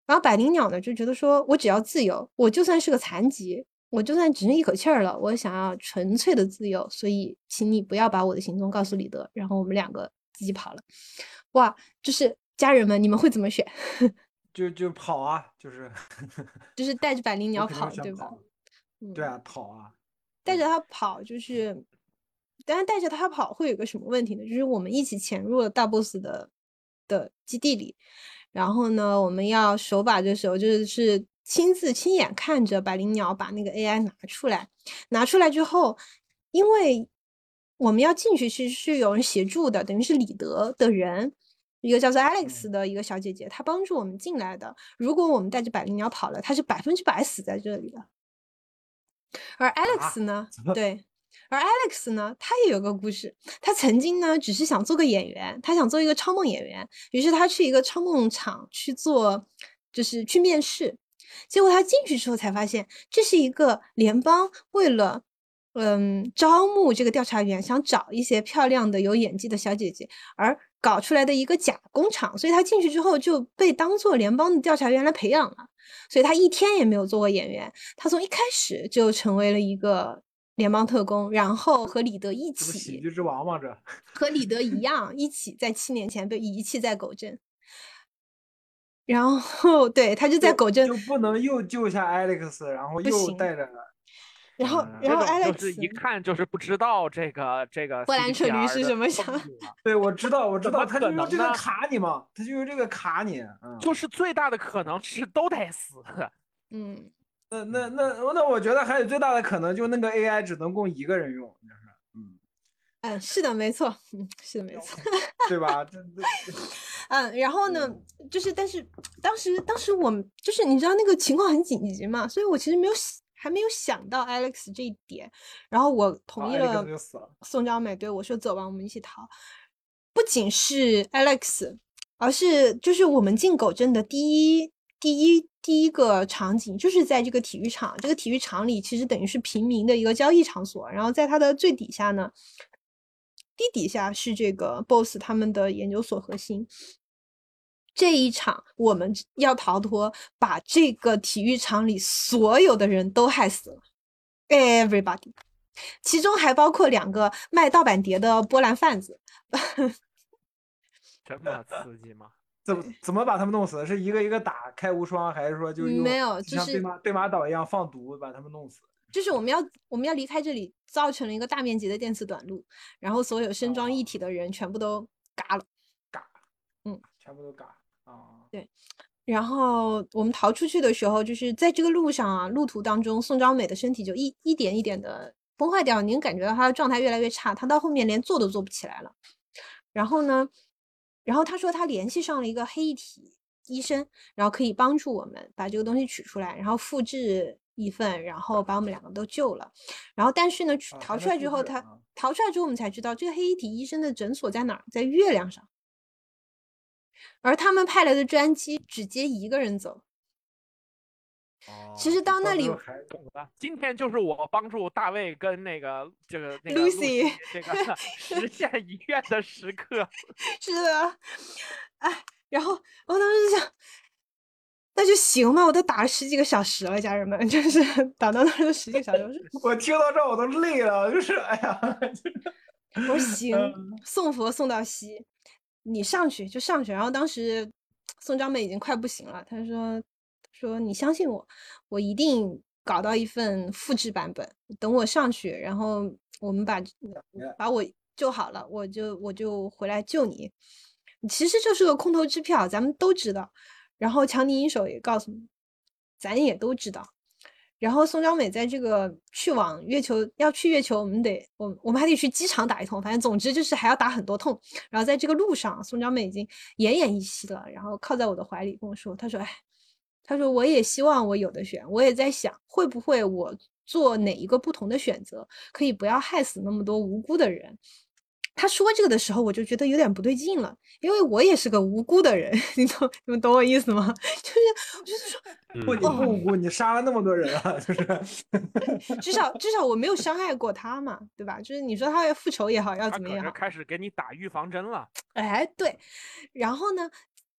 然后百灵鸟呢就觉得说，我只要自由，我就算是个残疾，我就算只剩一口气儿了，我想要纯粹的自由，所以请你不要把我的行踪告诉李德。然后我们两个自己跑了。哇，就是家人们，你们会怎么选？ 就就跑啊，就是就是带着百灵鸟我肯定跑，对吧？ 想跑嗯， 对啊，跑啊， 带着它跑就是，但是带着它跑会有个什么问题呢？就是我们一起潜入了大 boss 的的基地里，然后呢，我们要手把着手，就是亲自亲眼看着百灵鸟把那个 A I 拿出来，拿出来之后，因为我们要进去，其实是有人协助的，等于是李德的人。一个叫做 Alex 的一个小姐姐，她帮助我们进来的。如果我们带着百灵鸟跑了，她是百分之百死在这里的。而 Alex 呢， 啊、 对，而 Alex 呢，他也有个故事。他曾经呢，只是想做个演员，他想做一个超梦演员，于是他去一个超梦厂去做，就是去面试。结果他进去之后才发现，这是一个联邦为了。嗯，招募这个调查员，想找一些漂亮的、有演技的小姐姐，而搞出来的一个假工厂，所以他进去之后就被当做联邦的调查员来培养了。所以他一天也没有做过演员，他从一开始就成为了一个联邦特工，然后和李德一起， 喜剧之王嘛，这和李德一样，一起在七年前被遗弃在狗镇。然后，对他就在狗镇， 就不能又救下 Alex， 然后又带着。 然后，然后 Alex 就是一看就是不知道这个这个波兰车驴是什么想的。 对，我知道，我知道，他就用这个呢卡你嘛，他就用这个卡你，嗯， 就是最大的可能是都得死。 嗯， 那那那那我觉得还有最大的可能，就那个 A I 只能供一个人用，就是嗯嗯，是的，没错，嗯，是的，没错， 对吧？这嗯，然后呢，就是，但是当时当时我们就是你知道那个情况很紧急嘛，所以我其实没有还没有想到 Alex 这一点，然后我同意了宋昭美，对我说走吧，我们一起逃。不仅是 Alex， 而是就是我们进狗镇的第一第一第一个场景，就是在这个体育场。这个体育场里其实等于是平民的一个交易场所，然后在它的最底下呢，地底下是这个 boss 他们的研究所核心。这一场我们要逃脱，把这个体育场里所有的人都害死了 ，everybody， 其中还包括两个卖盗版碟的波兰贩子。 这么刺激吗？ 怎么怎么把他们弄死？是一个一个打开无双，还是说就用没有， 像对马对马岛一样放毒把他们弄死？ 就是我们要我们要离开这里，造成了一个大面积的电磁短路，然后所有身装一体的人全部都嘎了， 嘎， 嗯， 全部都嘎。 哦，对，然后我们逃出去的时候，就是在这个路上啊，路途当中，宋昭美的身体就一一点一点的崩坏掉，您感觉到她的状态越来越差，她到后面连坐都坐不起来了。然后呢，然后她说她联系上了一个黑衣体医生，然后可以帮助我们把这个东西取出来，然后复制一份，然后把我们两个都救了。然后但是呢，逃出来之后，他逃出来之后，我们才知道这个黑衣体医生的诊所在哪儿，在月亮上。而他们派来的专机只接一个人走。 哦、 其实到那里， 懂了。今天就是我帮助大卫跟那个这个那个 Lucy 这个实现遗愿的时刻。 是的，哎，然后我当时就想，那就行吧，我都打了十几个小时了，家人们，就是打到那儿都十几个小时。 我听到这我都累了，就是哎呀， 我说行，送佛送到西。你上去就上去，然后当时宋昭美已经快不行了，他说说你相信我，我一定搞到一份复制版本，等我上去，然后我们把把我救好了，我就我就回来救你。其实就是个空头支票，咱们都知道。然后强尼银手也告诉你，咱也都知道。然后宋昭美在这个去往月球要去月球，我们得我我们还得去机场打一通，反正总之就是还要打很多通。然后在这个路上，宋昭美已经奄奄一息了，然后靠在我的怀里跟我说，他说：“哎，他说我也希望我有的选，我也在想会不会我做哪一个不同的选择，可以不要害死那么多无辜的人。”他说这个的时候，我就觉得有点不对劲了，因为我也是个无辜的人，你懂你们懂我意思吗？就是我就是说， 不，你不无辜，你杀了那么多人啊，就是至少至少我没有伤害过他嘛，对吧？就是你说他要复仇也好，要怎么也好， 开始给你打预防针了。 哎，对。然后呢，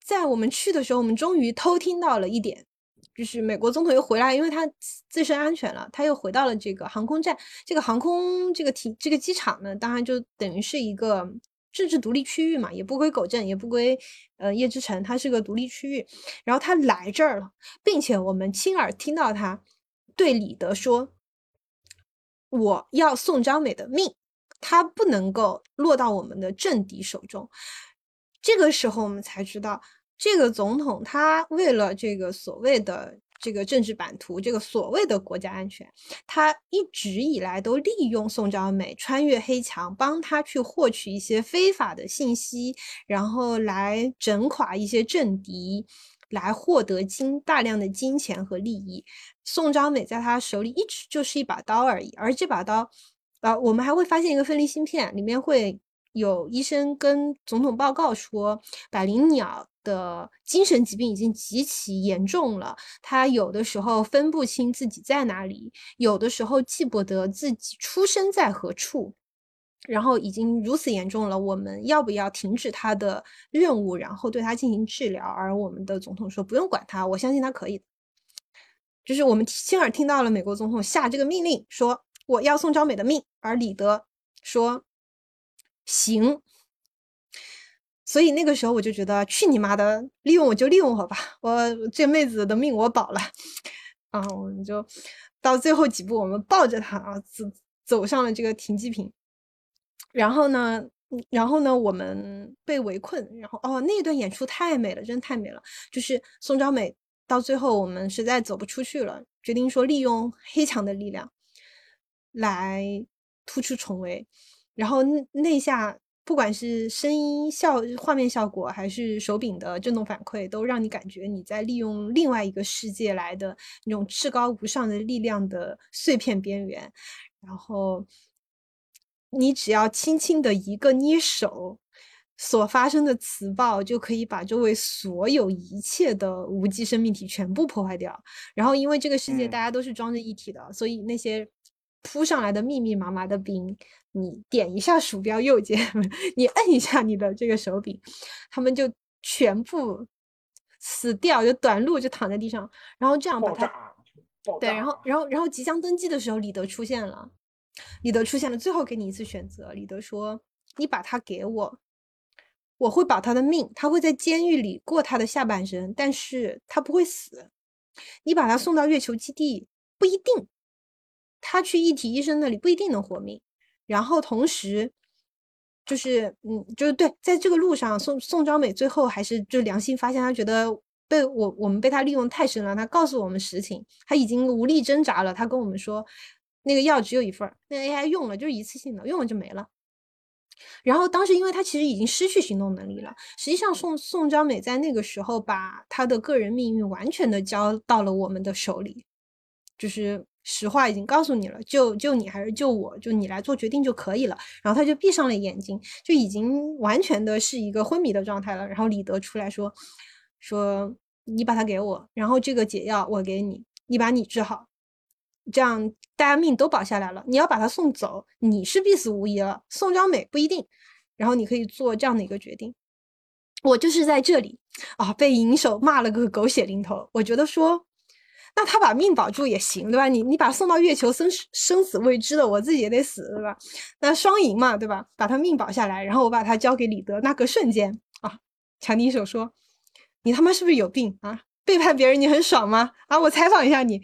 在我们去的时候，我们终于偷听到了一点，就是美国总统又回来，因为他自身安全了，他又回到了这个航空站。这个航空这个体这个机场呢，当然就等于是一个政治独立区域嘛，也不归狗镇，也不归呃叶之城，它是个独立区域。然后他来这儿了，并且我们亲耳听到他对李德说：“我要宋昭美的命，他不能够落到我们的政敌手中。”这个时候我们才知道，这个总统他为了这个所谓的这个政治版图，这个所谓的国家安全，他一直以来都利用宋昭美穿越黑墙，帮他去获取一些非法的信息，然后来整垮一些政敌，来获得金大量的金钱和利益。宋昭美在他手里一直就是一把刀而已，而这把刀，呃，我们还会发现一个分离芯片，里面会有医生跟总统报告说，百灵鸟的精神疾病已经极其严重了，他有的时候分不清自己在哪里，有的时候记不得自己出生在何处，然后已经如此严重了，我们要不要停止他的任务，然后对他进行治疗？而我们的总统说不用管他，我相信他可以的。就是我们亲耳听到了美国总统下这个命令，说我要宋昭美的命，而李德说行。所以那个时候我就觉得，去你妈的，利用我就利用我吧，我这妹子的命我保了。啊，我们就到最后几步，我们抱着她啊，走走上了这个停机坪。然后呢，然后呢，我们被围困，然后哦，那一段演出太美了，真太美了。就是宋昭美到最后，我们实在走不出去了，决定说利用黑墙的力量来突出重围。然后那那下，不管是声音效、画面效果，还是手柄的震动反馈，都让你感觉你在利用另外一个世界来的那种至高无上的力量的碎片边缘。然后你只要轻轻的一个捏手，所发生的磁暴就可以把周围所有一切的无机生命体全部破坏掉。然后因为这个世界大家都是装着一体的，嗯、所以那些扑上来的密密麻麻的兵，你点一下鼠标右键，你摁一下你的这个手柄，他们就全部死掉，就短路就躺在地上。然后这样把它对，然后然后然后即将登基的时候，李德出现了。李德出现了，最后给你一次选择。李德说：“你把他给我，我会保他的命，他会在监狱里过他的下半生，但是他不会死。你把他送到月球基地，不一定，他去一体医生那里不一定能活命。然后同时，就是嗯，就是对，在这个路上，宋宋昭美最后还是就良心发现，他觉得被我我们被他利用太深了，他告诉我们实情，他已经无力挣扎了。他跟我们说。”那个药只有一份，那个 A I 用了就是一次性的，用了就没了。然后当时因为他其实已经失去行动能力了，实际上宋宋昭美在那个时候把他的个人命运完全的交到了我们的手里，就是实话已经告诉你了，救救你还是救我，就你来做决定就可以了。然后他就闭上了眼睛，就已经完全的是一个昏迷的状态了。然后李德出来说说你把它给我，然后这个解药我给你，你把你治好。这样大家命都保下来了，你要把他送走，你是必死无疑了，宋昭美不一定。然后你可以做这样的一个决定。我就是在这里啊，被银手骂了个狗血淋头。我觉得说，那他把命保住也行，对吧？你你把他送到月球，生生死未知的，我自己也得死，对吧？那双赢嘛，对吧？把他命保下来，然后我把他交给李德，那个瞬间啊，强敌手说，你他妈是不是有病啊？背叛别人你很爽吗？啊，我采访一下你。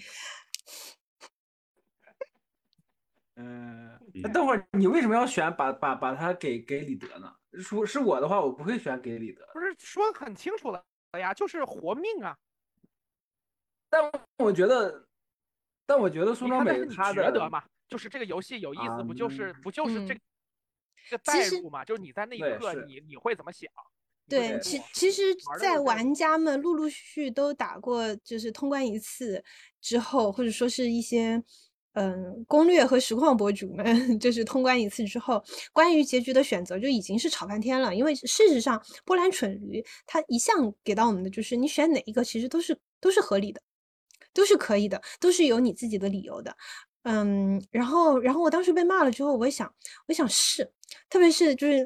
嗯，那等会儿你为什么要选把把把他给给李德呢？说是我的话，我不会选给李德。 不是说很清楚了呀，就是活命啊。 但我觉得，但我觉得宋昭美她的觉得嘛，就是这个游戏有意思，不就是不就是这个代入嘛？就是你在那一刻，你你会怎么想？ 对，其其实，在玩家们陆陆续续都打过，就是通关一次之后，或者说是一些。嗯，攻略和实况博主们就是通关一次之后，关于结局的选择就已经是吵翻天了。因为事实上，波兰蠢驴它一向给到我们的就是你选哪一个，其实都是都是合理的，都是可以的，都是有你自己的理由的。嗯，然后然后我当时被骂了之后，我想我想是，特别是就是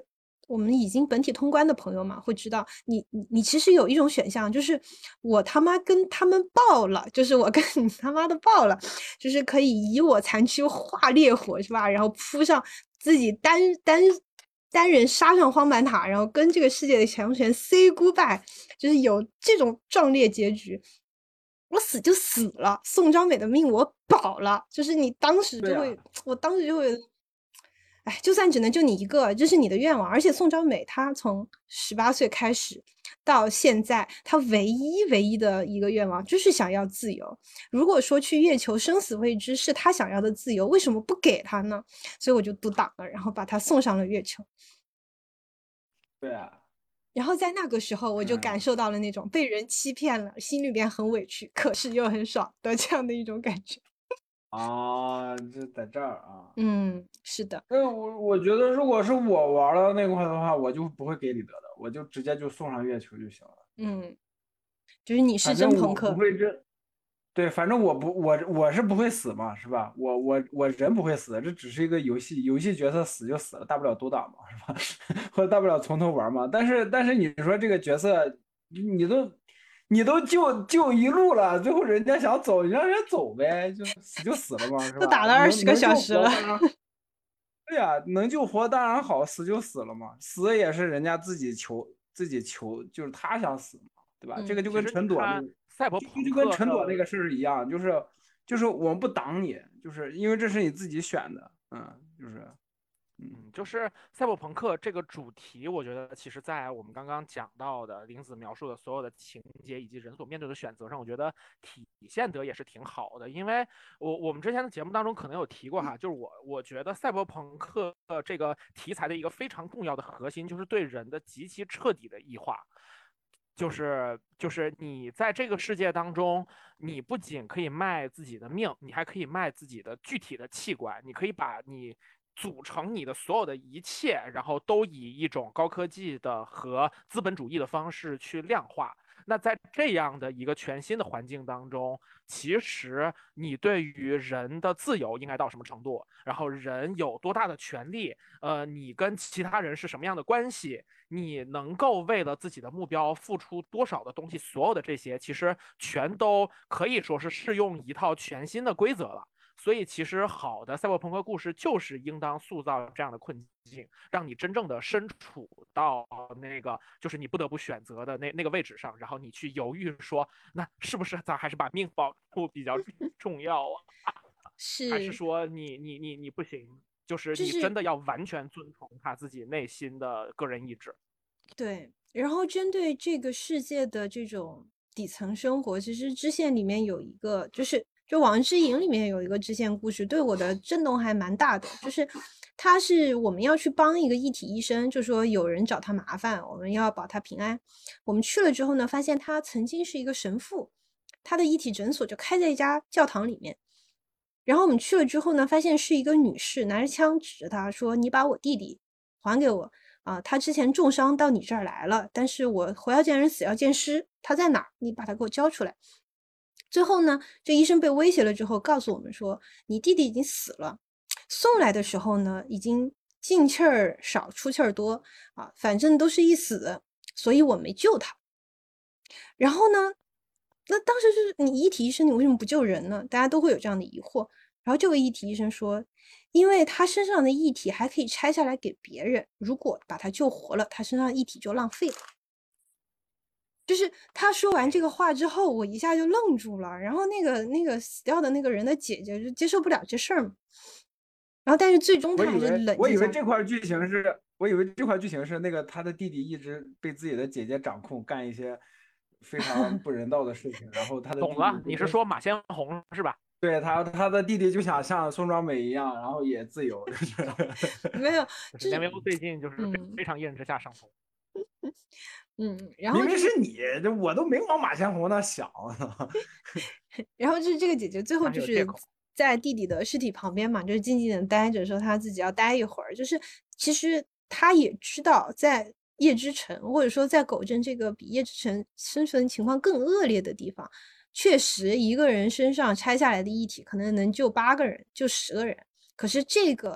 我们已经本体通关的朋友嘛，会知道你你你其实有一种选项，就是我他妈跟他们爆了，就是我跟你他妈的爆了，就是可以以我残躯化烈火，是吧？然后扑上自己单单单人杀上荒坂塔，然后跟这个世界的强权 say goodbye， 就是有这种壮烈结局。我死就死了，宋昭美的命我保了，就是你当时就会， 啊、 我当时就会。哎，就算只能救你一个，这是你的愿望。而且宋昭美她从十八岁开始到现在，她唯一唯一的一个愿望就是想要自由。如果说去月球生死未知是她想要的自由，为什么不给她呢？所以我就独挡了，然后把她送上了月球。 对啊。 然后在那个时候，我就感受到了那种被人欺骗了，心里边很委屈，可是又很爽的这样的一种感觉。 啊，这在这儿啊， 嗯，是的。 那我我觉得，如果是我玩了那块的话，我就不会给李德的，我就直接就送上月球就行了。 嗯，就是你是真朋克。 不会真，对，反正我不我我是不会死嘛，是吧？我我我人不会死，这只是一个游戏，游戏角色死就死了，大不了独挡嘛，是吧？或者大不了从头玩嘛。但是但是你说这个角色，你都。你都救救一路了，最后人家想走，你让人走呗，就死就死了嘛，是吧？ 都打了二十个小时了。 对呀、啊，能救活当然好，死就死了嘛，死也是人家自己求自己求，就是他想死嘛，对吧？ 嗯、 这个就跟陈朵那个赛博朋克就跟陈朵那个事儿一样，就是就是我们不挡你，就是因为这是你自己选的，嗯，就是。 嗯，就是赛博朋克这个主题，我觉得其实在我们刚刚讲到的林子描述的所有的情节以及人所面对的选择上，我觉得体现得也是挺好的。因为我我们之前的节目当中可能有提过哈，就是我我觉得赛博朋克这个题材的一个非常重要的核心，就是对人的极其彻底的异化。就是就是你在这个世界当中，你不仅可以卖自己的命，你还可以卖自己的具体的器官，你可以把你组成你的所有的一切，然后都以一种高科技的和资本主义的方式去量化。那在这样的一个全新的环境当中，其实你对于人的自由应该到什么程度，然后人有多大的权利，呃，你跟其他人是什么样的关系，你能够为了自己的目标付出多少的东西，所有的这些其实全都可以说是适用一套全新的规则了。所以其实好的赛博朋克故事就是应当塑造这样的困境，让你真正的身处到那个就是你不得不选择的那那个位置上，然后你去犹豫说，那是不是咱还是把命保住比较重要啊？ 是还是说你你你你不行，就是你真的要完全遵从他自己内心的个人意志。 对，然后针对这个世界的这种底层生活，其实支线里面有一个就是就《网人之影》里面有一个支线故事，对我的震动还蛮大的。就是他是我们要去帮一个异体医生，就说有人找他麻烦，我们要保他平安。我们去了之后呢，发现他曾经是一个神父，他的异体诊所就开在一家教堂里面。然后我们去了之后呢，发现是一个女士拿着枪指着他说：“你把我弟弟还给我啊！他之前重伤到你这儿来了，但是我活要见人，死要见尸，他在哪儿？你把他给我交出来。”最后呢，这医生被威胁了之后，告诉我们说，你弟弟已经死了，送来的时候呢，已经进气儿少，出气儿多啊，反正都是一死，所以我没救他。然后呢，那当时就是你一体医生，你为什么不救人呢？大家都会有这样的疑惑。然后这位一体医生说，因为他身上的异体还可以拆下来给别人，如果把他救活了，他身上的异体就浪费了。就是他说完这个话之后，我一下就愣住了。然后那个那个死掉的那个人的姐姐就接受不了这事儿嘛。然后但是最终他还是冷静下来。 我以为这块剧情是，我以为这块剧情是那个他的弟弟一直被自己的姐姐掌控，干一些非常不人道的事情。然后他的弟弟懂了，你是说马先红是吧？ 对他，他的弟弟就想像松庄美一样，然后也自由。就是没有， 就是连维欧最近就是非常一人之下上头。 嗯，然后、 就是、明明是你，这我都没往马先红那想。 然后就是这个姐姐最后就是在弟弟的尸体旁边嘛，就是静静的待着，说她自己要待一会儿。就是其实她也知道，在夜之城或者说在狗镇这个比夜之城生存情况更恶劣的地方，确实一个人身上拆下来的异体可能能救八个人，救十个人。可是这个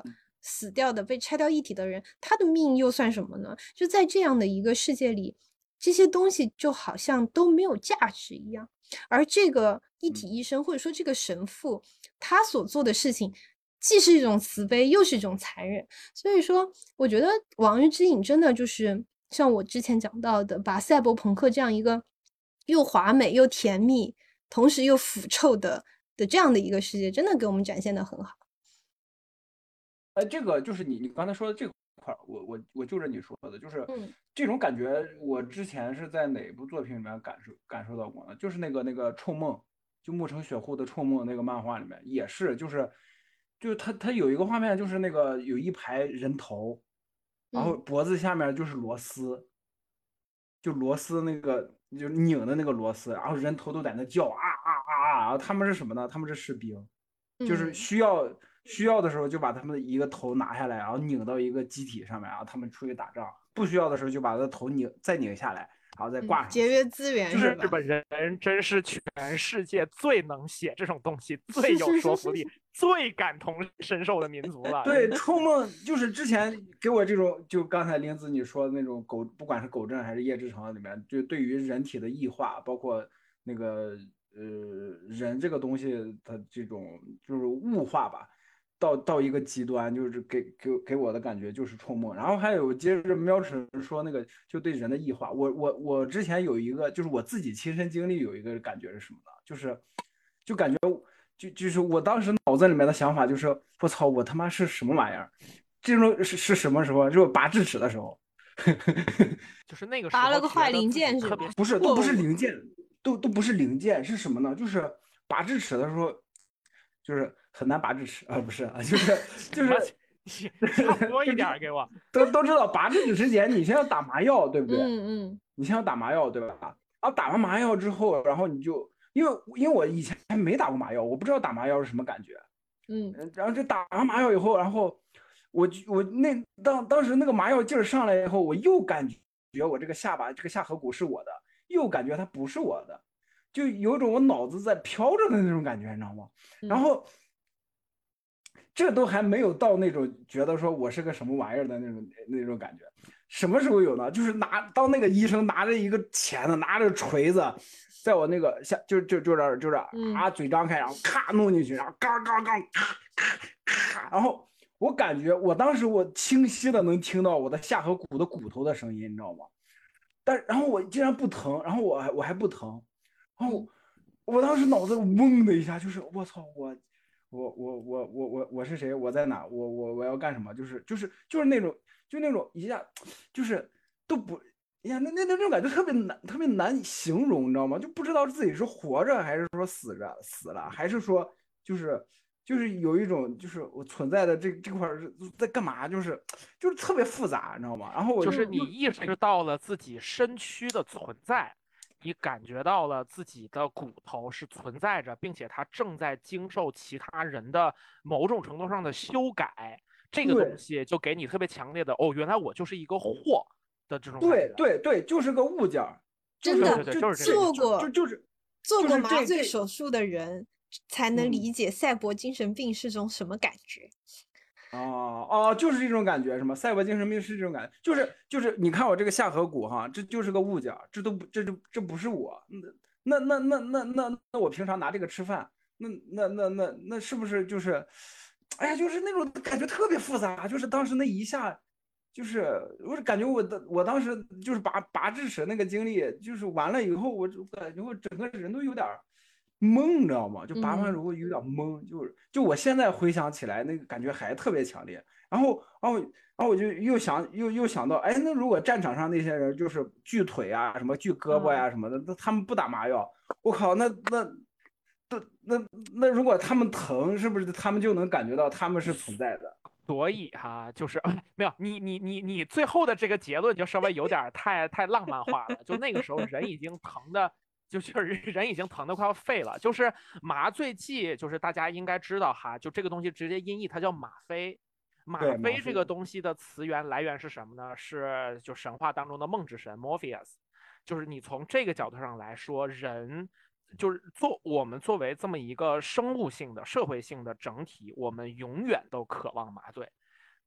死掉的被拆掉一体的人，他的命又算什么呢？就在这样的一个世界里，这些东西就好像都没有价值一样。而这个一体医生或者说这个神父，他所做的事情既是一种慈悲，又是一种残忍。所以说我觉得《王日之影》真的就是像我之前讲到的，把赛博朋克这样一个又华美又甜蜜同时又腐臭的的这样的一个世界真的给我们展现的很好。 哎，这个就是你你刚才说的这块，我我我就是你说的，就是这种感觉，我之前是在哪部作品里面感受感受到过呢？就是那个那个臭梦，就木城雪户的臭梦那个漫画里面也是，就是就是他他有一个画面，就是那个有一排人头，然后脖子下面就是螺丝，就螺丝那个就拧的那个螺丝，然后人头都在那叫啊啊啊啊，然后他们是什么呢？他们是士兵，就是需要。需要的时候就把他们的一个头拿下来，然后拧到一个机体上面，然后他们出去打仗；不需要的时候就把他的头拧再拧下来，然后再挂上。 节约资源是吧？日本人真是全世界最能写这种东西、最有说服力、最感同身受的民族了。 对，臭梦就是之前给我这种，就刚才玲子你说的那种狗，不管是狗镇还是夜之城里面，就对于人体的异化，包括那个呃人这个东西，它这种就是物化吧。到到一个极端，就是给给给我的感觉就是臭梦。然后还有接着喵齿说那个就对人的异化，我我我之前有一个就是我自己亲身经历有一个感觉是什么呢？就是就感觉就就是我当时脑子里面的想法就是我操我他妈是什么玩意儿？这种是是什么时候？就是拔智齿的时候， 就是那个时候拔了个坏零件是吧？ 不是，都不是零件，都都不是零件，是什么呢？就是拔智齿的时候，就是很难拔智齿啊，不是啊，就是就是差不多一点给我。 都都知道，拔智齿之前你先要打麻药，对不对？ 嗯嗯。 你先要打麻药，对吧？然后打完麻药之后，然后你就因为因为我以前没打过麻药，我不知道打麻药是什么感觉。 嗯。 然后这打完麻药以后，然后我我那当当时那个麻药劲儿上来以后，我又感觉我这个下巴这个下颌骨是我的，又感觉它不是我的，就有种我脑子在飘着的那种感觉，你知道吗？然后。这都还没有到那种觉得说我是个什么玩意儿的那种那种感觉，什么时候有呢？就是拿当那个医生拿着一个钳子，拿着锤子，在我那个下就就就这就是啊嘴张开，然后咔弄进去，然后嘎嘎嘎咔咔咔，然后我感觉我当时我清晰的能听到我的下颌骨的骨头的声音，你知道吗？但然后我竟然不疼，然后我还我还不疼，然后我当时脑子嗡的一下，就是我操我。我我我我我我是谁？我在哪？我我我要干什么？就是就是就是那种就那种一下，就是都不呀，那那那种感觉特别难，特别难形容，你知道吗？就不知道自己是活着还是说死着死了，还是说就是就是有一种就是我存在的这这块在干嘛？就是就是特别复杂，你知道吗？然后我就是你意识到了自己身躯的存在。你感觉到了自己的骨头是存在着，并且它正在经受其他人的某种程度上的修改，这个东西就给你特别强烈的哦，原来我就是一个货的这种感觉。 对对对，就是个物件， 真的就是做过就就是做过麻醉手术的人才能理解赛博精神病是种什么感觉。 哦哦，就是这种感觉是吗？赛博精神病是这种感觉，就是就是，你看我这个下颌骨哈，这就是个物件，这都不这就这不是我，那那那那那那那我平常拿这个吃饭，那那那那那是不是就是，哎呀，就是那种感觉特别复杂，就是当时那一下，就是我感觉我的我当时就是拔拔智齿那个经历，就是完了以后，我就感觉我整个人都有点。懵，你知道吗？就拔完之后有点懵，嗯、就是就我现在回想起来，那个感觉还特别强烈。然后，然后，然后我就又想，又又想到，哎，那如果战场上那些人就是锯腿啊，什么锯胳膊呀、啊、什么的，那、嗯、他们不打麻药，我靠，那那那那那如果他们疼，是不是他们就能感觉到他们是存在的？ 所以哈，就是没有你你你你最后的这个结论就稍微有点太太浪漫化了。就那个时候人已经疼的。就是人已经疼得快要废了，就是麻醉剂，就是大家应该知道哈，就这个东西直接音译它叫吗啡。吗啡这个东西的词源来源是什么呢？是就神话当中的梦之神 Morpheus。就是你从这个角度上来说，人就是做我们作为这么一个生物性的社会性的整体，我们永远都渴望麻醉。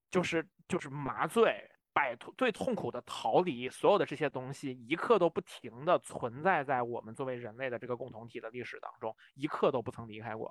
就是就是麻醉。摆脱对痛苦的逃离，所有的这些东西一刻都不停的存在在我们作为人类的这个共同体的历史当中，一刻都不曾离开过。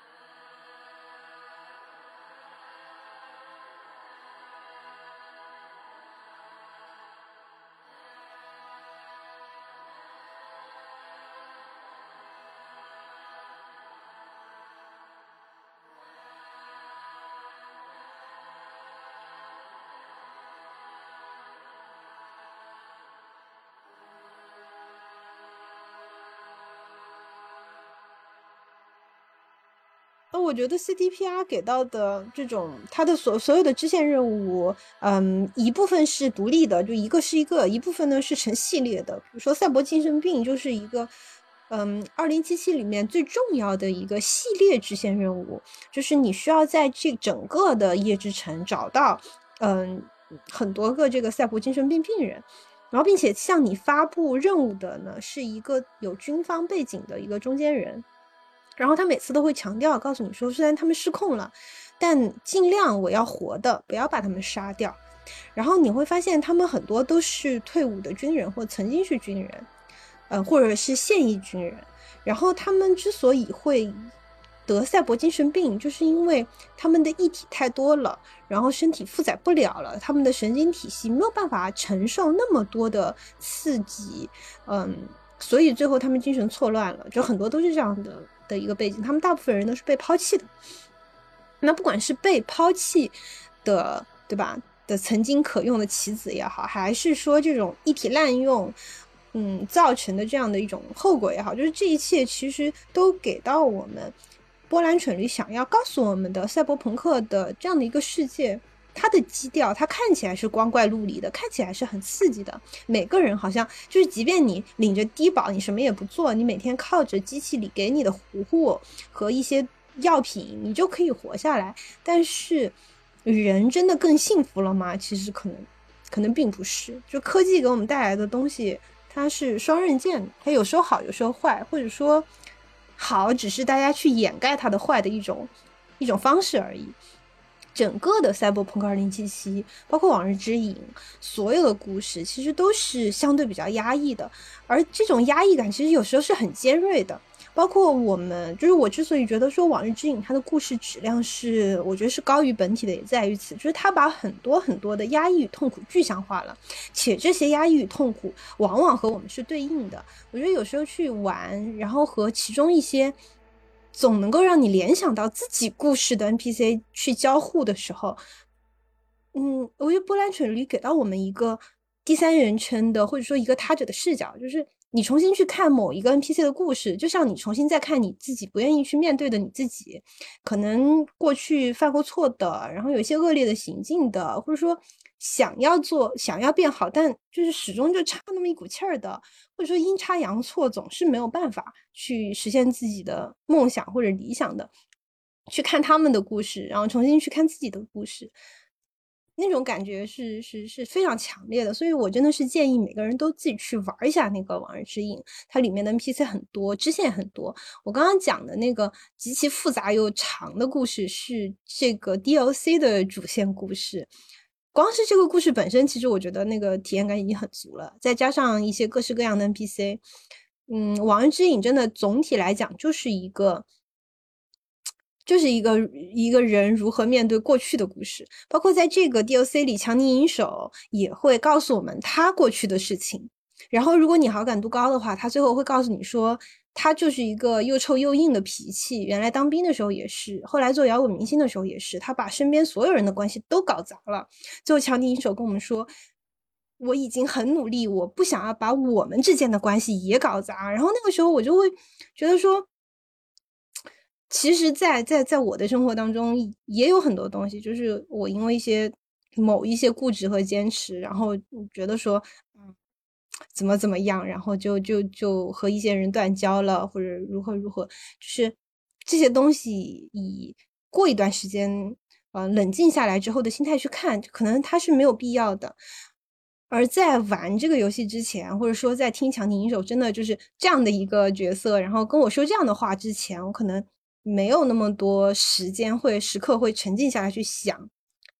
我觉得 C D P R 给到的这种它的所所有的支线任务，嗯，一部分是独立的，就一个是一个，一部分呢是成系列的。比如说赛博精神病就是一个，嗯，二零七七里面最重要的一个系列支线任务，就是你需要在这整个的夜之城找到，嗯，很多个这个赛博精神病病人。然后并且向你发布任务的呢是一个有军方背景的一个中间人。然后他每次都会强调告诉你说，虽然他们失控了，但尽量我要活的，不要把他们杀掉。然后你会发现他们很多都是退伍的军人或曾经是军人，呃，或者是现役军人。然后他们之所以会得赛博精神病，就是因为他们的异体太多了，然后身体负载不了了，他们的神经体系没有办法承受那么多的刺激，嗯，所以最后他们精神错乱了，就很多都是这样的的一个背景。他们大部分人都是被抛弃的。那不管是被抛弃的，对吧，的曾经可用的棋子也好，还是说这种一体滥用嗯造成的这样的一种后果也好，就是这一切其实都给到我们波兰蠢驴想要告诉我们的赛博朋克的这样的一个世界。它的基调它看起来是光怪陆离的，看起来是很刺激的，每个人好像就是即便你领着低保，你什么也不做，你每天靠着机器里给你的糊糊和一些药品你就可以活下来。但是人真的更幸福了吗？其实可能可能并不是。就科技给我们带来的东西它是双刃剑，它有时候好有时候坏，或者说好只是大家去掩盖它的坏的一种一种方式而已。整个的赛博朋克二零七七包括往日之影所有的故事其实都是相对比较压抑的，而这种压抑感其实有时候是很尖锐的。包括我们就是我之所以觉得说往日之影它的故事质量是我觉得是高于本体的，也在于此，就是它把很多很多的压抑与痛苦具象化了，且这些压抑与痛苦往往和我们是对应的。我觉得有时候去玩，然后和其中一些总能够让你联想到自己故事的 N P C 去交互的时候，嗯，我觉得波兰蠢驴给到我们一个第三人称的，或者说一个他者的视角，就是你重新去看某一个 N P C 的故事，就像你重新再看你自己不愿意去面对的你自己，可能过去犯过错的，然后有一些恶劣的行径的，或者说想要做想要变好但就是始终就差那么一股气儿的，或者说阴差阳错总是没有办法去实现自己的梦想或者理想的，去看他们的故事，然后重新去看自己的故事，那种感觉是是是非常强烈的。所以我真的是建议每个人都自己去玩一下那个往日之影，它里面的 N P C 很多，支线很多。我刚刚讲的那个极其复杂又长的故事是这个 D L C 的主线故事，光是这个故事本身其实我觉得那个体验感已经很足了，再加上一些各式各样的 N P C， 嗯，往日之影真的总体来讲就是一个就是一个一个人如何面对过去的故事。包括在这个 D L C 里，强尼银手也会告诉我们他过去的事情，然后如果你好感度高的话，他最后会告诉你说他就是一个又臭又硬的脾气，原来当兵的时候也是，后来做摇滚明星的时候也是，他把身边所有人的关系都搞砸了。最后强尼银手跟我们说，我已经很努力，我不想要把我们之间的关系也搞砸。然后那个时候我就会觉得说，其实在在在我的生活当中也有很多东西，就是我因为一些某一些固执和坚持，然后觉得说嗯怎么怎么样，然后就就就和一些人断交了，或者如何如何，就是这些东西以过一段时间呃冷静下来之后的心态去看，可能它是没有必要的。而在玩这个游戏之前，或者说在听强尼银手真的就是这样的一个角色，然后跟我说这样的话之前，我可能没有那么多时间会时刻会沉浸下来去想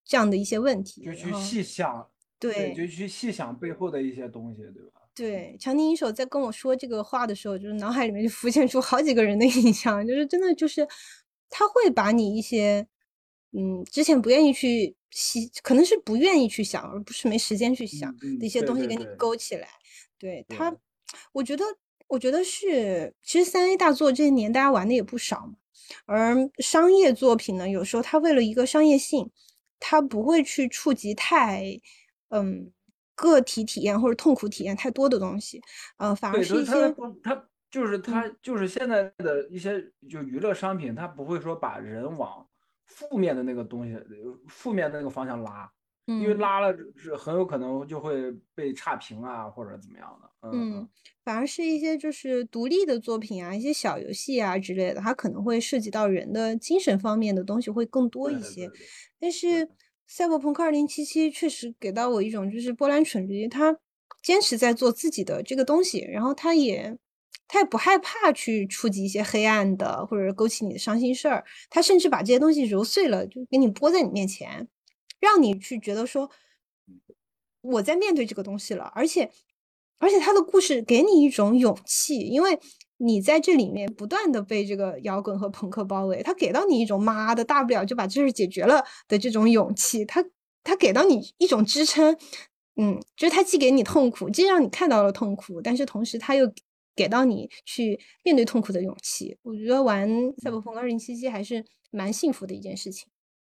这样的一些问题， 就去细想， 对， 就去细想背后的一些东西，对吧？ 对，强尼银手在跟我说这个话的时候，就是脑海里面就浮现出好几个人的印象，就是真的就是他会把你一些嗯之前不愿意去细，可能是不愿意去想，而不是没时间去想的一些东西给你勾起来。对他，我觉得我觉得是，其实三 A 大作这些年大家玩的也不少嘛，而商业作品呢，有时候它为了一个商业性，它不会去触及太嗯。个体体验或者痛苦体验太多的东西，呃，反而是一些它就是它就是现在的一些就娱乐商品，它不会说把人往负面的那个东西、负面的那个方向拉， 嗯、 因为拉了是很有可能就会被差评啊或者怎么样的。 嗯，嗯反而是一些就是独立的作品啊，一些小游戏啊之类的，它可能会涉及到人的精神方面的东西会更多一些， 对对对但是。赛博朋克二零七七确实给到我一种就是波澜蠢驴，他坚持在做自己的这个东西，然后他也他也不害怕去触及一些黑暗的或者勾起你的伤心事儿，他甚至把这些东西揉碎了，就给你播在你面前，让你去觉得说我在面对这个东西了，而且而且他的故事给你一种勇气，因为你在这里面不断的被这个摇滚和朋克包围，他给到你一种妈的大不了就把这事解决了的这种勇气，他他给到你一种支撑，嗯，就是他既给你痛苦，既让你看到了痛苦，但是同时他又给到你去面对痛苦的勇气。我觉得玩赛博朋克二零七七还是蛮幸福的一件事情。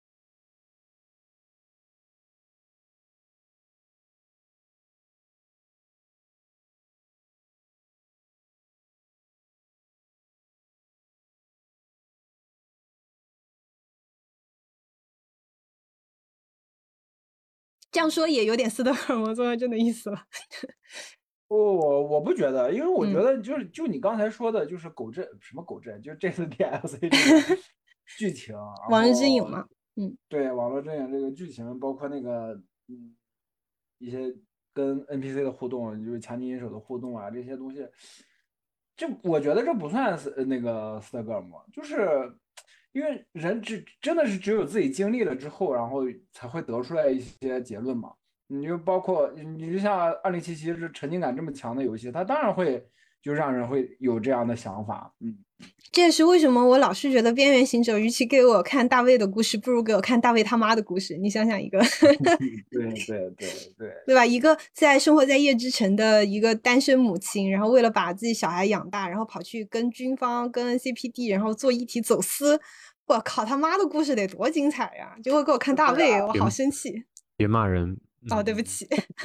这样说也有点斯德哥尔摩综合症的意思了。 我我我不觉得，因为我觉得就是、嗯、就你刚才说的，就是狗镇什么狗镇，就是这次 D L C 这个剧情， 网络之影嘛，嗯， 对，网络之影这个剧情，包括那个嗯一些跟 N P C 的互动，就是强尼银手的互动啊，这些东西，这我觉得这不算是那个斯德哥尔摩，就是因为人只真的是只有自己经历了之后，然后才会得出来一些结论嘛。你就包括你就像二零七七是沉浸感这么强的游戏，它当然会就让人会有这样的想法。嗯， 这也是为什么我老是觉得边缘行者与其给我看大卫的故事，不如给我看大卫他妈的故事。你想想一个对对对对对吧，一个在生活在夜之城的一个单身母亲，然后为了把自己小孩养大，然后跑去跟军方跟 C P D 然后做一体走私，我靠他妈的故事得多精彩呀，结果给我看大卫，我好生气。 别骂人哦，对不起。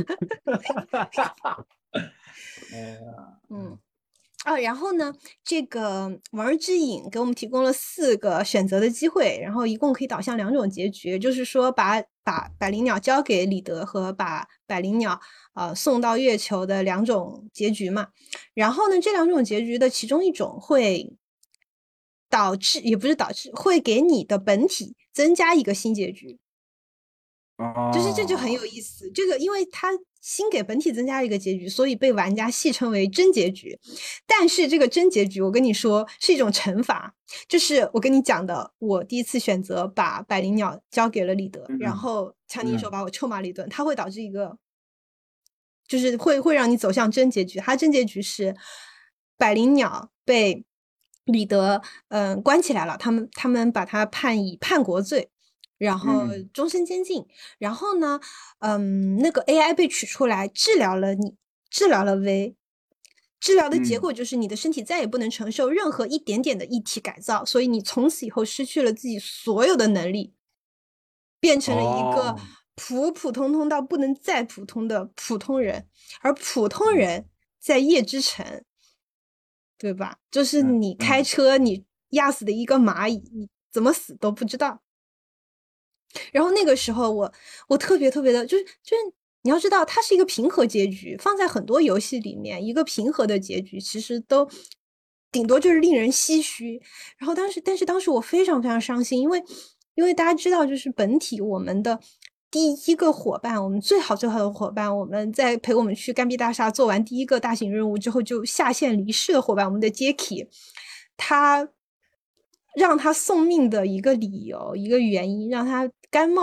嗯， 啊，然后呢，这个《玩儿之影》给我们提供了四个选择的机会，然后一共可以导向两种结局，就是说把把百灵鸟交给李德和把百灵鸟呃送到月球的两种结局嘛。然后呢，这两种结局的其中一种会导致，也不是导致，会给你的本体增加一个新结局。就是这就很有意思，这个因为它新给本体增加了一个结局，所以被玩家戏称为真结局。但是这个真结局，我跟你说是一种惩罚，就是我跟你讲的，我第一次选择把百灵鸟交给了李德， 嗯、 然后强尼手把我臭骂了一顿，它会导致一个，就是会会让你走向真结局。它真结局是百灵鸟被李德嗯、呃、关起来了，他们他们把他判以叛国罪。然后终身监禁、嗯，然后呢，嗯，那个 A I 被取出来治疗了你，治疗了 V， 治疗的结果就是你的身体再也不能承受任何一点点的异体改造，所以你从此以后失去了自己所有的能力，变成了一个普普通通到不能再普通的普通人，而普通人在夜之城，对吧？就是你开车你压死的一个蚂蚁，你怎么死都不知道。然后那个时候我我特别特别的就是就是你要知道它是一个平和结局，放在很多游戏里面一个平和的结局其实都顶多就是令人唏嘘。然后当时但是当时我非常非常伤心，因为因为大家知道就是本体我们的第一个伙伴，我们最好最好的伙伴，我们在陪我们去干壁大厦做完第一个大型任务之后就下线离世的伙伴，我们的 Jacky 他让他送命的一个理由一个原因，让他甘冒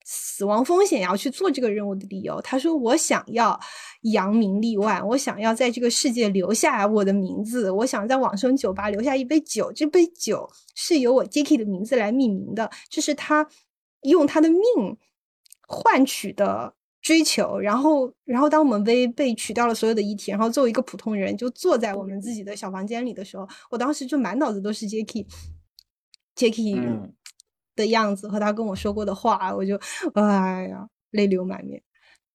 死亡风险要去做这个任务的理由。他说我想要扬名立万，我想要在这个世界留下我的名字，我想在往生酒吧留下一杯酒，这杯酒是由我 Jacky 的名字来命名的，这是他用他的命换取的追求。然后然后当我们 V 被取掉了所有的遗体，然后作为一个普通人就坐在我们自己的小房间里的时候，我当时就满脑子都是 Jacky Jacky、嗯、的样子和他跟我说过的话，我就哎呀泪流满面，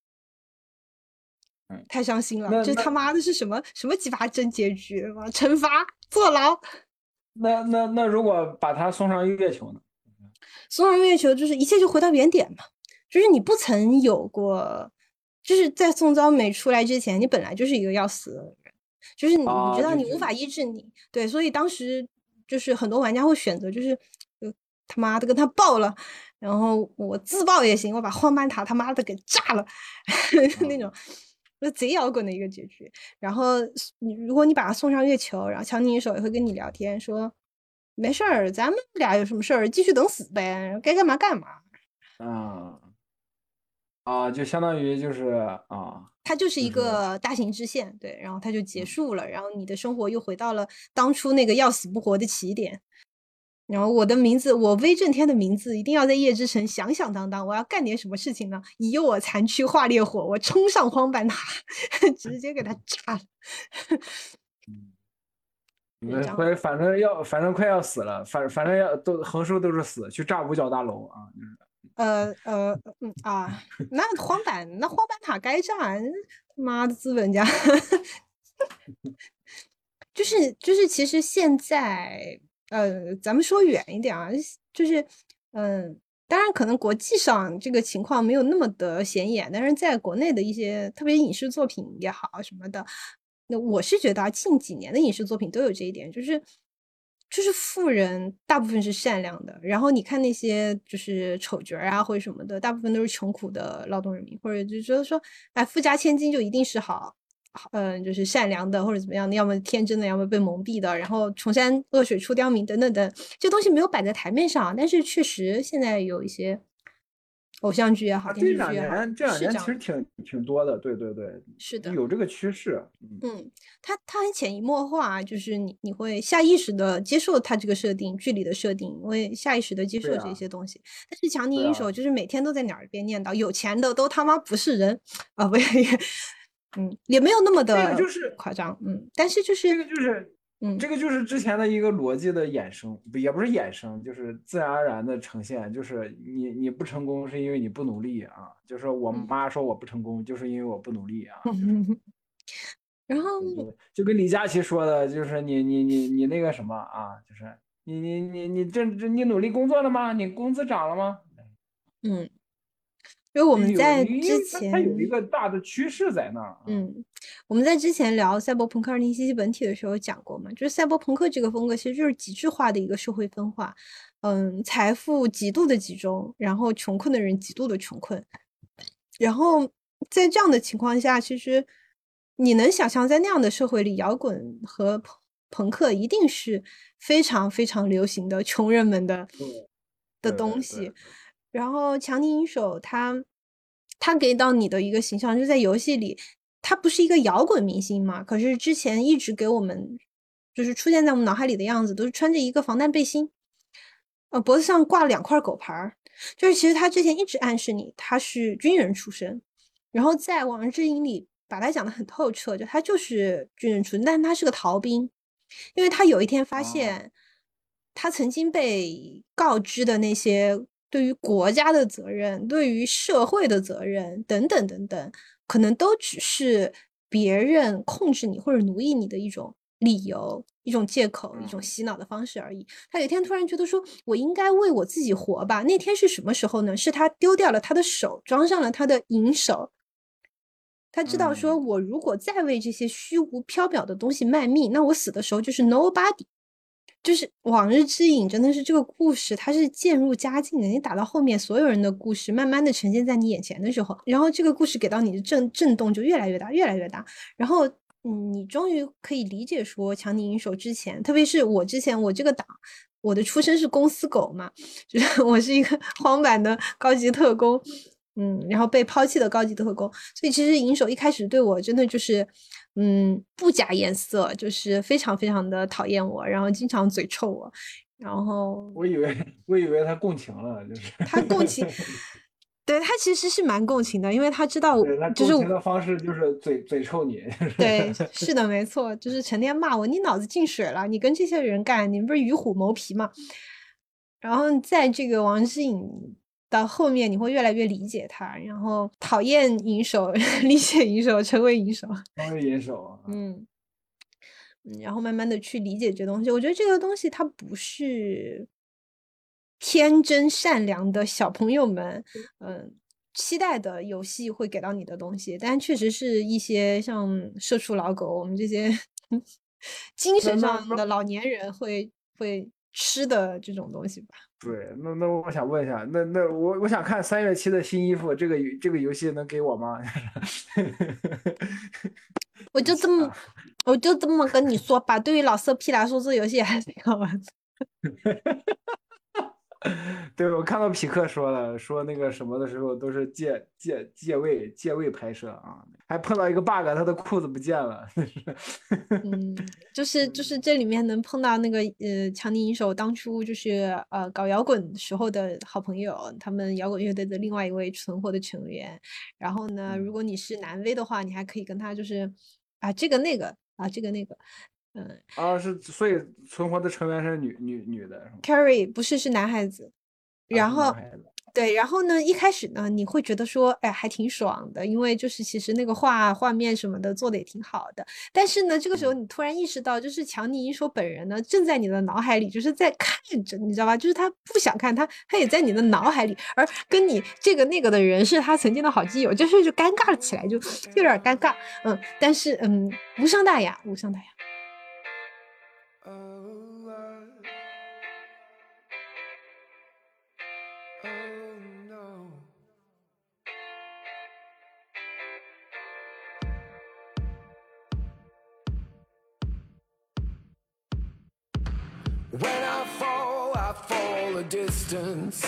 太伤心了。这他妈的是什么什么鸡巴真结局吗？惩罚坐牢。 那那那如果把他送上月球呢？ 送上月球就是一切就回到原点嘛，就是你不曾有过，就是在宋昭美出来之前，你本来就是一个要死的人，就是你、啊、你知道你无法医治你，对，所以当时就是很多玩家会选择就是呃他妈的跟他爆了，然后我自爆也行，我把荒坂塔他妈的给炸了那种贼摇滚的一个结局。然后你如果你把他送上月球，然后强尼手也会跟你聊天说没事儿，咱们俩有什么事儿继续等死呗，该干嘛干嘛。 啊啊，就相当于就是啊， 它就是一个大型支线，对，然后它就结束了，然后你的生活又回到了当初那个要死不活的起点。然后我的名字，我威震天的名字一定要在夜之城响响当当。我要干点什么事情呢？以我残躯化烈火，我冲上荒坂塔，直接给他炸了。 反反正要反正快要死了，反反正要都横竖都是死，去炸五角大楼啊！ 呃呃嗯啊，那荒坂那荒坂塔该炸，妈的资本家，就是就是其实现在。呃，咱们说远一点啊，就是嗯、呃，当然可能国际上这个情况没有那么的显眼，但是在国内的一些特别影视作品也好什么的，那我是觉得啊，近几年的影视作品都有这一点，就是就是富人大部分是善良的，然后你看那些就是丑角啊或者什么的，大部分都是穷苦的劳动人民，或者就觉得说，哎，富家千金就一定是好。嗯、呃，就是善良的或者怎么样的，要么天真的，要么被蒙蔽的，然后崇山恶水出刁民等等等，这东西没有摆在台面上，但是确实现在有一些偶像剧也好，电视剧也好， 这两年其实挺挺多的，对对对， 是的， 有这个趋势。 嗯，它它很潜移默化，就是你你会下意识的接受它这个设定，剧里的设定，你会下意识的接受这些东西。啊、但是强尼银手就是每天都在你耳边念叨，有钱的都他妈不是人啊，不也。嗯，也没有那么的就是夸张，嗯，但是就是这个就是，嗯，这个就是之前的一个逻辑的衍生，不也不是衍生，就是自然而然的呈现，就是你你不成功是因为你不努力啊，就是我妈说我不成功，就是因为我不努力啊。就是然后就跟李佳琦说的，就是你你你你那个什么啊，就是你你你你这这你努力工作了吗？你工资涨了吗？ 嗯。因为我们在之前， 它有一个大的趋势在那儿。 嗯，我们在之前聊赛博朋克二零七七本体的时候讲过嘛，就是赛博朋克这个风格其实就是极致化的一个社会分化，嗯，财富极度的集中，然后穷困的人极度的穷困，然后在这样的情况下，其实你能想象在那样的社会里，摇滚和朋克一定是非常非常流行的穷人们的的东西。然后强尼银手他他给到你的一个形象，就在游戏里他不是一个摇滚明星嘛，可是之前一直给我们就是出现在我们脑海里的样子都是穿着一个防弹背心，呃脖子上挂了两块狗牌，就是其实他之前一直暗示你他是军人出身，然后在《往日之影》里把他讲得很透彻，就他就是军人出身，但是他是个逃兵，因为他有一天发现他曾经被告知的那些对于国家的责任，对于社会的责任等等等等，可能都只是别人控制你或者奴役你的一种理由，一种借口，一种洗脑的方式而已。他有一天突然觉得说，我应该为我自己活吧。那天是什么时候呢？是他丢掉了他的手，装上了他的银手。他知道说，我如果再为这些虚无缥缈的东西卖命，那我死的时候就是 nobody。就是《往日之影》真的是这个故事，它是渐入佳境的。你打到后面，所有人的故事慢慢的呈现在你眼前的时候，然后这个故事给到你的震震动就越来越大，越来越大。然后，嗯，你终于可以理解说，强尼银手之前，特别是我之前我这个党我的出身是公司狗嘛，就是我是一个荒坂的高级特工，嗯，然后被抛弃的高级特工，所以其实银手一开始对我真的就是，嗯，不假颜色，就是非常非常的讨厌我，然后经常嘴臭我，然后我以为我以为他共情了，就是他共情。对，他其实是蛮共情的，因为他知道， 对他就是共情的方式就是嘴嘴臭你。 对，是的，没错，就是成天骂我，你脑子进水了，你跟这些人干，你们不是与虎谋皮吗？然后在这个王之颖到后面，你会越来越理解他，然后讨厌银手，理解银手，成为银手， 成为银手， 嗯。然后慢慢的去理解这东西，我觉得这个东西它不是天真善良的小朋友们，嗯，期待的游戏会给到你的东西，但确实是一些像社畜老狗，我们这些精神上的老年人会会吃的这种东西吧。 对，那那我想问一下，那那我我想看三月七的新衣服，这个这个游戏能给我吗？ 我就这么，我就这么跟你说吧，对于老色批来说，这游戏还是挺好玩的。 对，我看到匹克说了，说那个什么的时候都是借借借位借位拍摄啊，还碰到一个 bug， 他的裤子不见了。 嗯，就是就是这里面能碰到那个呃强尼银手当初就是呃搞摇滚时候的好朋友，他们摇滚乐队的另外一位存活的成员。然后呢，如果你是男 V 的话，你还可以跟他就是啊这个那个啊这个那个。嗯啊，是，所以存活的成员是女女女的 ，Carrie 不是是男孩子，然后、 啊、 对，然后呢，一开始呢，你会觉得说，哎，还挺爽的，因为就是其实那个画画面什么的做的也挺好的。但是呢，这个时候你突然意识到，就是强尼银手本人呢，正在你的脑海里，就是在看着，你知道吧？就是他不想看，他他也在你的脑海里，而跟你这个那个的人是他曾经的好基友，就是就尴尬了起来，就有点尴尬。嗯，但是嗯，无伤大雅，无伤大雅。 When I fall, I fall a distance.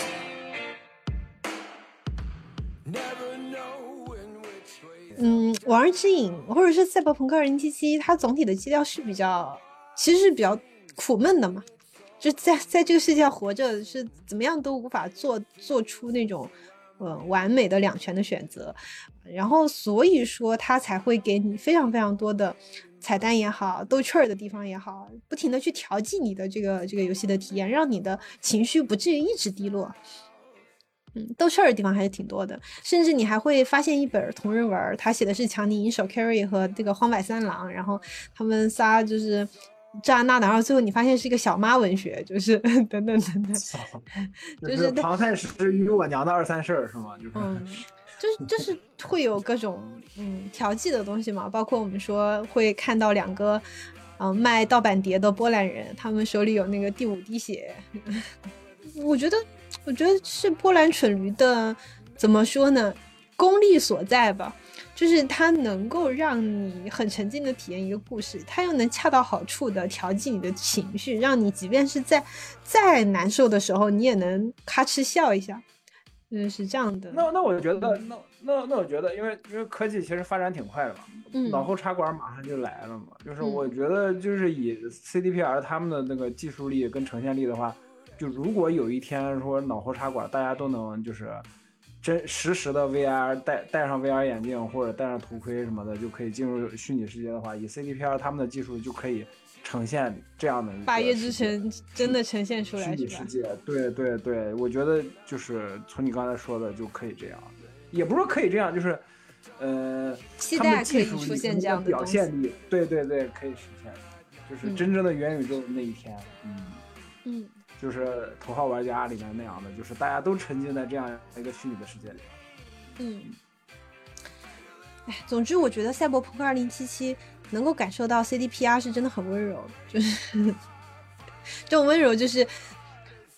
Never know in which way. 嗯，王日之影或者是赛博朋克二零七七，它总体的基调是比较，其实是比较苦闷的嘛。就在在这个世界上活着，是怎么样都无法做做出那种呃完美的两全的选择，然后所以说它才会给你非常非常多的彩蛋也好，逗趣儿的地方也好，不停的去调剂你的这个这个游戏的体验，让你的情绪不至于一直低落。嗯，逗趣儿的地方还是挺多的，甚至你还会发现一本同人文，他写的是强尼银手 Carrie 和这个荒坂三郎，然后他们仨就是这样那的，然后最后你发现是一个小妈文学，就是等等等等， 就是庞太师与我娘的二三事儿是吗？就是。 嗯就是就是会有各种嗯调剂的东西嘛，包括我们说会看到两个嗯、呃、卖盗版碟的波兰人，他们手里有那个第五滴血，我觉得我觉得是波兰蠢驴的怎么说呢，功力所在吧，就是它能够让你很沉浸的体验一个故事，它又能恰到好处的调剂你的情绪，让你即便是在再难受的时候，你也能咔哧笑一下。嗯，是这样的。 那那我觉得，那那那我觉得，因为因为科技其实发展挺快的嘛， 嗯， 脑后插管马上就来了嘛。就是我觉得，就是以 C D P R 他们的那个技术力跟呈现力的话，就如果有一天说脑后插管，大家都能就是真实时的 V R 戴戴上 V R 眼镜或者戴上头盔什么的，就可以进入虚拟世界的话，以 C D P R 他们的技术就可以呈现这样的八月之城真的呈现出来虚拟世界，对对对，我觉得就是从你刚才说的就可以这样，也不是说可以这样，就是呃， 期待可以出现这样的表现力，对对对，可以实现，就是真正的元宇宙的那一天，嗯嗯， 就是头号玩家里面那样的，就是大家都沉浸在这样一个虚拟的世界里， 嗯，哎，总之我觉得赛博朋克二零七七能够感受到 C D P R 是真的很温柔，就是这种温柔就是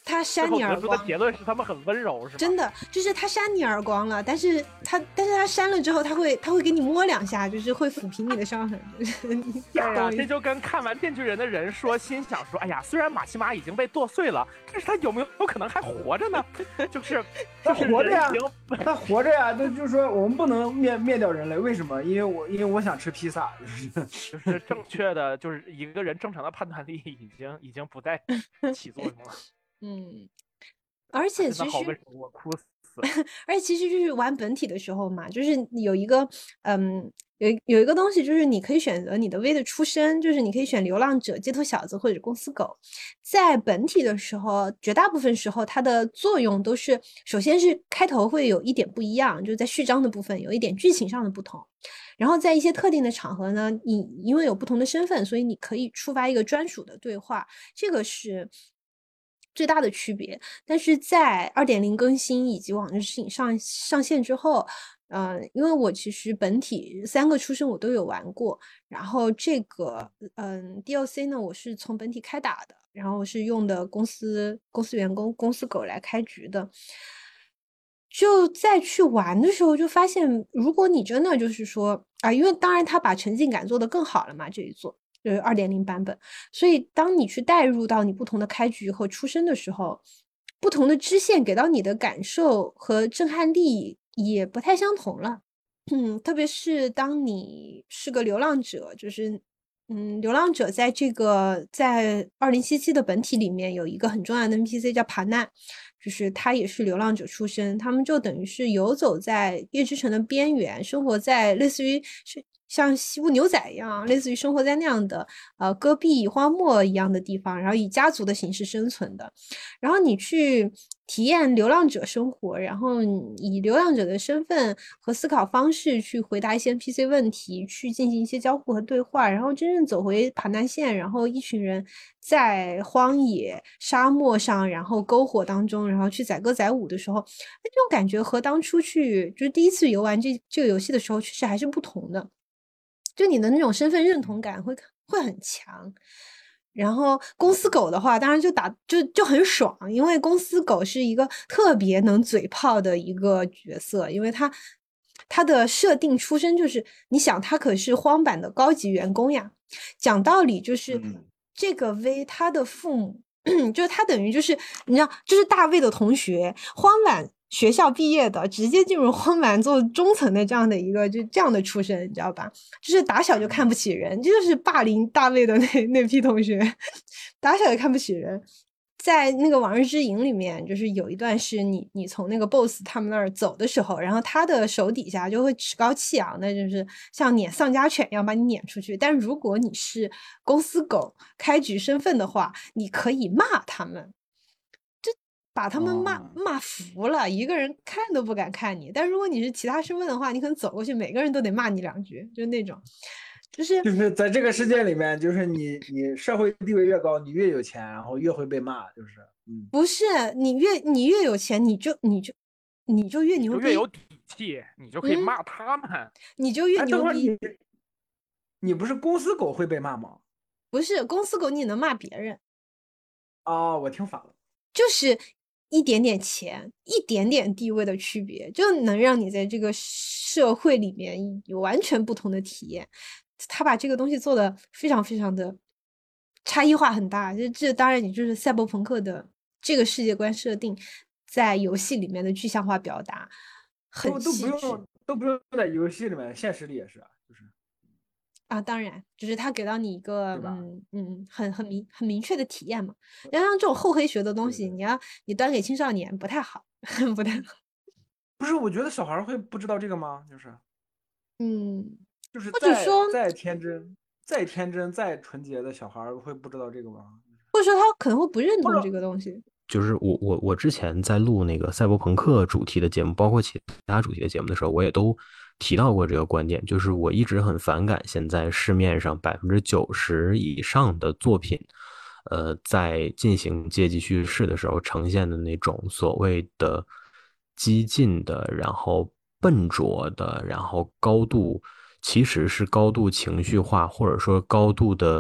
他最扇你耳后得出的光， 结论是他们很温柔，是吗？ 真的就是他扇你耳光了，但是他但是他扇了之后，他会他会给你摸两下，就是会抚平你的伤痕。就是你哎呀， 懂我意思这就跟看完《电锯人》的人说，心想说，哎呀，虽然马奇马已经被剁碎了，但是他有没有可能还活着呢？就是他就是活着呀人形， 他活着呀，那就是说我们不能灭灭掉人类，为什么？因为我因为我想吃披萨，就是就是正确的，就是一个人正常的判断力已经已经不再起作用了。 嗯，而且其真的好温实柔，我哭死了。 而且其实就是玩本体的时候嘛，就是有一个嗯，有一有一个东西，就是你可以选择你的 V 的出身，就是你可以选流浪者、街头小子或者公司狗。在本体的时候，绝大部分时候它的作用都是，首先是开头会有一点不一样，就是在序章的部分有一点剧情上的不同。然后在一些特定的场合呢，你因为有不同的身份，所以你可以触发一个专属的对话，这个是最大的区别。但是在二点零更新以及往日式影上上线之后，呃，因为我其实本体三个出身我都有玩过，然后这个嗯 D L C 呢，我是从本体开打的，然后我是用的公司公司员工公司狗来开局的。就再去玩的时候，就发现，如果你真的就是说啊，因为当然他把沉浸感做得更好了嘛，这一做就是二点零版本，所以当你去带入到你不同的开局和出身的时候，不同的支线给到你的感受和震撼力也不太相同了。嗯，特别是当你是个流浪者，就是嗯，流浪者在这个在二零七七的本体里面有一个很重要的 N P C 叫帕纳，就是他也是流浪者出身，他们就等于是游走在夜之城的边缘，生活在类似于是像西部牛仔一样，类似于生活在那样的呃戈壁荒漠一样的地方，然后以家族的形式生存的。然后你去体验流浪者生活，然后以流浪者的身份和思考方式去回答一些 N P C 问题，去进行一些交互和对话，然后真正走回爬南线，然后一群人在荒野、沙漠上，然后篝火当中，然后去载歌载舞的时候，那这种感觉和当初去就是第一次游玩这这个游戏的时候，确实还是不同的。就你的那种身份认同感会会很强。然后公司狗的话，当然就打就就很爽，因为公司狗是一个特别能嘴炮的一个角色，因为他他的设定出身就是，你想他可是荒坂的高级员工呀，讲道理就是这个 V 他的父母，就是他等于就是你知道，就是大卫的同学，荒坂学校毕业的，直接进入荒坂做中层的这样的一个就这样的出身，你知道吧？就是打小就看不起人，这就是霸凌大卫的那那批同学，打小就看不起人。在那个往日之影里面，就是有一段是你你从那个 boss 他们那儿走的时候，然后他的手底下就会趾高气扬的，就是像撵丧家犬一样把你撵出去。但如果你是公司狗开局身份的话，你可以骂他们，这把他们骂、 哦骂服了，一个人看都不敢看你。但如果你是其他身份的话，你可能走过去，每个人都得骂你两句，就那种。就是就是在这个世界里面，就是你你社会地位越高，你越有钱，然后越会被骂，就是嗯， 不是你越你越有钱，你就你就你就越牛逼， 就越有底气，你就可以嗯骂他们。 你就越哎，等牛逼。 会儿你你不是公司狗会被骂吗？ 不是公司狗，你能骂别人， 啊、我听反了。 就是一点点钱、一点点地位的区别，就能让你在这个社会里面有完全不同的体验。他把这个东西做的非常非常的差异化很大，这这当然也就是赛博朋克的这个世界观设定在游戏里面的具象化表达，很都都细致不用都不用在游戏里面，现实里也是啊，就是啊。当然，就是他给到你一个对吧嗯嗯很很明很明确的体验嘛。然后像这种厚黑学的东西， 对对你要你端给青少年不太好，不太好。 不是？我觉得小孩儿会不知道这个吗？就是嗯， 就是或者说再再天真、再天真、再纯洁的小孩儿会不知道这个吗？ 或者说他可能会不认同或者这个东西。 就是我我我之前在录那个赛博朋克主题的节目，包括其他主题的节目的时候，我也都提到过这个观点，就是我一直很反感现在市面上百分之九十以上的作品，呃，在进行阶级叙事的时候呈现的那种所谓的激进的，然后笨拙的，然后高度其实是高度情绪化，或者说高度的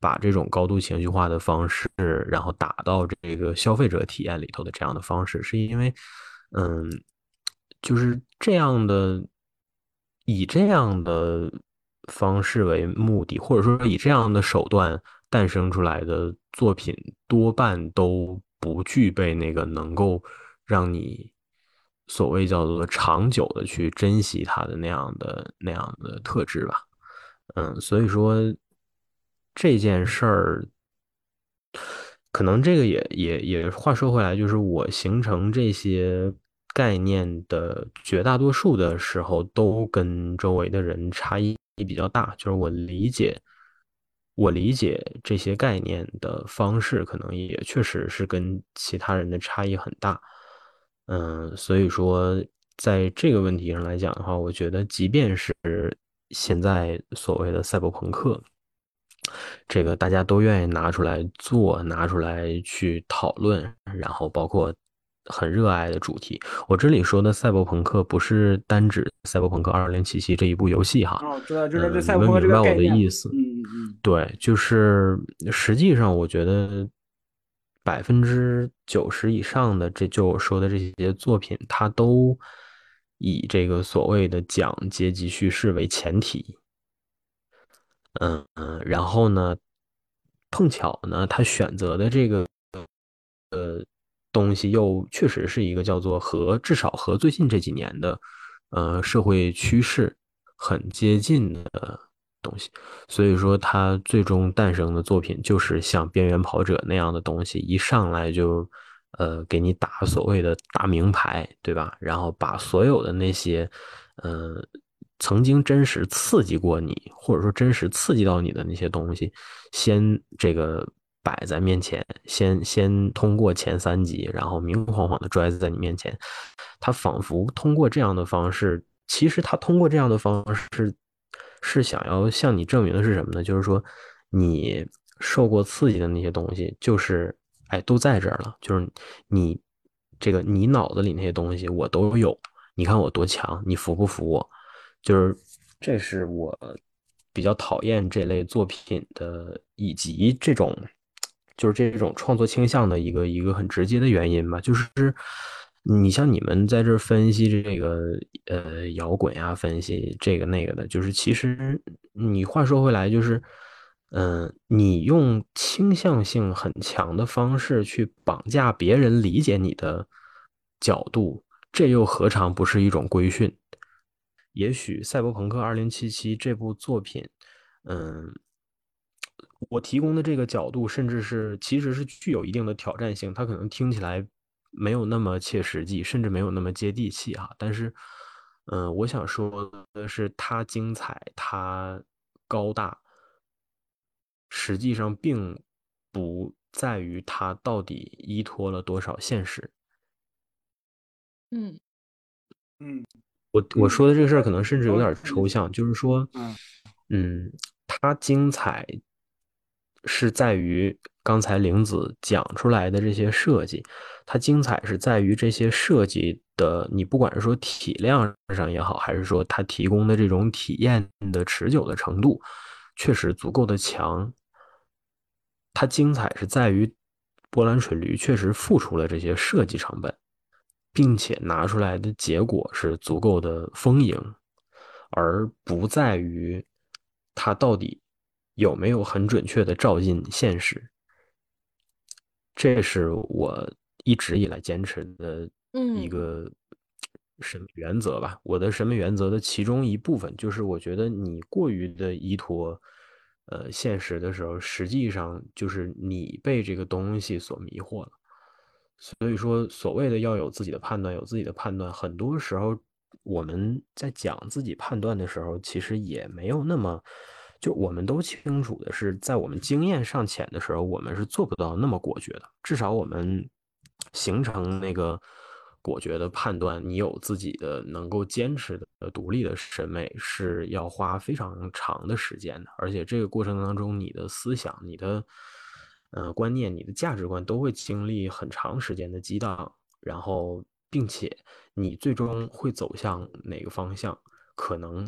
把这种高度情绪化的方式，然后打到这个消费者体验里头的这样的方式，是因为，嗯，就是这样的，以这样的方式为目的，或者说以这样的手段诞生出来的作品，多半都不具备那个能够让你所谓叫做长久的去珍惜它的那样的那样的特质吧。嗯，所以说这件事儿，可能这个也也也话说回来，就是我形成这些概念的绝大多数的时候，都跟周围的人差异比较大。就是我理解，我理解这些概念的方式，可能也确实是跟其他人的差异很大。嗯，所以说在这个问题上来讲的话，我觉得即便是现在所谓的赛博朋克，这个大家都愿意拿出来做，拿出来去讨论，然后包括很热爱的主题。我这里说的赛博朋克不是单指《赛博朋克二零七七》这一部游戏哈， 哦，知道，就是这嗯，你们赛博朋克这明白我的个概念， 意思。 嗯嗯嗯， 对，就是实际上我觉得百分之九十以上的这就我说的这些作品，它都以这个所谓的讲阶级叙事为前提。嗯嗯，然后呢，碰巧呢，他选择的这个呃东西又确实是一个叫做和至少和最近这几年的呃社会趋势很接近的东西，所以说他最终诞生的作品就是像《边缘跑者》那样的东西，一上来就呃给你打所谓的大名牌，对吧？然后把所有的那些呃曾经真实刺激过你，或者说真实刺激到你的那些东西，先这个摆在面前，先先通过前三集，然后明晃晃的拽在你面前。他仿佛通过这样的方式，其实他通过这样的方式是想要向你证明的是什么呢？就是说你受过刺激的那些东西，就是哎都在这儿了，就是你这个你脑子里那些东西我都有，你看我多强，你服不服我？就是这是我比较讨厌这类作品的，以及这种就是这种创作倾向的一个一个很直接的原因吧。就是你像你们在这儿分析这个呃摇滚呀，分析这个那个的，就是其实你话说回来，就是嗯、呃你用倾向性很强的方式去绑架别人理解你的角度，这又何尝不是一种规训？也许《赛博朋克二零七七》这部作品，嗯，我提供的这个角度，甚至是其实是具有一定的挑战性，它可能听起来没有那么切实际，甚至没有那么接地气哈。但是，嗯，我想说的是，它精彩，它高大，实际上并不在于它到底依托了多少现实。 嗯嗯我我说的这个事儿嗯可能甚至有点抽象，就是说， 嗯嗯，它精彩是在于刚才玲子讲出来的这些设计，它精彩是在于这些设计的，你不管是说体量上也好，还是说它提供的这种体验的持久的程度，确实足够的强。它精彩是在于波兰水驴确实付出了这些设计成本。并且拿出来的结果是足够的丰盈，而不在于它到底有没有很准确的照进现实。这是我一直以来坚持的一嗯个审美原则吧。我的审美原则的其中一部分就是，我觉得你过于的依托呃现实的时候，实际上就是你被这个东西所迷惑了。所以说，所谓的要有自己的判断，有自己的判断，很多时候我们在讲自己判断的时候，其实也没有那么，就我们都清楚的是，在我们经验尚浅的时候，我们是做不到那么果决的。至少我们形成那个果决的判断，你有自己的能够坚持的独立的审美，是要花非常长的时间的。而且这个过程当中，你的思想、你的呃观念、你的价值观都会经历很长时间的激荡，然后并且你最终会走向哪个方向，可能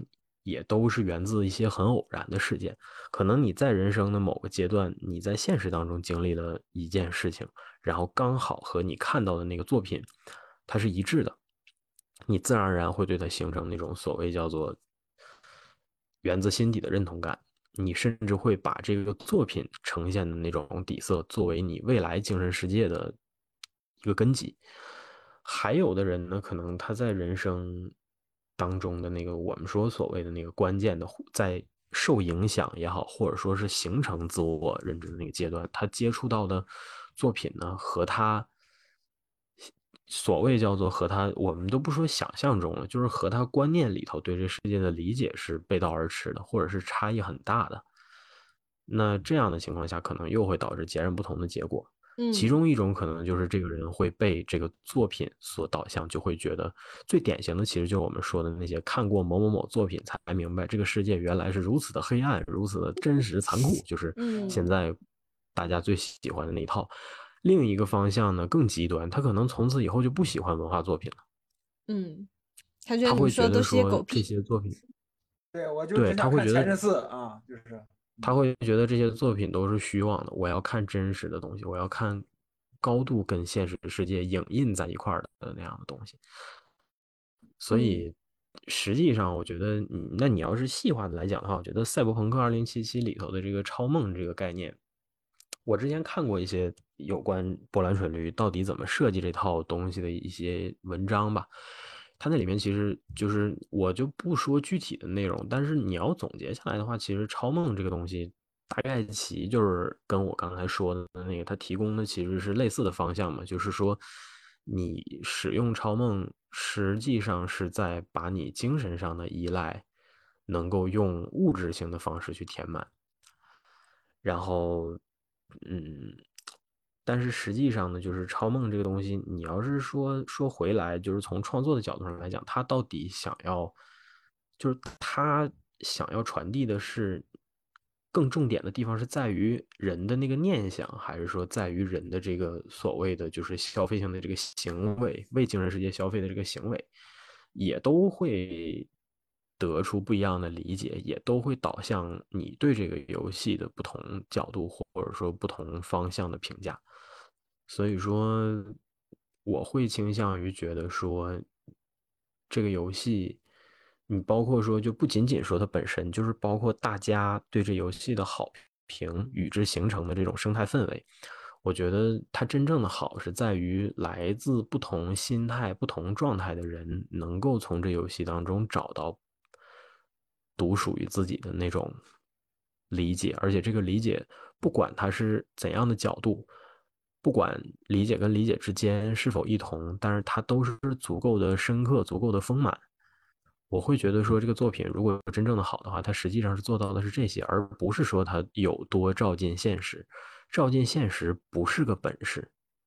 也都是源自一些很偶然的事件。可能你在人生的某个阶段，你在现实当中经历了一件事情，然后刚好和你看到的那个作品它是一致的，你自然而然会对它形成那种所谓叫做源自心底的认同感。你甚至会把这个作品呈现的那种底色作为你未来精神世界的一个根基。还有的人呢，可能他在人生当中的那个我们说所谓的那个关键的，在受影响也好，或者说是形成自我认知的那个阶段，他接触到的作品呢，和他所谓叫做和他，我们都不说想象中了，就是和他观念里头对这世界的理解是背道而驰的，或者是差异很大的。那这样的情况下，可能又会导致截然不同的结果。其嗯中一种可能就是这个人会被这个作品所导向，就会觉得最典型的其实就是我们说的那些看过某某某作品才明白这个世界原来是如此的黑暗，如此的真实残酷，就是嗯现在大家最喜欢的那一套。另一个方向呢更极端，他可能从此以后就不喜欢文化作品了， 嗯，他觉得他会觉你们说的都得说这是些狗屁。 些作品， 对，我就对， 只他会觉得想看前任四啊，就是他会觉得这些作品都是虚妄的，我要看真实的东西，我要看高度跟现实世界影印在一块儿的那样的东西。所嗯以实际上，我觉得，嗯，那你要是细化的来讲的话，我觉得《赛博朋克二零七七》里头的这个超梦这个概念，我之前看过一些有关波兰水驴到底怎么设计这套东西的一些文章吧。它那里面其实就是我就不说具体的内容，但是你要总结下来的话，其实超梦这个东西大概其就是跟我刚才说的那个，它提供的其实是类似的方向嘛，就是说你使用超梦实际上是在把你精神上的依赖能够用物质性的方式去填满。然后，嗯，但是实际上呢，就是超梦这个东西，你要是说说回来，就是从创作的角度上来讲，他到底想要，就是他想要传递的是更重点的地方是在于人的那个念想，还是说在于人的这个所谓的就是消费性的这个行为，为精神世界消费的这个行为，也都会得出不一样的理解，也都会导向你对这个游戏的不同角度或者说不同方向的评价。所以说，我会倾向于觉得说，这个游戏，你包括说就不仅仅说它本身，就是包括大家对这游戏的好评与之形成的这种生态氛围。我觉得它真正的好是在于来自不同心态、不同状态的人，能够从这游戏当中找到独属于自己的那种理解，而且这个理解，不管它是怎样的角度，不管理解跟理解之间是否异同，但是它都是足够的深刻、足够的丰满。我会觉得说，这个作品如果真正的好的话，它实际上是做到的是这些，而不是说它有多照进现实。照进现实不是个本事。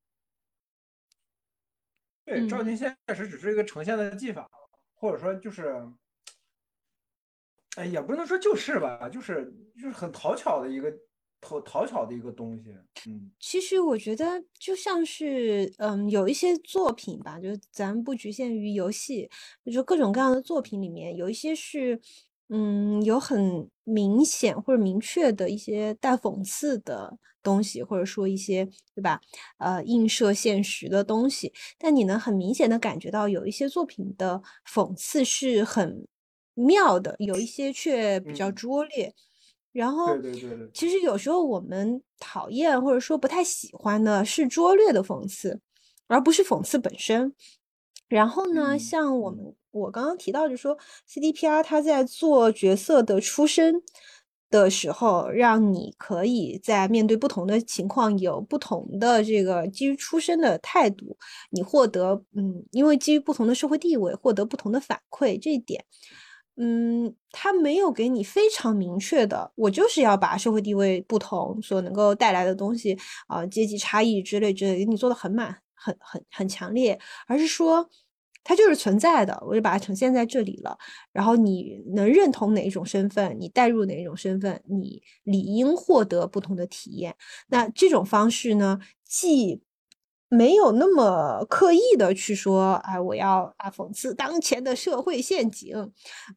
对，照嗯进现实只是一个呈现的技法，或者说就是，哎，也不能说就是吧，就是就是很讨巧的一个讨讨巧的一个东西。嗯， 其实我觉得就像是，嗯，有一些作品吧，就是咱不局限于游戏，就各种各样的作品里面，有一些是，嗯，有很明显或者明确的一些带讽刺的东西，或者说一些，对吧？呃，映射现实的东西，但你能很明显的感觉到有一些作品的讽刺是很妙的，有一些却比较嗯拙劣。然后， 对对对对， 其实有时候我们讨厌或者说不太喜欢的是拙劣的讽刺，而不是讽刺本身。然后呢， 嗯像我嗯们我刚刚提到，就是说 C D P R 它在做角色的出身的时候，让你可以在面对不同的情况有不同的这个基于出身的态度，你获得嗯，因为基于不同的社会地位获得不同的反馈，这一点。嗯，他没有给你非常明确的，我就是要把社会地位不同所能够带来的东西啊、阶级差异之类之类，给你做的很满、很很很强烈，而是说它就是存在的，我就把它呈现在这里了。然后你能认同哪一种身份，你带入哪一种身份，你理应获得不同的体验。那这种方式呢，既没有那么刻意的去说，哎，我要啊讽刺当前的社会陷阱，啊，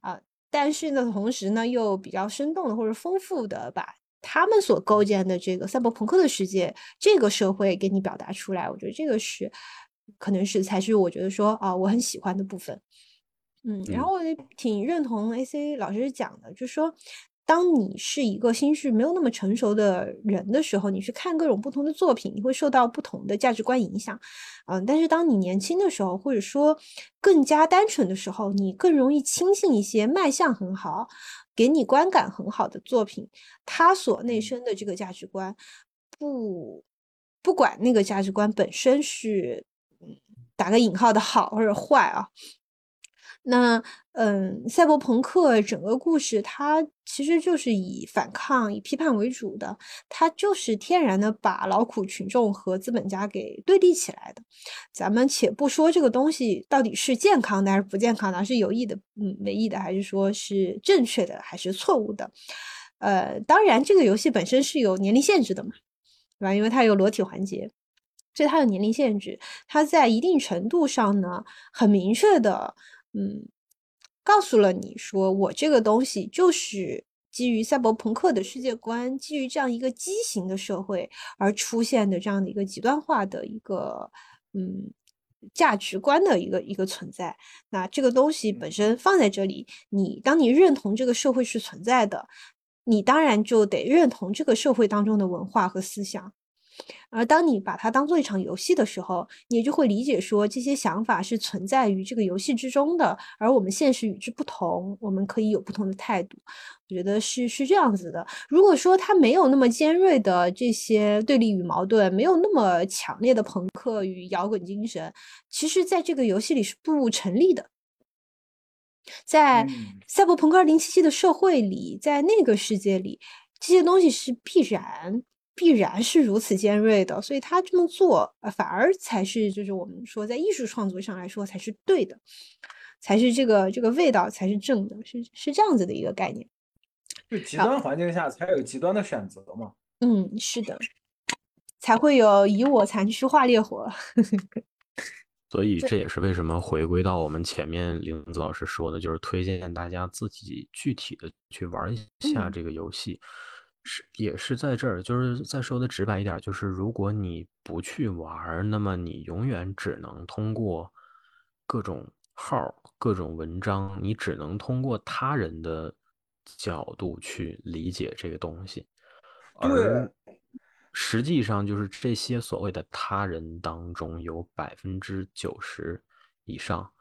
但是呢，同时呢又比较生动的或者丰富的把他们所构建的这个赛博朋克的世界，这个社会给你表达出来，我觉得这个是可能是才是我觉得说啊我很喜欢的部分。嗯，然后我也挺认同 A C 老师讲的，就是说，当你是一个心智没有那么成熟的人的时候，你去看各种不同的作品，你会受到不同的价值观影响。嗯，但是当你年轻的时候，或者说更加单纯的时候，你更容易亲近一些卖相很好、给你观感很好的作品，它所内生的这个价值观，不不管那个价值观本身是嗯打个引号的好或者坏啊。那嗯，赛博朋克整个故事它其实就是以反抗、以批判为主的，它就是天然的把劳苦群众和资本家给对立起来的。咱们且不说这个东西到底是健康的还是不健康的，是有益的、嗯，没益的，还是说是正确的还是错误的？呃，当然这个游戏本身是有年龄限制的嘛，对吧？因为它有裸体环节。所以它有年龄限制，它在一定程度上呢，很明确的，嗯，告诉了你说，我这个东西就是基于赛博朋克的世界观，基于这样一个畸形的社会而出现的这样的一个极端化的一个，嗯，价值观的一个一个存在。那这个东西本身放在这里，你当你认同这个社会是存在的，你当然就得认同这个社会当中的文化和思想。而当你把它当做一场游戏的时候，你也就会理解说这些想法是存在于这个游戏之中的，而我们现实与之不同，我们可以有不同的态度。我觉得是是这样子的。如果说它没有那么尖锐的这些对立与矛盾，没有那么强烈的朋克与摇滚精神，其实在这个游戏里是不成立的。在赛博朋克二零七七的社会里，在那个世界里，这些东西是必然必然是如此尖锐的，所以他这么做，呃，反而才是就是我们说在艺术创作上来说才是对的，才是这个这个味道才是正的，是是这样子的一个概念。 就极端环境下才有极端的选择嘛。 嗯，是的，才会有以我残躯化烈火。 所以这也是为什么回归到我们前面玲子老师说的，就是推荐大家自己具体的去玩一下这个游戏。是也是在这儿，就是再说的直白一点，就是如果你不去玩，那么你永远只能通过各种号、各种文章，你只能通过他人的角度去理解这个东西。而实际上，就是这些所谓的他人当中，有百分之九十以上，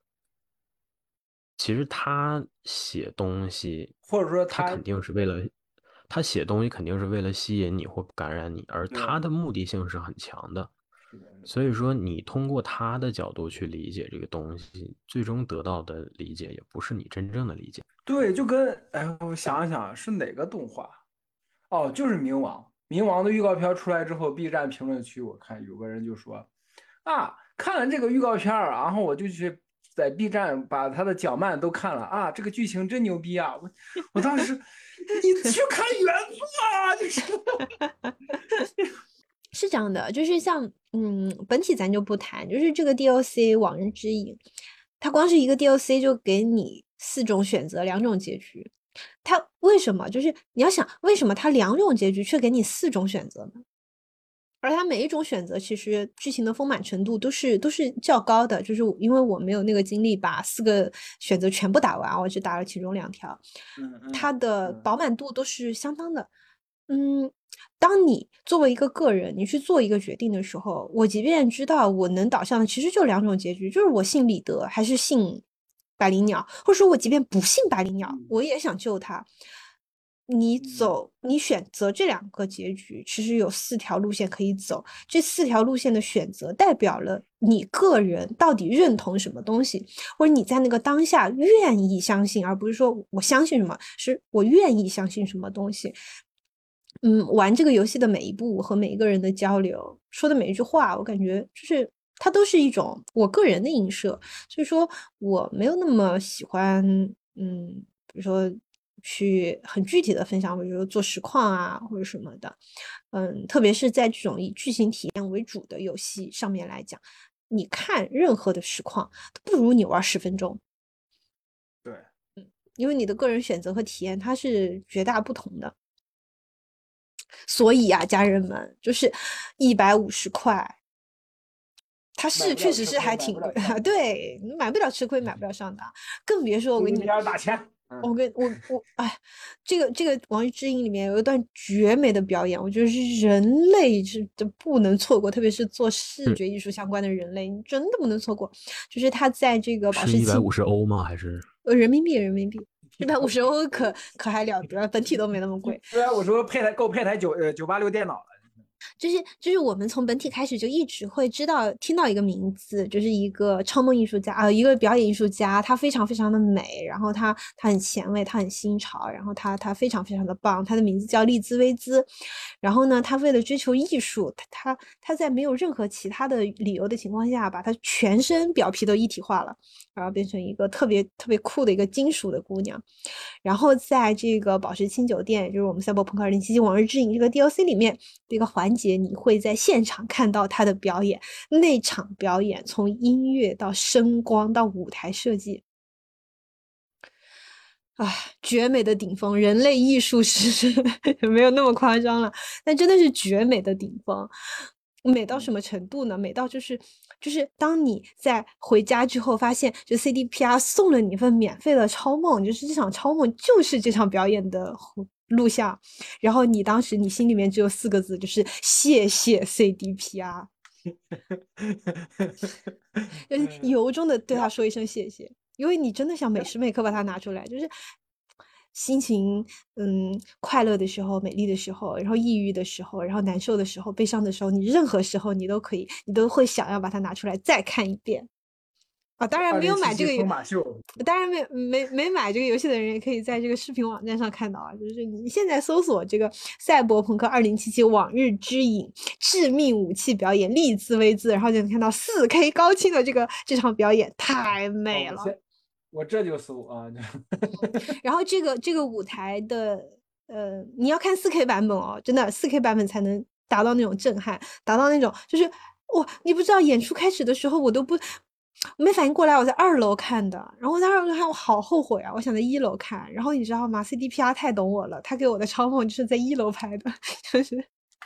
其实他写东西， 或者说他肯定是为了。他写东西肯定是为了吸引你或感染你，而他的目的性是很强的。所以说，你通过他的角度去理解这个东西，最终得到的理解也不是你真正的理解。 对，就跟哎，我想一想是哪个动画？哦，就是冥王。冥王的预告片出来之后 ，B 站评论区我看有个人就说啊，看了这个预告片，然后我就去在 B 站把他的讲漫都看了啊，这个剧情真牛逼啊！我我当时。你去看原作啊！就是是这样的，就是像嗯，本体咱就不谈，就是这个 D L C《往日之影》，它光是一个 D L C 就给你四种选择，两种结局。它为什么？就是你要想，为什么它两种结局却给你四种选择呢？而它每一种选择其实剧情的丰满程度都是都是较高的，就是因为我没有那个精力把四个选择全部打完，我只打了其中两条，它的饱满度都是相当的。嗯，当你作为一个个人，你去做一个决定的时候，我即便知道我能导向的其实就两种结局，就是我信李德还是信百灵鸟，或者说我即便不信百灵鸟，我也想救他。你走，你选择这两个结局，其实有四条路线可以走。这四条路线的选择，代表了你个人到底认同什么东西，或者你在那个当下愿意相信，而不是说我相信什么，是我愿意相信什么东西。嗯，玩这个游戏的每一步和每一个人的交流，说的每一句话，我感觉就是它都是一种我个人的映射。所以说我没有那么喜欢，嗯，比如说。去很具体的分享，比如说做实况啊或者什么的，嗯，特别是在这种以剧情体验为主的游戏上面来讲，你看任何的实况都不如你玩十分钟。 对， 嗯， 因为你的个人选择和体验它是绝大不同的。所以啊，家人们，就是一百五十块。它是确实是还挺贵的，对，买不了吃亏，买不了上当，更别说我跟你打钱。 我跟我我哎，这个这个《王日之影》里面有一段绝美的表演，我觉得是人类是的不能错过，特别是做视觉艺术相关的人类，你真的不能错过。就是他在这个保时是一百五十欧吗？还是呃人民币？人民币一百五十欧可可还了得，本体都没那么贵。 一百五十欧配台够配台九呃九八六电脑了。 就是就是我们从本体开始就一直会知道听到一个名字，就是一个超梦艺术家啊、呃，一个表演艺术家，他非常非常的美，然后他他很前卫，他很新潮，然后他他非常非常的棒，他的名字叫利兹威兹，然后呢，他为了追求艺术，他他他在没有任何其他的理由的情况下，把他全身表皮都一体化了，然后变成一个特别特别酷的一个金属的姑娘。然后在这个宝石清酒店，也就是我们赛博朋克二零七七往日之影这个 D L C 里面这个环节，你会在现场看到他的表演。那场表演从音乐到声光到舞台设计，啊，绝美的顶峰，人类艺术史没有那么夸张了，但真的是绝美的顶峰。美到什么程度呢？美到就是就是当你在回家之后发现，就 C D P R 送了你一份免费的超梦，就是这场超梦就是这场表演的录像，然后你当时你心里面只有四个字，就是谢谢 C D P R， 就是由衷的对他说一声谢谢，因为你真的想每时每刻把它拿出来，就是心情嗯快乐的时候，美丽的时候，然后抑郁的时候，然后难受的时候，悲伤的时候，你任何时候你都可以，你都会想要把它拿出来再看一遍。啊，当然没有买这个游当然没没没买这个游戏的人也可以在这个视频网站上看到啊，就是你现在搜索这个赛博朋克二零七七往日之影致命武器表演利兹威兹，然后就能看到 四 K 高清的这个这场表演太美了。 哦、我这就搜啊。 然后这个这个舞台的呃，你要看 四 K 版本哦，真的 四 K 版本才能达到那种震撼，达到那种就是哇，你不知道演出开始的时候我都不。没反应过来，我在二楼看的，然后在二楼看，我好后悔啊！我想在一楼看，然后你知道吗 ？C D P R 太懂我了，他给我的超梦就是在一楼拍的，就是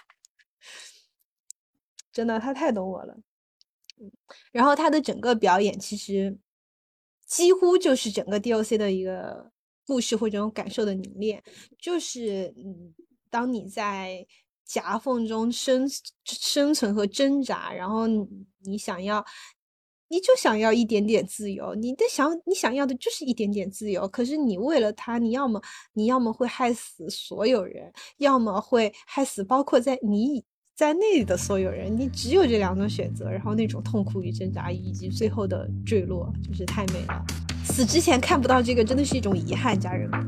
真的，他太懂我了。嗯，然后他的整个表演其实几乎就是整个 D L C 的一个故事或者这种感受的凝练，就是嗯，当你在夹缝中生生存和挣扎，然后你你想要。你就想要一点点自由，你的想你想要的就是一点点自由，可是你为了他，你要么你要么会害死所有人，要么会害死包括在你在内的所有人，你只有这两种选择，然后那种痛苦与挣扎以及最后的坠落，就是太美了。死之前看不到这个，真的是一种遗憾，家人们。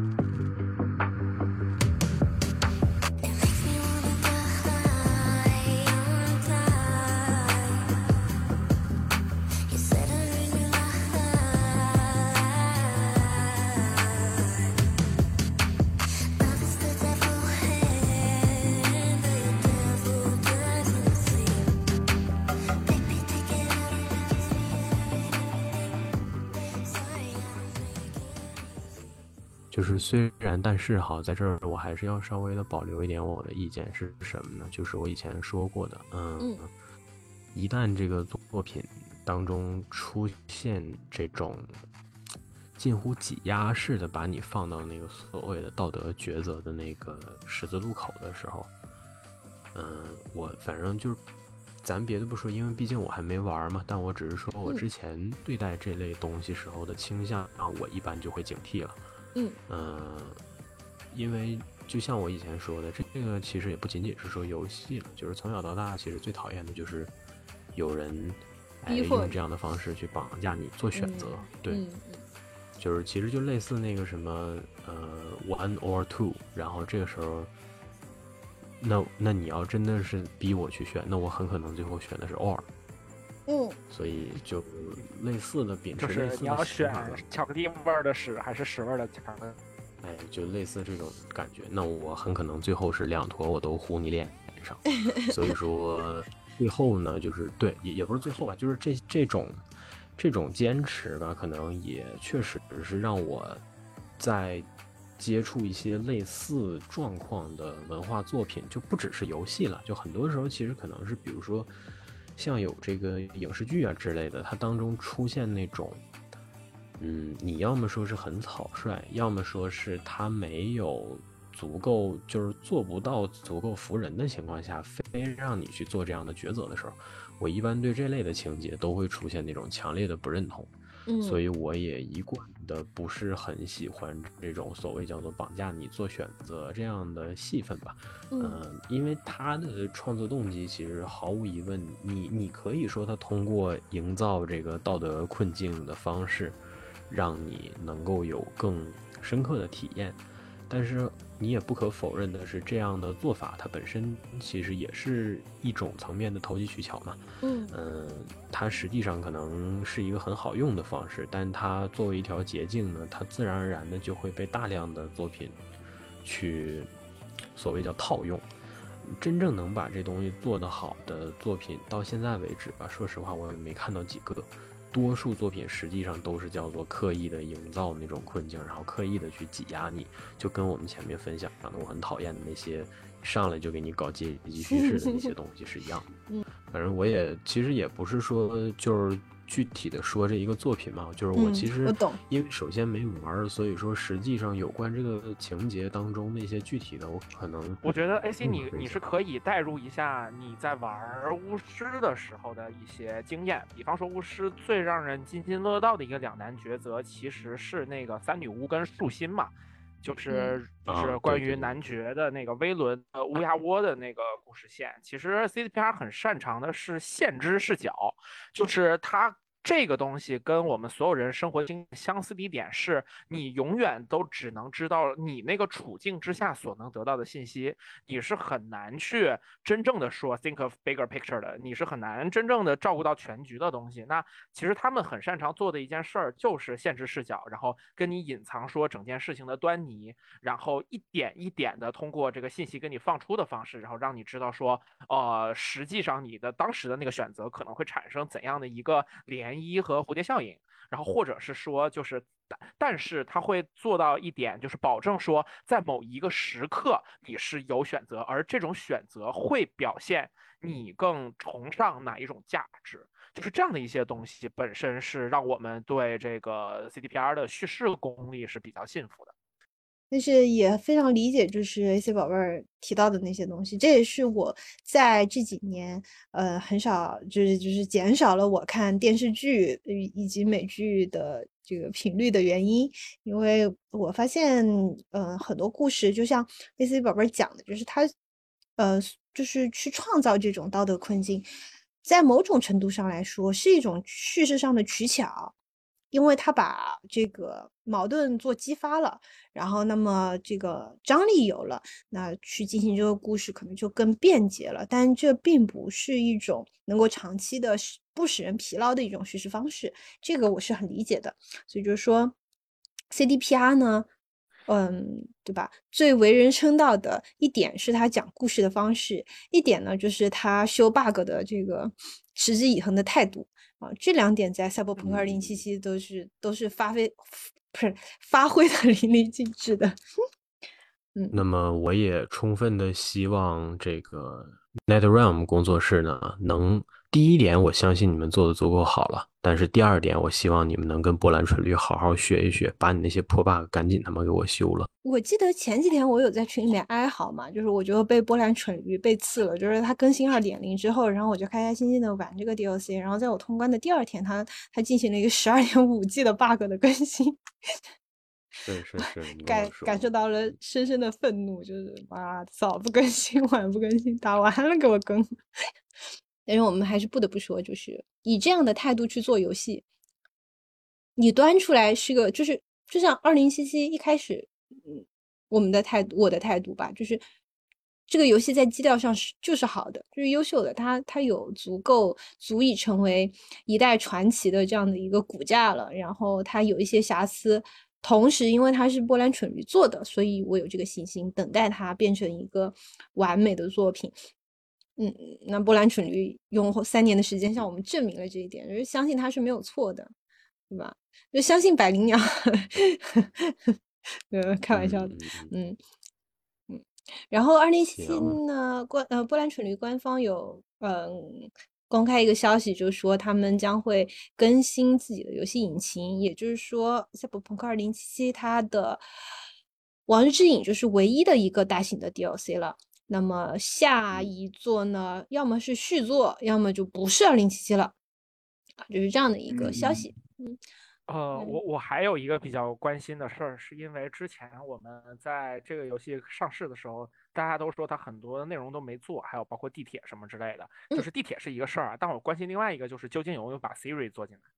就是虽然但是哈，在这儿我还是要稍微的保留一点我的意见是什么呢？就是我以前说过的，嗯，嗯一旦这个作品当中出现这种近乎挤压式的把你放到那个所谓的道德抉择的那个十字路口的时候，嗯，我反正就是咱别的不说，因为毕竟我还没玩嘛，但我只是说我之前对待这类东西时候的倾向啊，我一般就会警惕了。 嗯， 呃，因为就像我以前说的，这个其实也不仅仅是说游戏了，就是从小到大，其实最讨厌的就是有人哎用这样的方式去绑架你做选择， 嗯、 对， 嗯、 就是其实就类似那个什么呃 one or two， 然后这个时候，那那你要真的是逼我去选，那我很可能最后选的是 or。 嗯， 所以就类似的秉持类似的， 就是你要选巧克力味儿的屎还是屎味儿的巧克力？ 哎，就类似这种感觉。那我很可能最后是两坨我都糊你脸上。所以说最后呢，就是对，也也不是最后吧，就是这这种这种坚持吧，可能也确实是让我在接触一些类似状况的文化作品，就不只是游戏了，就很多时候其实可能是比如说像有这个影视剧啊之类的，它当中出现那种嗯，你要么说是很草率，要么说是它没有足够，就是做不到足够服人的情况下，非让你去做这样的抉择的时候，我一般对这类的情节都会出现那种强烈的不认同。 嗯， 所以我也一贯的不是很喜欢这种所谓叫做绑架你做选择这样的戏份吧。嗯、呃，因为他的创作动机其实毫无疑问，你你可以说他通过营造这个道德困境的方式，让你能够有更深刻的体验，但是你也不可否认的是，这样的做法它本身其实也是一种层面的投机取巧嘛。嗯嗯，它实际上可能是一个很好用的方式，但它作为一条捷径呢，它自然而然的就会被大量的作品去所谓叫套用。真正能把这东西做得好的作品，到现在为止吧，说实话我也没看到几个。多数作品实际上都是叫做刻意的营造那种困境，然后刻意的去挤压你，就跟我们前面分享的我很讨厌的那些上来就给你搞阶级叙事的那些东西是一样的。反正我也其实也不是说就是具体的说这一个作品嘛，就是我其实、嗯、 我懂， 因为首先没玩，所以说实际上有关这个情节当中那些具体的，我可能我觉得 A C 你你是可以带入一下你在玩巫师的时候的一些经验，比方说巫师最让人津津乐道的一个两难抉择，其实是那个三女巫跟树心嘛。就是就是关于男爵的那个威伦呃乌鸦窝的那个故事线，其实 C D P R 很擅长的是现知视角，就是它这个东西跟我们所有人生活经验相似的一点是，你永远都只能知道你那个处境之下所能得到的信息，你是很难去真正的说 think of bigger picture 的，你是很难真正的照顾到全局的东西。那其实他们很擅长做的一件事儿就是限制视角，然后跟你隐藏说整件事情的端倪，然后一点一点的通过这个信息跟你放出的方式，然后让你知道说，呃，实际上你的当时的那个选择可能会产生怎样的一个涟漪和蝴蝶效应，然后或者是说就是但是他会做到一点，就是保证说在某一个时刻你是有选择，而这种选择会表现你更崇尚哪一种价值，就是这样的一些东西本身是让我们对这个 C D P R 的叙事功力是比较信服的。 但是也非常理解，就是 A C 宝贝儿提到的那些东西，这也是我在这几年，呃，很少就是就是减少了我看电视剧以及美剧的这个频率的原因，因为我发现，呃，很多故事就像 A C 宝贝儿讲的，就是他，呃，就是去创造这种道德困境，在某种程度上来说是一种叙事上的取巧。因为他把这个矛盾做激发了，然后那么这个张力有了，那去进行这个故事可能就更便捷了，但这并不是一种能够长期的不使人疲劳的一种叙事方式，这个我是很理解的。所以就是说 C D P R 呢，嗯，对吧？最为人称道的一点是他讲故事的方式，一点呢就是他修 bug 的这个持之以恒的态度。啊，这两点在赛博朋克二零七七都是都是发挥不是发挥的淋漓尽致的。 嗯，那么我也充分的希望这个 NetherRealm 工作室呢，能第一点我相信你们做的足够好了，但是第二点我希望你们能跟波兰蠢驴好好学一学，把你那些破 bug 赶紧他妈给我修了。 我记得前几天我有在群里面哀嚎嘛，就是我觉得被波兰蠢驴被刺了，就是他更新 二点零 之后，然后我就开开心心的玩这个 D L C， 然后在我通关的第二天他他进行了一个 十二点五 G 的 bug 的更新。 是是是， 感感受到了深深的愤怒，就是哇，早不更新，晚不更新，打完了给我更。但是我们还是不得不说，就是以这样的态度去做游戏，你端出来是个，就是就像二零七七一开始，嗯，我们的态度，我的态度吧，就是这个游戏在基调上是就是好的，就是优秀的，它它有足够足以成为一代传奇的这样的一个骨架了，然后它有一些瑕疵。同时因为它是波兰蠢驴做的，所以我有这个信心等待它变成一个完美的作品。嗯，那波兰蠢驴用三年的时间向我们证明了这一点，就是相信它是没有错的，对吧？就相信百灵鸟呃，开玩笑的， 嗯嗯嗯嗯。然后二零七七行呢，官呃波兰蠢驴官方有嗯公开一个消息，就是说他们将会更新自己的游戏引擎，也就是说赛博朋克二零七七它的王日之影就是唯一的一个大型的 D L C 了。那么下一座呢，要么是续作，要么就不是二零七七了，啊，就是这样的一个消息。嗯， 呃，我我还有一个比较关心的事儿，是因为之前我们在这个游戏上市的时候，大家都说它很多内容都没做，还有包括地铁什么之类的。就是地铁是一个事儿啊，但我关心另外一个就是究竟有没有把 Siri 做进来。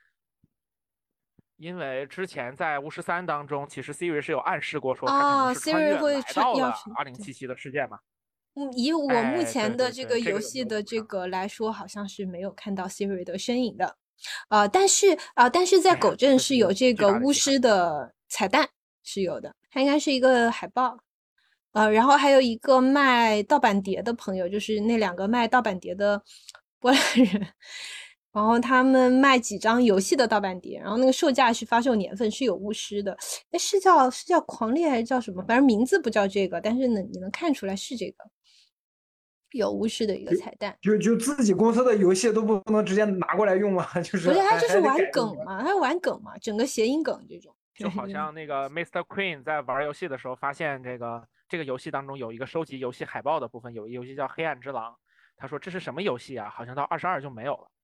因为之前在巫师三当中，其实 Siri 是有暗示过说它可能是穿越来到了二零七七的世界嘛。 嗯，以我目前的这个哎、 游戏的这个来说，好像是没有看到 Siri 的身影的。呃，但是啊、呃，但是在狗镇是有这个巫师的彩蛋，是有的，它应该是一个海报。呃，然后还有一个卖盗版碟的朋友，就是那两个卖盗版碟的波兰人，然后他们卖几张游戏的盗版碟，然后那个售价是发售年份是有巫师的，哎，是叫是叫狂猎还是叫什么？反正名字不叫这个，但是呢，你能看出来是这个。有巫师的一个彩蛋， 就就自己公司的游戏都不能直接拿过来用吗？就是不是，他就是玩梗嘛，他玩梗嘛，整个谐音梗这种。 就好像那个 Mister Queen 在玩游戏的时候，发现这个这个游戏当中有一个收集游戏海报的部分，有一个游戏叫《黑暗之狼》，他说这是什么游戏啊？好像到二十二就没有了。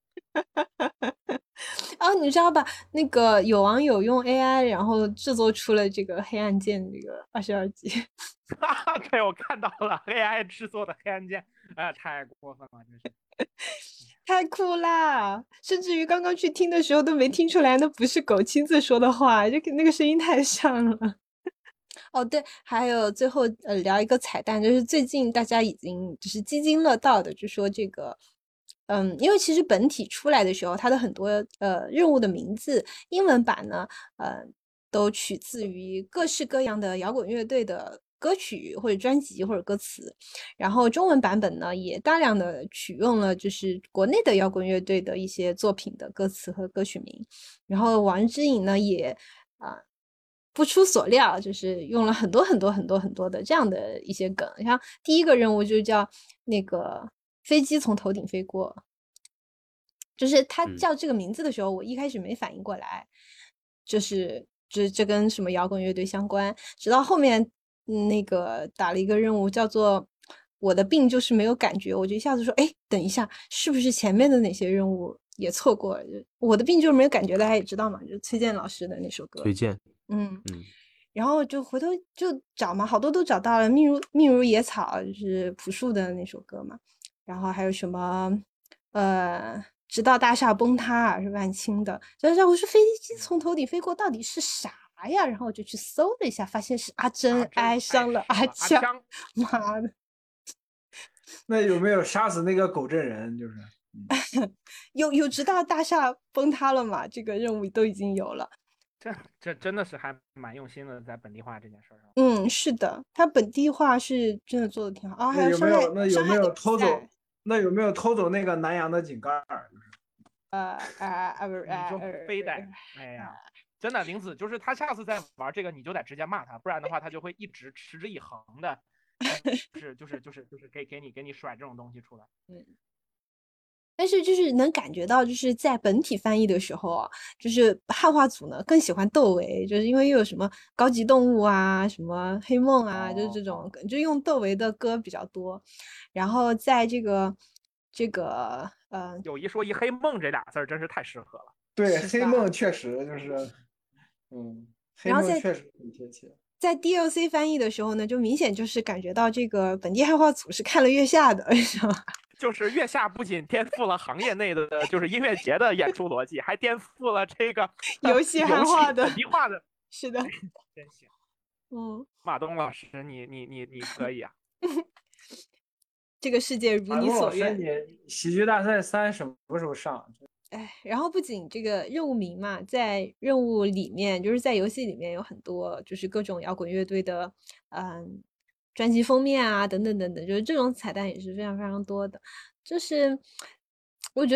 哦，你知道吧？那个有网友用 A I， 然后制作出了这个黑暗剑这个二十二级。 对，我看到了 A I 制作的黑暗剑，哎呀，太过分了，真是。 太酷啦！甚至于刚刚去听的时候都没听出来，那不是狗亲自说的话，就那个声音太像了。哦，对，还有最后呃聊一个彩蛋，就是最近大家已经就是津津乐道的，就说这个。嗯，因为其实本体出来的时候，它的很多呃任务的名字，英文版呢，呃，都取自于各式各样的摇滚乐队的歌曲或者专辑或者歌词，然后中文版本呢，也大量的取用了就是国内的摇滚乐队的一些作品的歌词和歌曲名，然后《王之影》呢，也啊、呃、不出所料，就是用了很多很多很多很多的这样的一些梗，像第一个任务就叫那个。飞机从头顶飞过，就是他叫这个名字的时候，嗯、我一开始没反应过来，就是这这跟什么摇滚乐队相关，直到后面、嗯、那个打了一个任务叫做“我的病就是没有感觉”，我就一下子说，哎，等一下，是不是前面的哪些任务也错过了？我的病就是没有感觉，大家也知道嘛，就崔健老师的那首歌。 崔健， 嗯嗯。 然后就回头就找嘛，好多都找到了，命如命如野草，就是朴树的那首歌嘛。然后还有什么，呃，直到大厦崩塌是万青的。就是我说飞机从头顶飞过到底是啥呀？然后我就去搜了一下，发现是阿珍爱上了阿强。妈的！ 那有没有杀死那个狗镇人？就是有有直到大厦崩塌了嘛？这个任务都已经有了。 这这真的是还蛮用心的，在本地化这件事上。 嗯，是的，它本地化是真的做的挺好啊。还有没有那有没有偷走？ 上那有没有偷走那个南洋的井盖？就是呃啊啊不是， 你就非得哎呀，真的林子就是他下次再玩这个，你就得直接骂他，不然的话他就会一直持之以恒的，就是就是就是就是给给你给你甩这种东西出来。 嗯。但是就是能感觉到，就是在本体翻译的时候啊，就是汉化组呢更喜欢窦唯，就是因为又有什么高级动物啊，什么黑梦啊，就是这种，就用窦唯的歌比较多。然后在这个这个呃， 有一说一，黑梦这俩字儿真是太适合了。 对，黑梦确实就是，嗯，黑梦确实很贴切。 在 D L C 翻译的时候呢，就明显就是感觉到这个本地汉化组是看了月下的，是吧？ 就是月下不仅颠覆了行业内的就是音乐节的演出逻辑，还颠覆了这个游戏汉化的本地化的。 是的， 真行。 嗯， 马东老师，你你你你可以啊。 这个世界如你所愿。 你喜剧大赛三什么时候上？ 哎，然后不仅这个任务名嘛，在任务里面，就是在游戏里面有很多，就是各种摇滚乐队的，嗯。专辑封面啊，等等等等，就是这种彩蛋也是非常非常多的。就是我觉得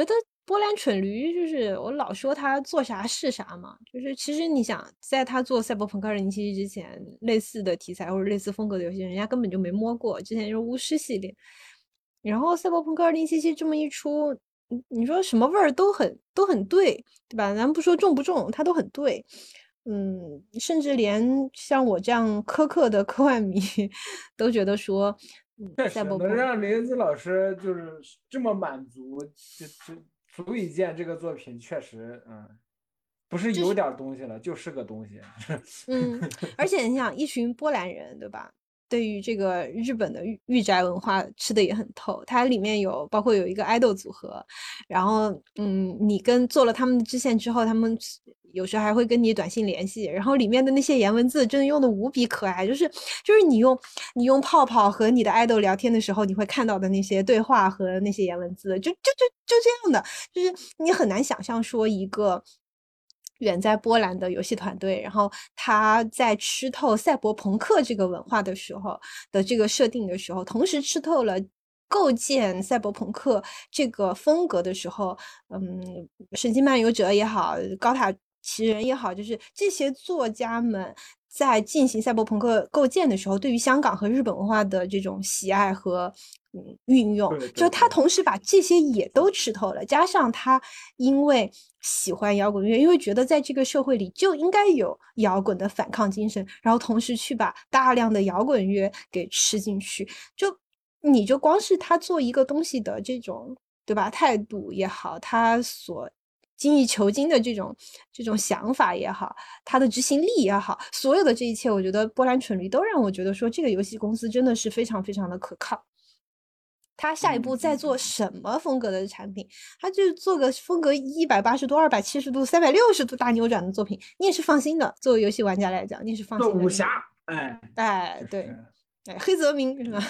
波兰蠢驴就是我老说他做啥是啥嘛，就是其实你想，在他做赛博朋克二零七七之前，类似的题材或者类似风格的游戏，人家根本就没摸过。之前就是巫师系列，然后赛博朋克二零七七这么一出，你说什么味儿都很都很对，对吧？咱不说重不重，它都很对。嗯，甚至连像我这样苛刻的科幻迷都觉得说， 确实能让林子老师就是这么满足，就就足以见这个作品确实，嗯，不是有点东西了，就是个东西。 嗯，而且你想，一群波兰人，对吧？对于这个日本的御宅文化吃的也很透，它里面有包括有一个爱豆组合，然后嗯，你跟做了他们的支线之后，他们有时候还会跟你短信联系，然后里面的那些颜文字真的用的无比可爱，就是就是你用你用泡泡和你的爱豆聊天的时候，你会看到的那些对话和那些颜文字，就就就就这样的，就是你很难想象说一个远在波兰的游戏团队，然后他在吃透赛博朋克这个文化的时候的这个设定的时候，同时吃透了构建赛博朋克这个风格的时候，嗯，神经漫游者也好，高塔奇人也好，就是这些作家们在进行赛博朋克构建的时候，对于香港和日本文化的这种喜爱和嗯运用，就他同时把这些也都吃透了，加上他因为喜欢摇滚乐，因为觉得在这个社会里就应该有摇滚的反抗精神，然后同时去把大量的摇滚乐给吃进去，就你就光是他做一个东西的这种对吧态度也好，他所精益求精的这种这种想法也好，他的执行力也好，所有的这一切，我觉得波兰蠢驴都让我觉得说这个游戏公司真的是非常非常的可靠。他下一步再做什么风格的产品，他就做个风格一百八十度、二百七十度、三百六十度大扭转的作品，你也是放心的。作为游戏玩家来讲，你也是放心的。 做武侠，哎哎，对，哎，黑泽明是吧？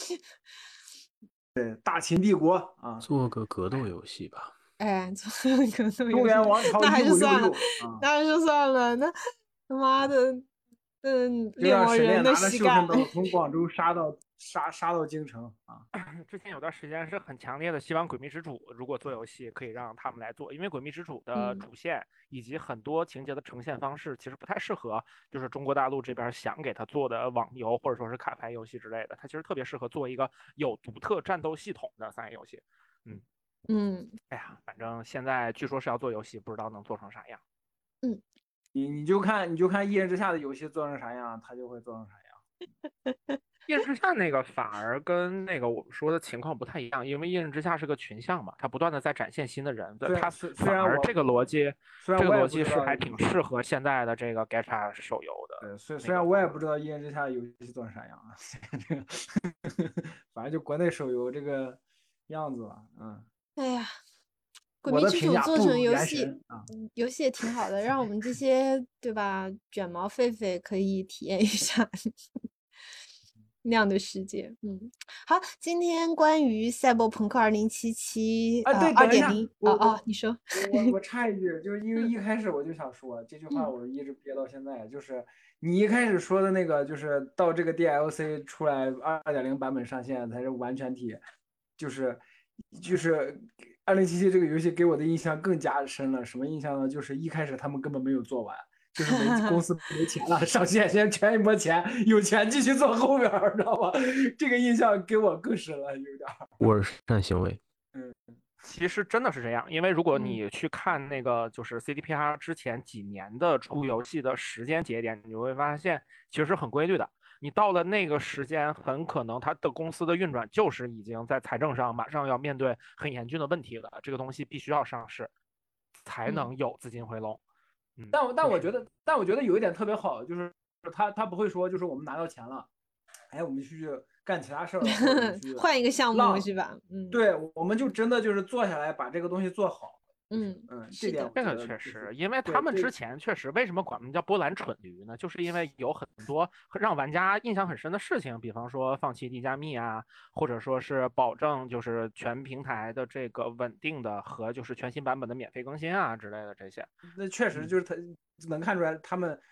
对，大秦帝国啊， 做个格斗游戏吧。 哎，做个格斗游戏， 中原王朝那还是算了， 啊、 那还是算了，那他妈的，嗯， 猎魔人的膝盖， 从广州杀到杀杀到京城啊！ 之前有段时间是很强烈的希望《鬼灭之主》如果做游戏可以让他们来做，因为《鬼灭之主》的主线以及很多情节的呈现方式其实不太适合，就是中国大陆这边想给他做的网游或者说是卡牌游戏之类的，它其实特别适合做一个有独特战斗系统的三 A 游戏。嗯嗯， 哎呀，反正现在据说是要做游戏，不知道能做成啥样。 嗯， 你你就看你就看《一人之下》的游戏做成啥样，他就会做成啥样。 一人之下那个反而跟那个我们说的情况不太一样，因为一人之下是个群像嘛，它不断的在展现新的人，它反而这个逻辑，这个逻辑是还挺适合现在的这个 gacha 手游的。 对，虽虽然我也不知道一人之下游戏做成啥样啊，这个反正就国内手游这个样子吧，嗯。 哎呀，鬼灭之主做成游戏， 啊、 游戏也挺好的，让我们这些对吧卷毛狒狒可以体验一下。那样的世界，嗯，好，今天关于赛博朋克二零七七啊，对， 二点零，哦哦，你说， 我我插一句，就是因为一开始我就想说这句话，我一直憋到现在，就是你一开始说的那个，就是到这个 D L C 出来二点零版本上线才是完全体，就是就是二零七七这个游戏给我的印象更加深了，什么印象呢？就是一开始他们根本没有做完。就是没公司没钱了，上线先圈一波钱，有钱继续做后边，知道吧？这个印象给我更深了，有点。 我善行为。 嗯，其实真的是这样，因为如果你去看那个就是 C D P R 之前几年的出游戏的时间节点，你会发现其实是很规律的。你到了那个时间，很可能它的公司的运转就是已经在财政上马上要面对很严峻的问题了，这个东西必须要上市，才能有资金回笼。 嗯、但但我觉得，但我觉得有一点特别好，就是他他不会说，就是我们拿到钱了，哎，我们去干其他事儿， 换一个项目是吧？ 嗯，对，我们就真的就是坐下来把这个东西做好。 嗯嗯，这点这个确实，因为他们之前确实为什么管他们叫波兰蠢驴呢？就是因为有很多让玩家印象很深的事情，比方说放弃地加密啊，或者说是保证就是全平台的这个稳定的和就是全新版本的免费更新啊之类的这些。 那确实就是他能看出来他们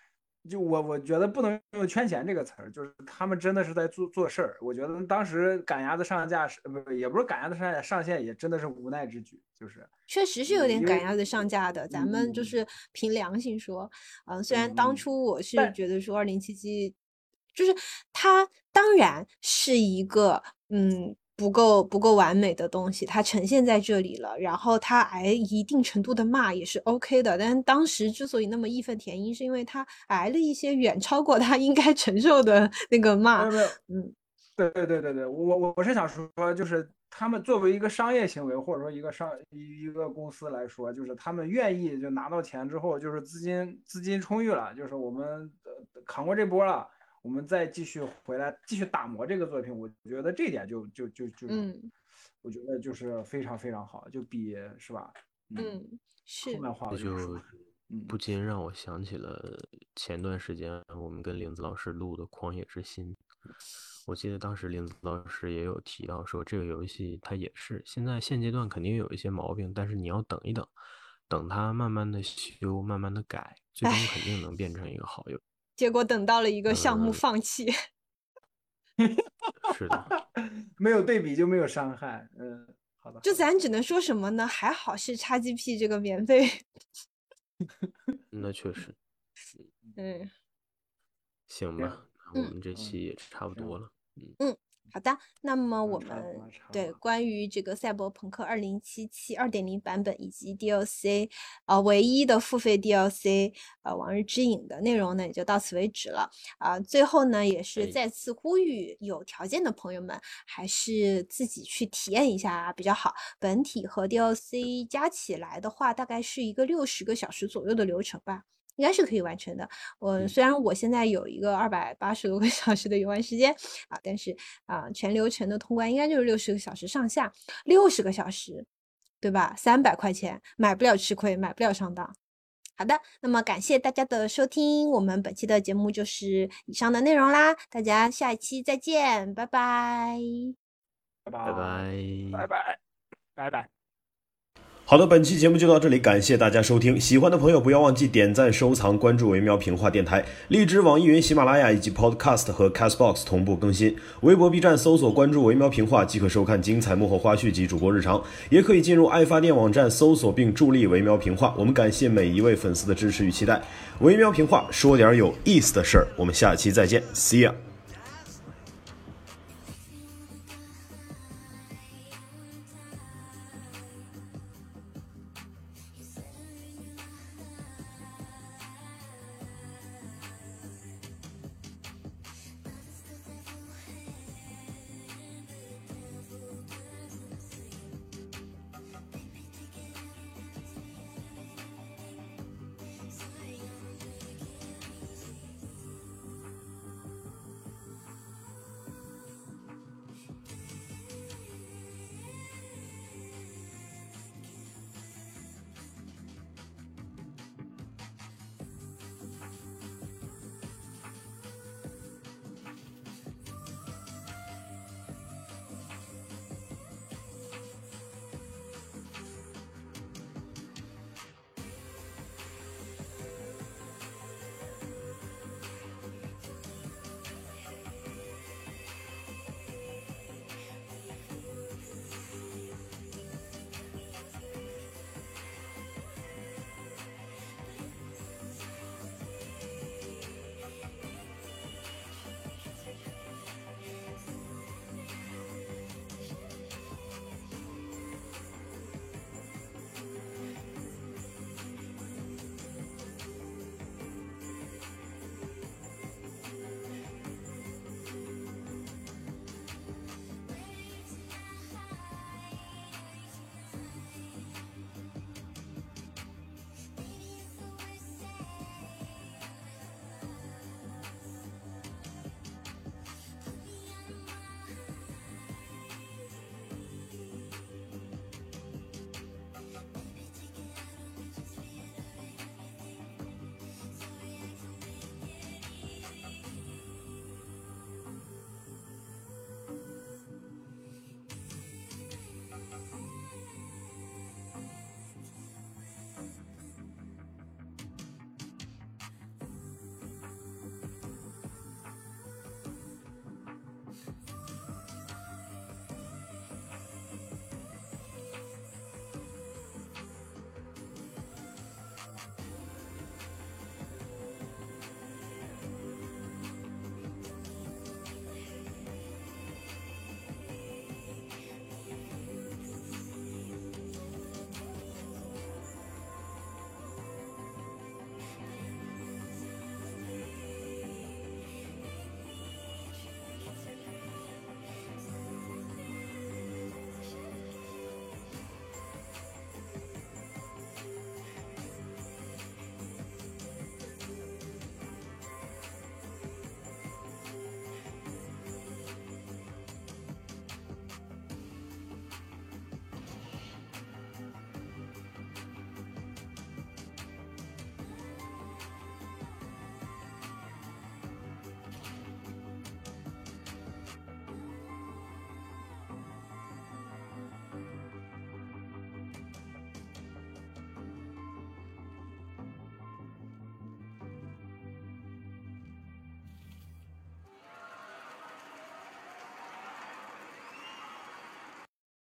就我我觉得不能用圈钱这个词儿，就是他们真的是在做做事儿。我觉得当时赶鸭子上架是不也不是赶鸭子上架，上线也真的是无奈之举，就是确实是有点赶鸭子上架的。咱们就嗯是凭良心说，嗯、呃，虽然嗯当初我是但觉得说二零七七，就是它当然是一个嗯。不够不够完美的东西，它呈现在这里了，然后它挨一定程度的骂也是 OK 的。但是当时之所以那么义愤填膺，是因为他挨了一些远超过他应该承受的那个骂。 没有没有， 嗯， 对对对对对，我我我是想说，就是他们作为一个商业行为，或者说一个商一一个公司来说，就是他们愿意就拿到钱之后，就是资金资金充裕了，就是我们呃扛过这波了。我们再继续回来，继续打磨这个作品，我觉得这点就就就就， 嗯， 我觉得就是非常非常好，就比是吧？ 嗯，是。 后面话这就不禁让我想起了前段时间我们跟林子老师录的《狂野之心》，我记得当时林子老师也有提到说，这个游戏它也是现在现阶段肯定有一些毛病，但是你要等一等，等它慢慢的修，慢慢的改，最终肯定能变成一个好游戏。 结果等到了一个项目放弃， 嗯、是的， 没有对比就没有伤害，嗯，好的。 就咱只能说什么呢？还好是 X G P 这个免费， 那确实， 嗯， 行吧，那我们这期也差不多了， 嗯。嗯好的，那么我们对关于这个赛博朋克二零七七 二点零 版本以及 D L C， 呃，唯一的付费 D L C， 呃，往日之影的内容呢，也就到此为止了。啊、呃，最后呢，也是再次呼吁有条件的朋友们，还是自己去体验一下比较好。本体和 D L C 加起来的话，大概是一个六十个小时左右的流程吧。应该是可以完成的。我虽然我现在有一个二百八十多个小时的游玩时间啊，但是啊，全流程的通关应该就是六十个小时上下，六十个小时，对吧？三百块钱买不了吃亏，买不了上当。好的，那么感谢大家的收听，我们本期的节目就是以上的内容啦，大家下一期再见，拜拜， 拜拜拜， 拜拜，拜拜。 好的，本期节目就到这里，感谢大家收听。喜欢的朋友不要忘记点赞、收藏、关注维喵评话电台，荔枝、网易云、喜马拉雅以及 Podcast 和 Castbox 同步更新。微博、B 站搜索关注维喵评话即可收看精彩幕后花絮及主播日常，也可以进入爱发电网站搜索并助力维喵评话。我们感谢每一位粉丝的支持与期待。维喵评话说点有意思的事儿，我们下期再见 ，See ya。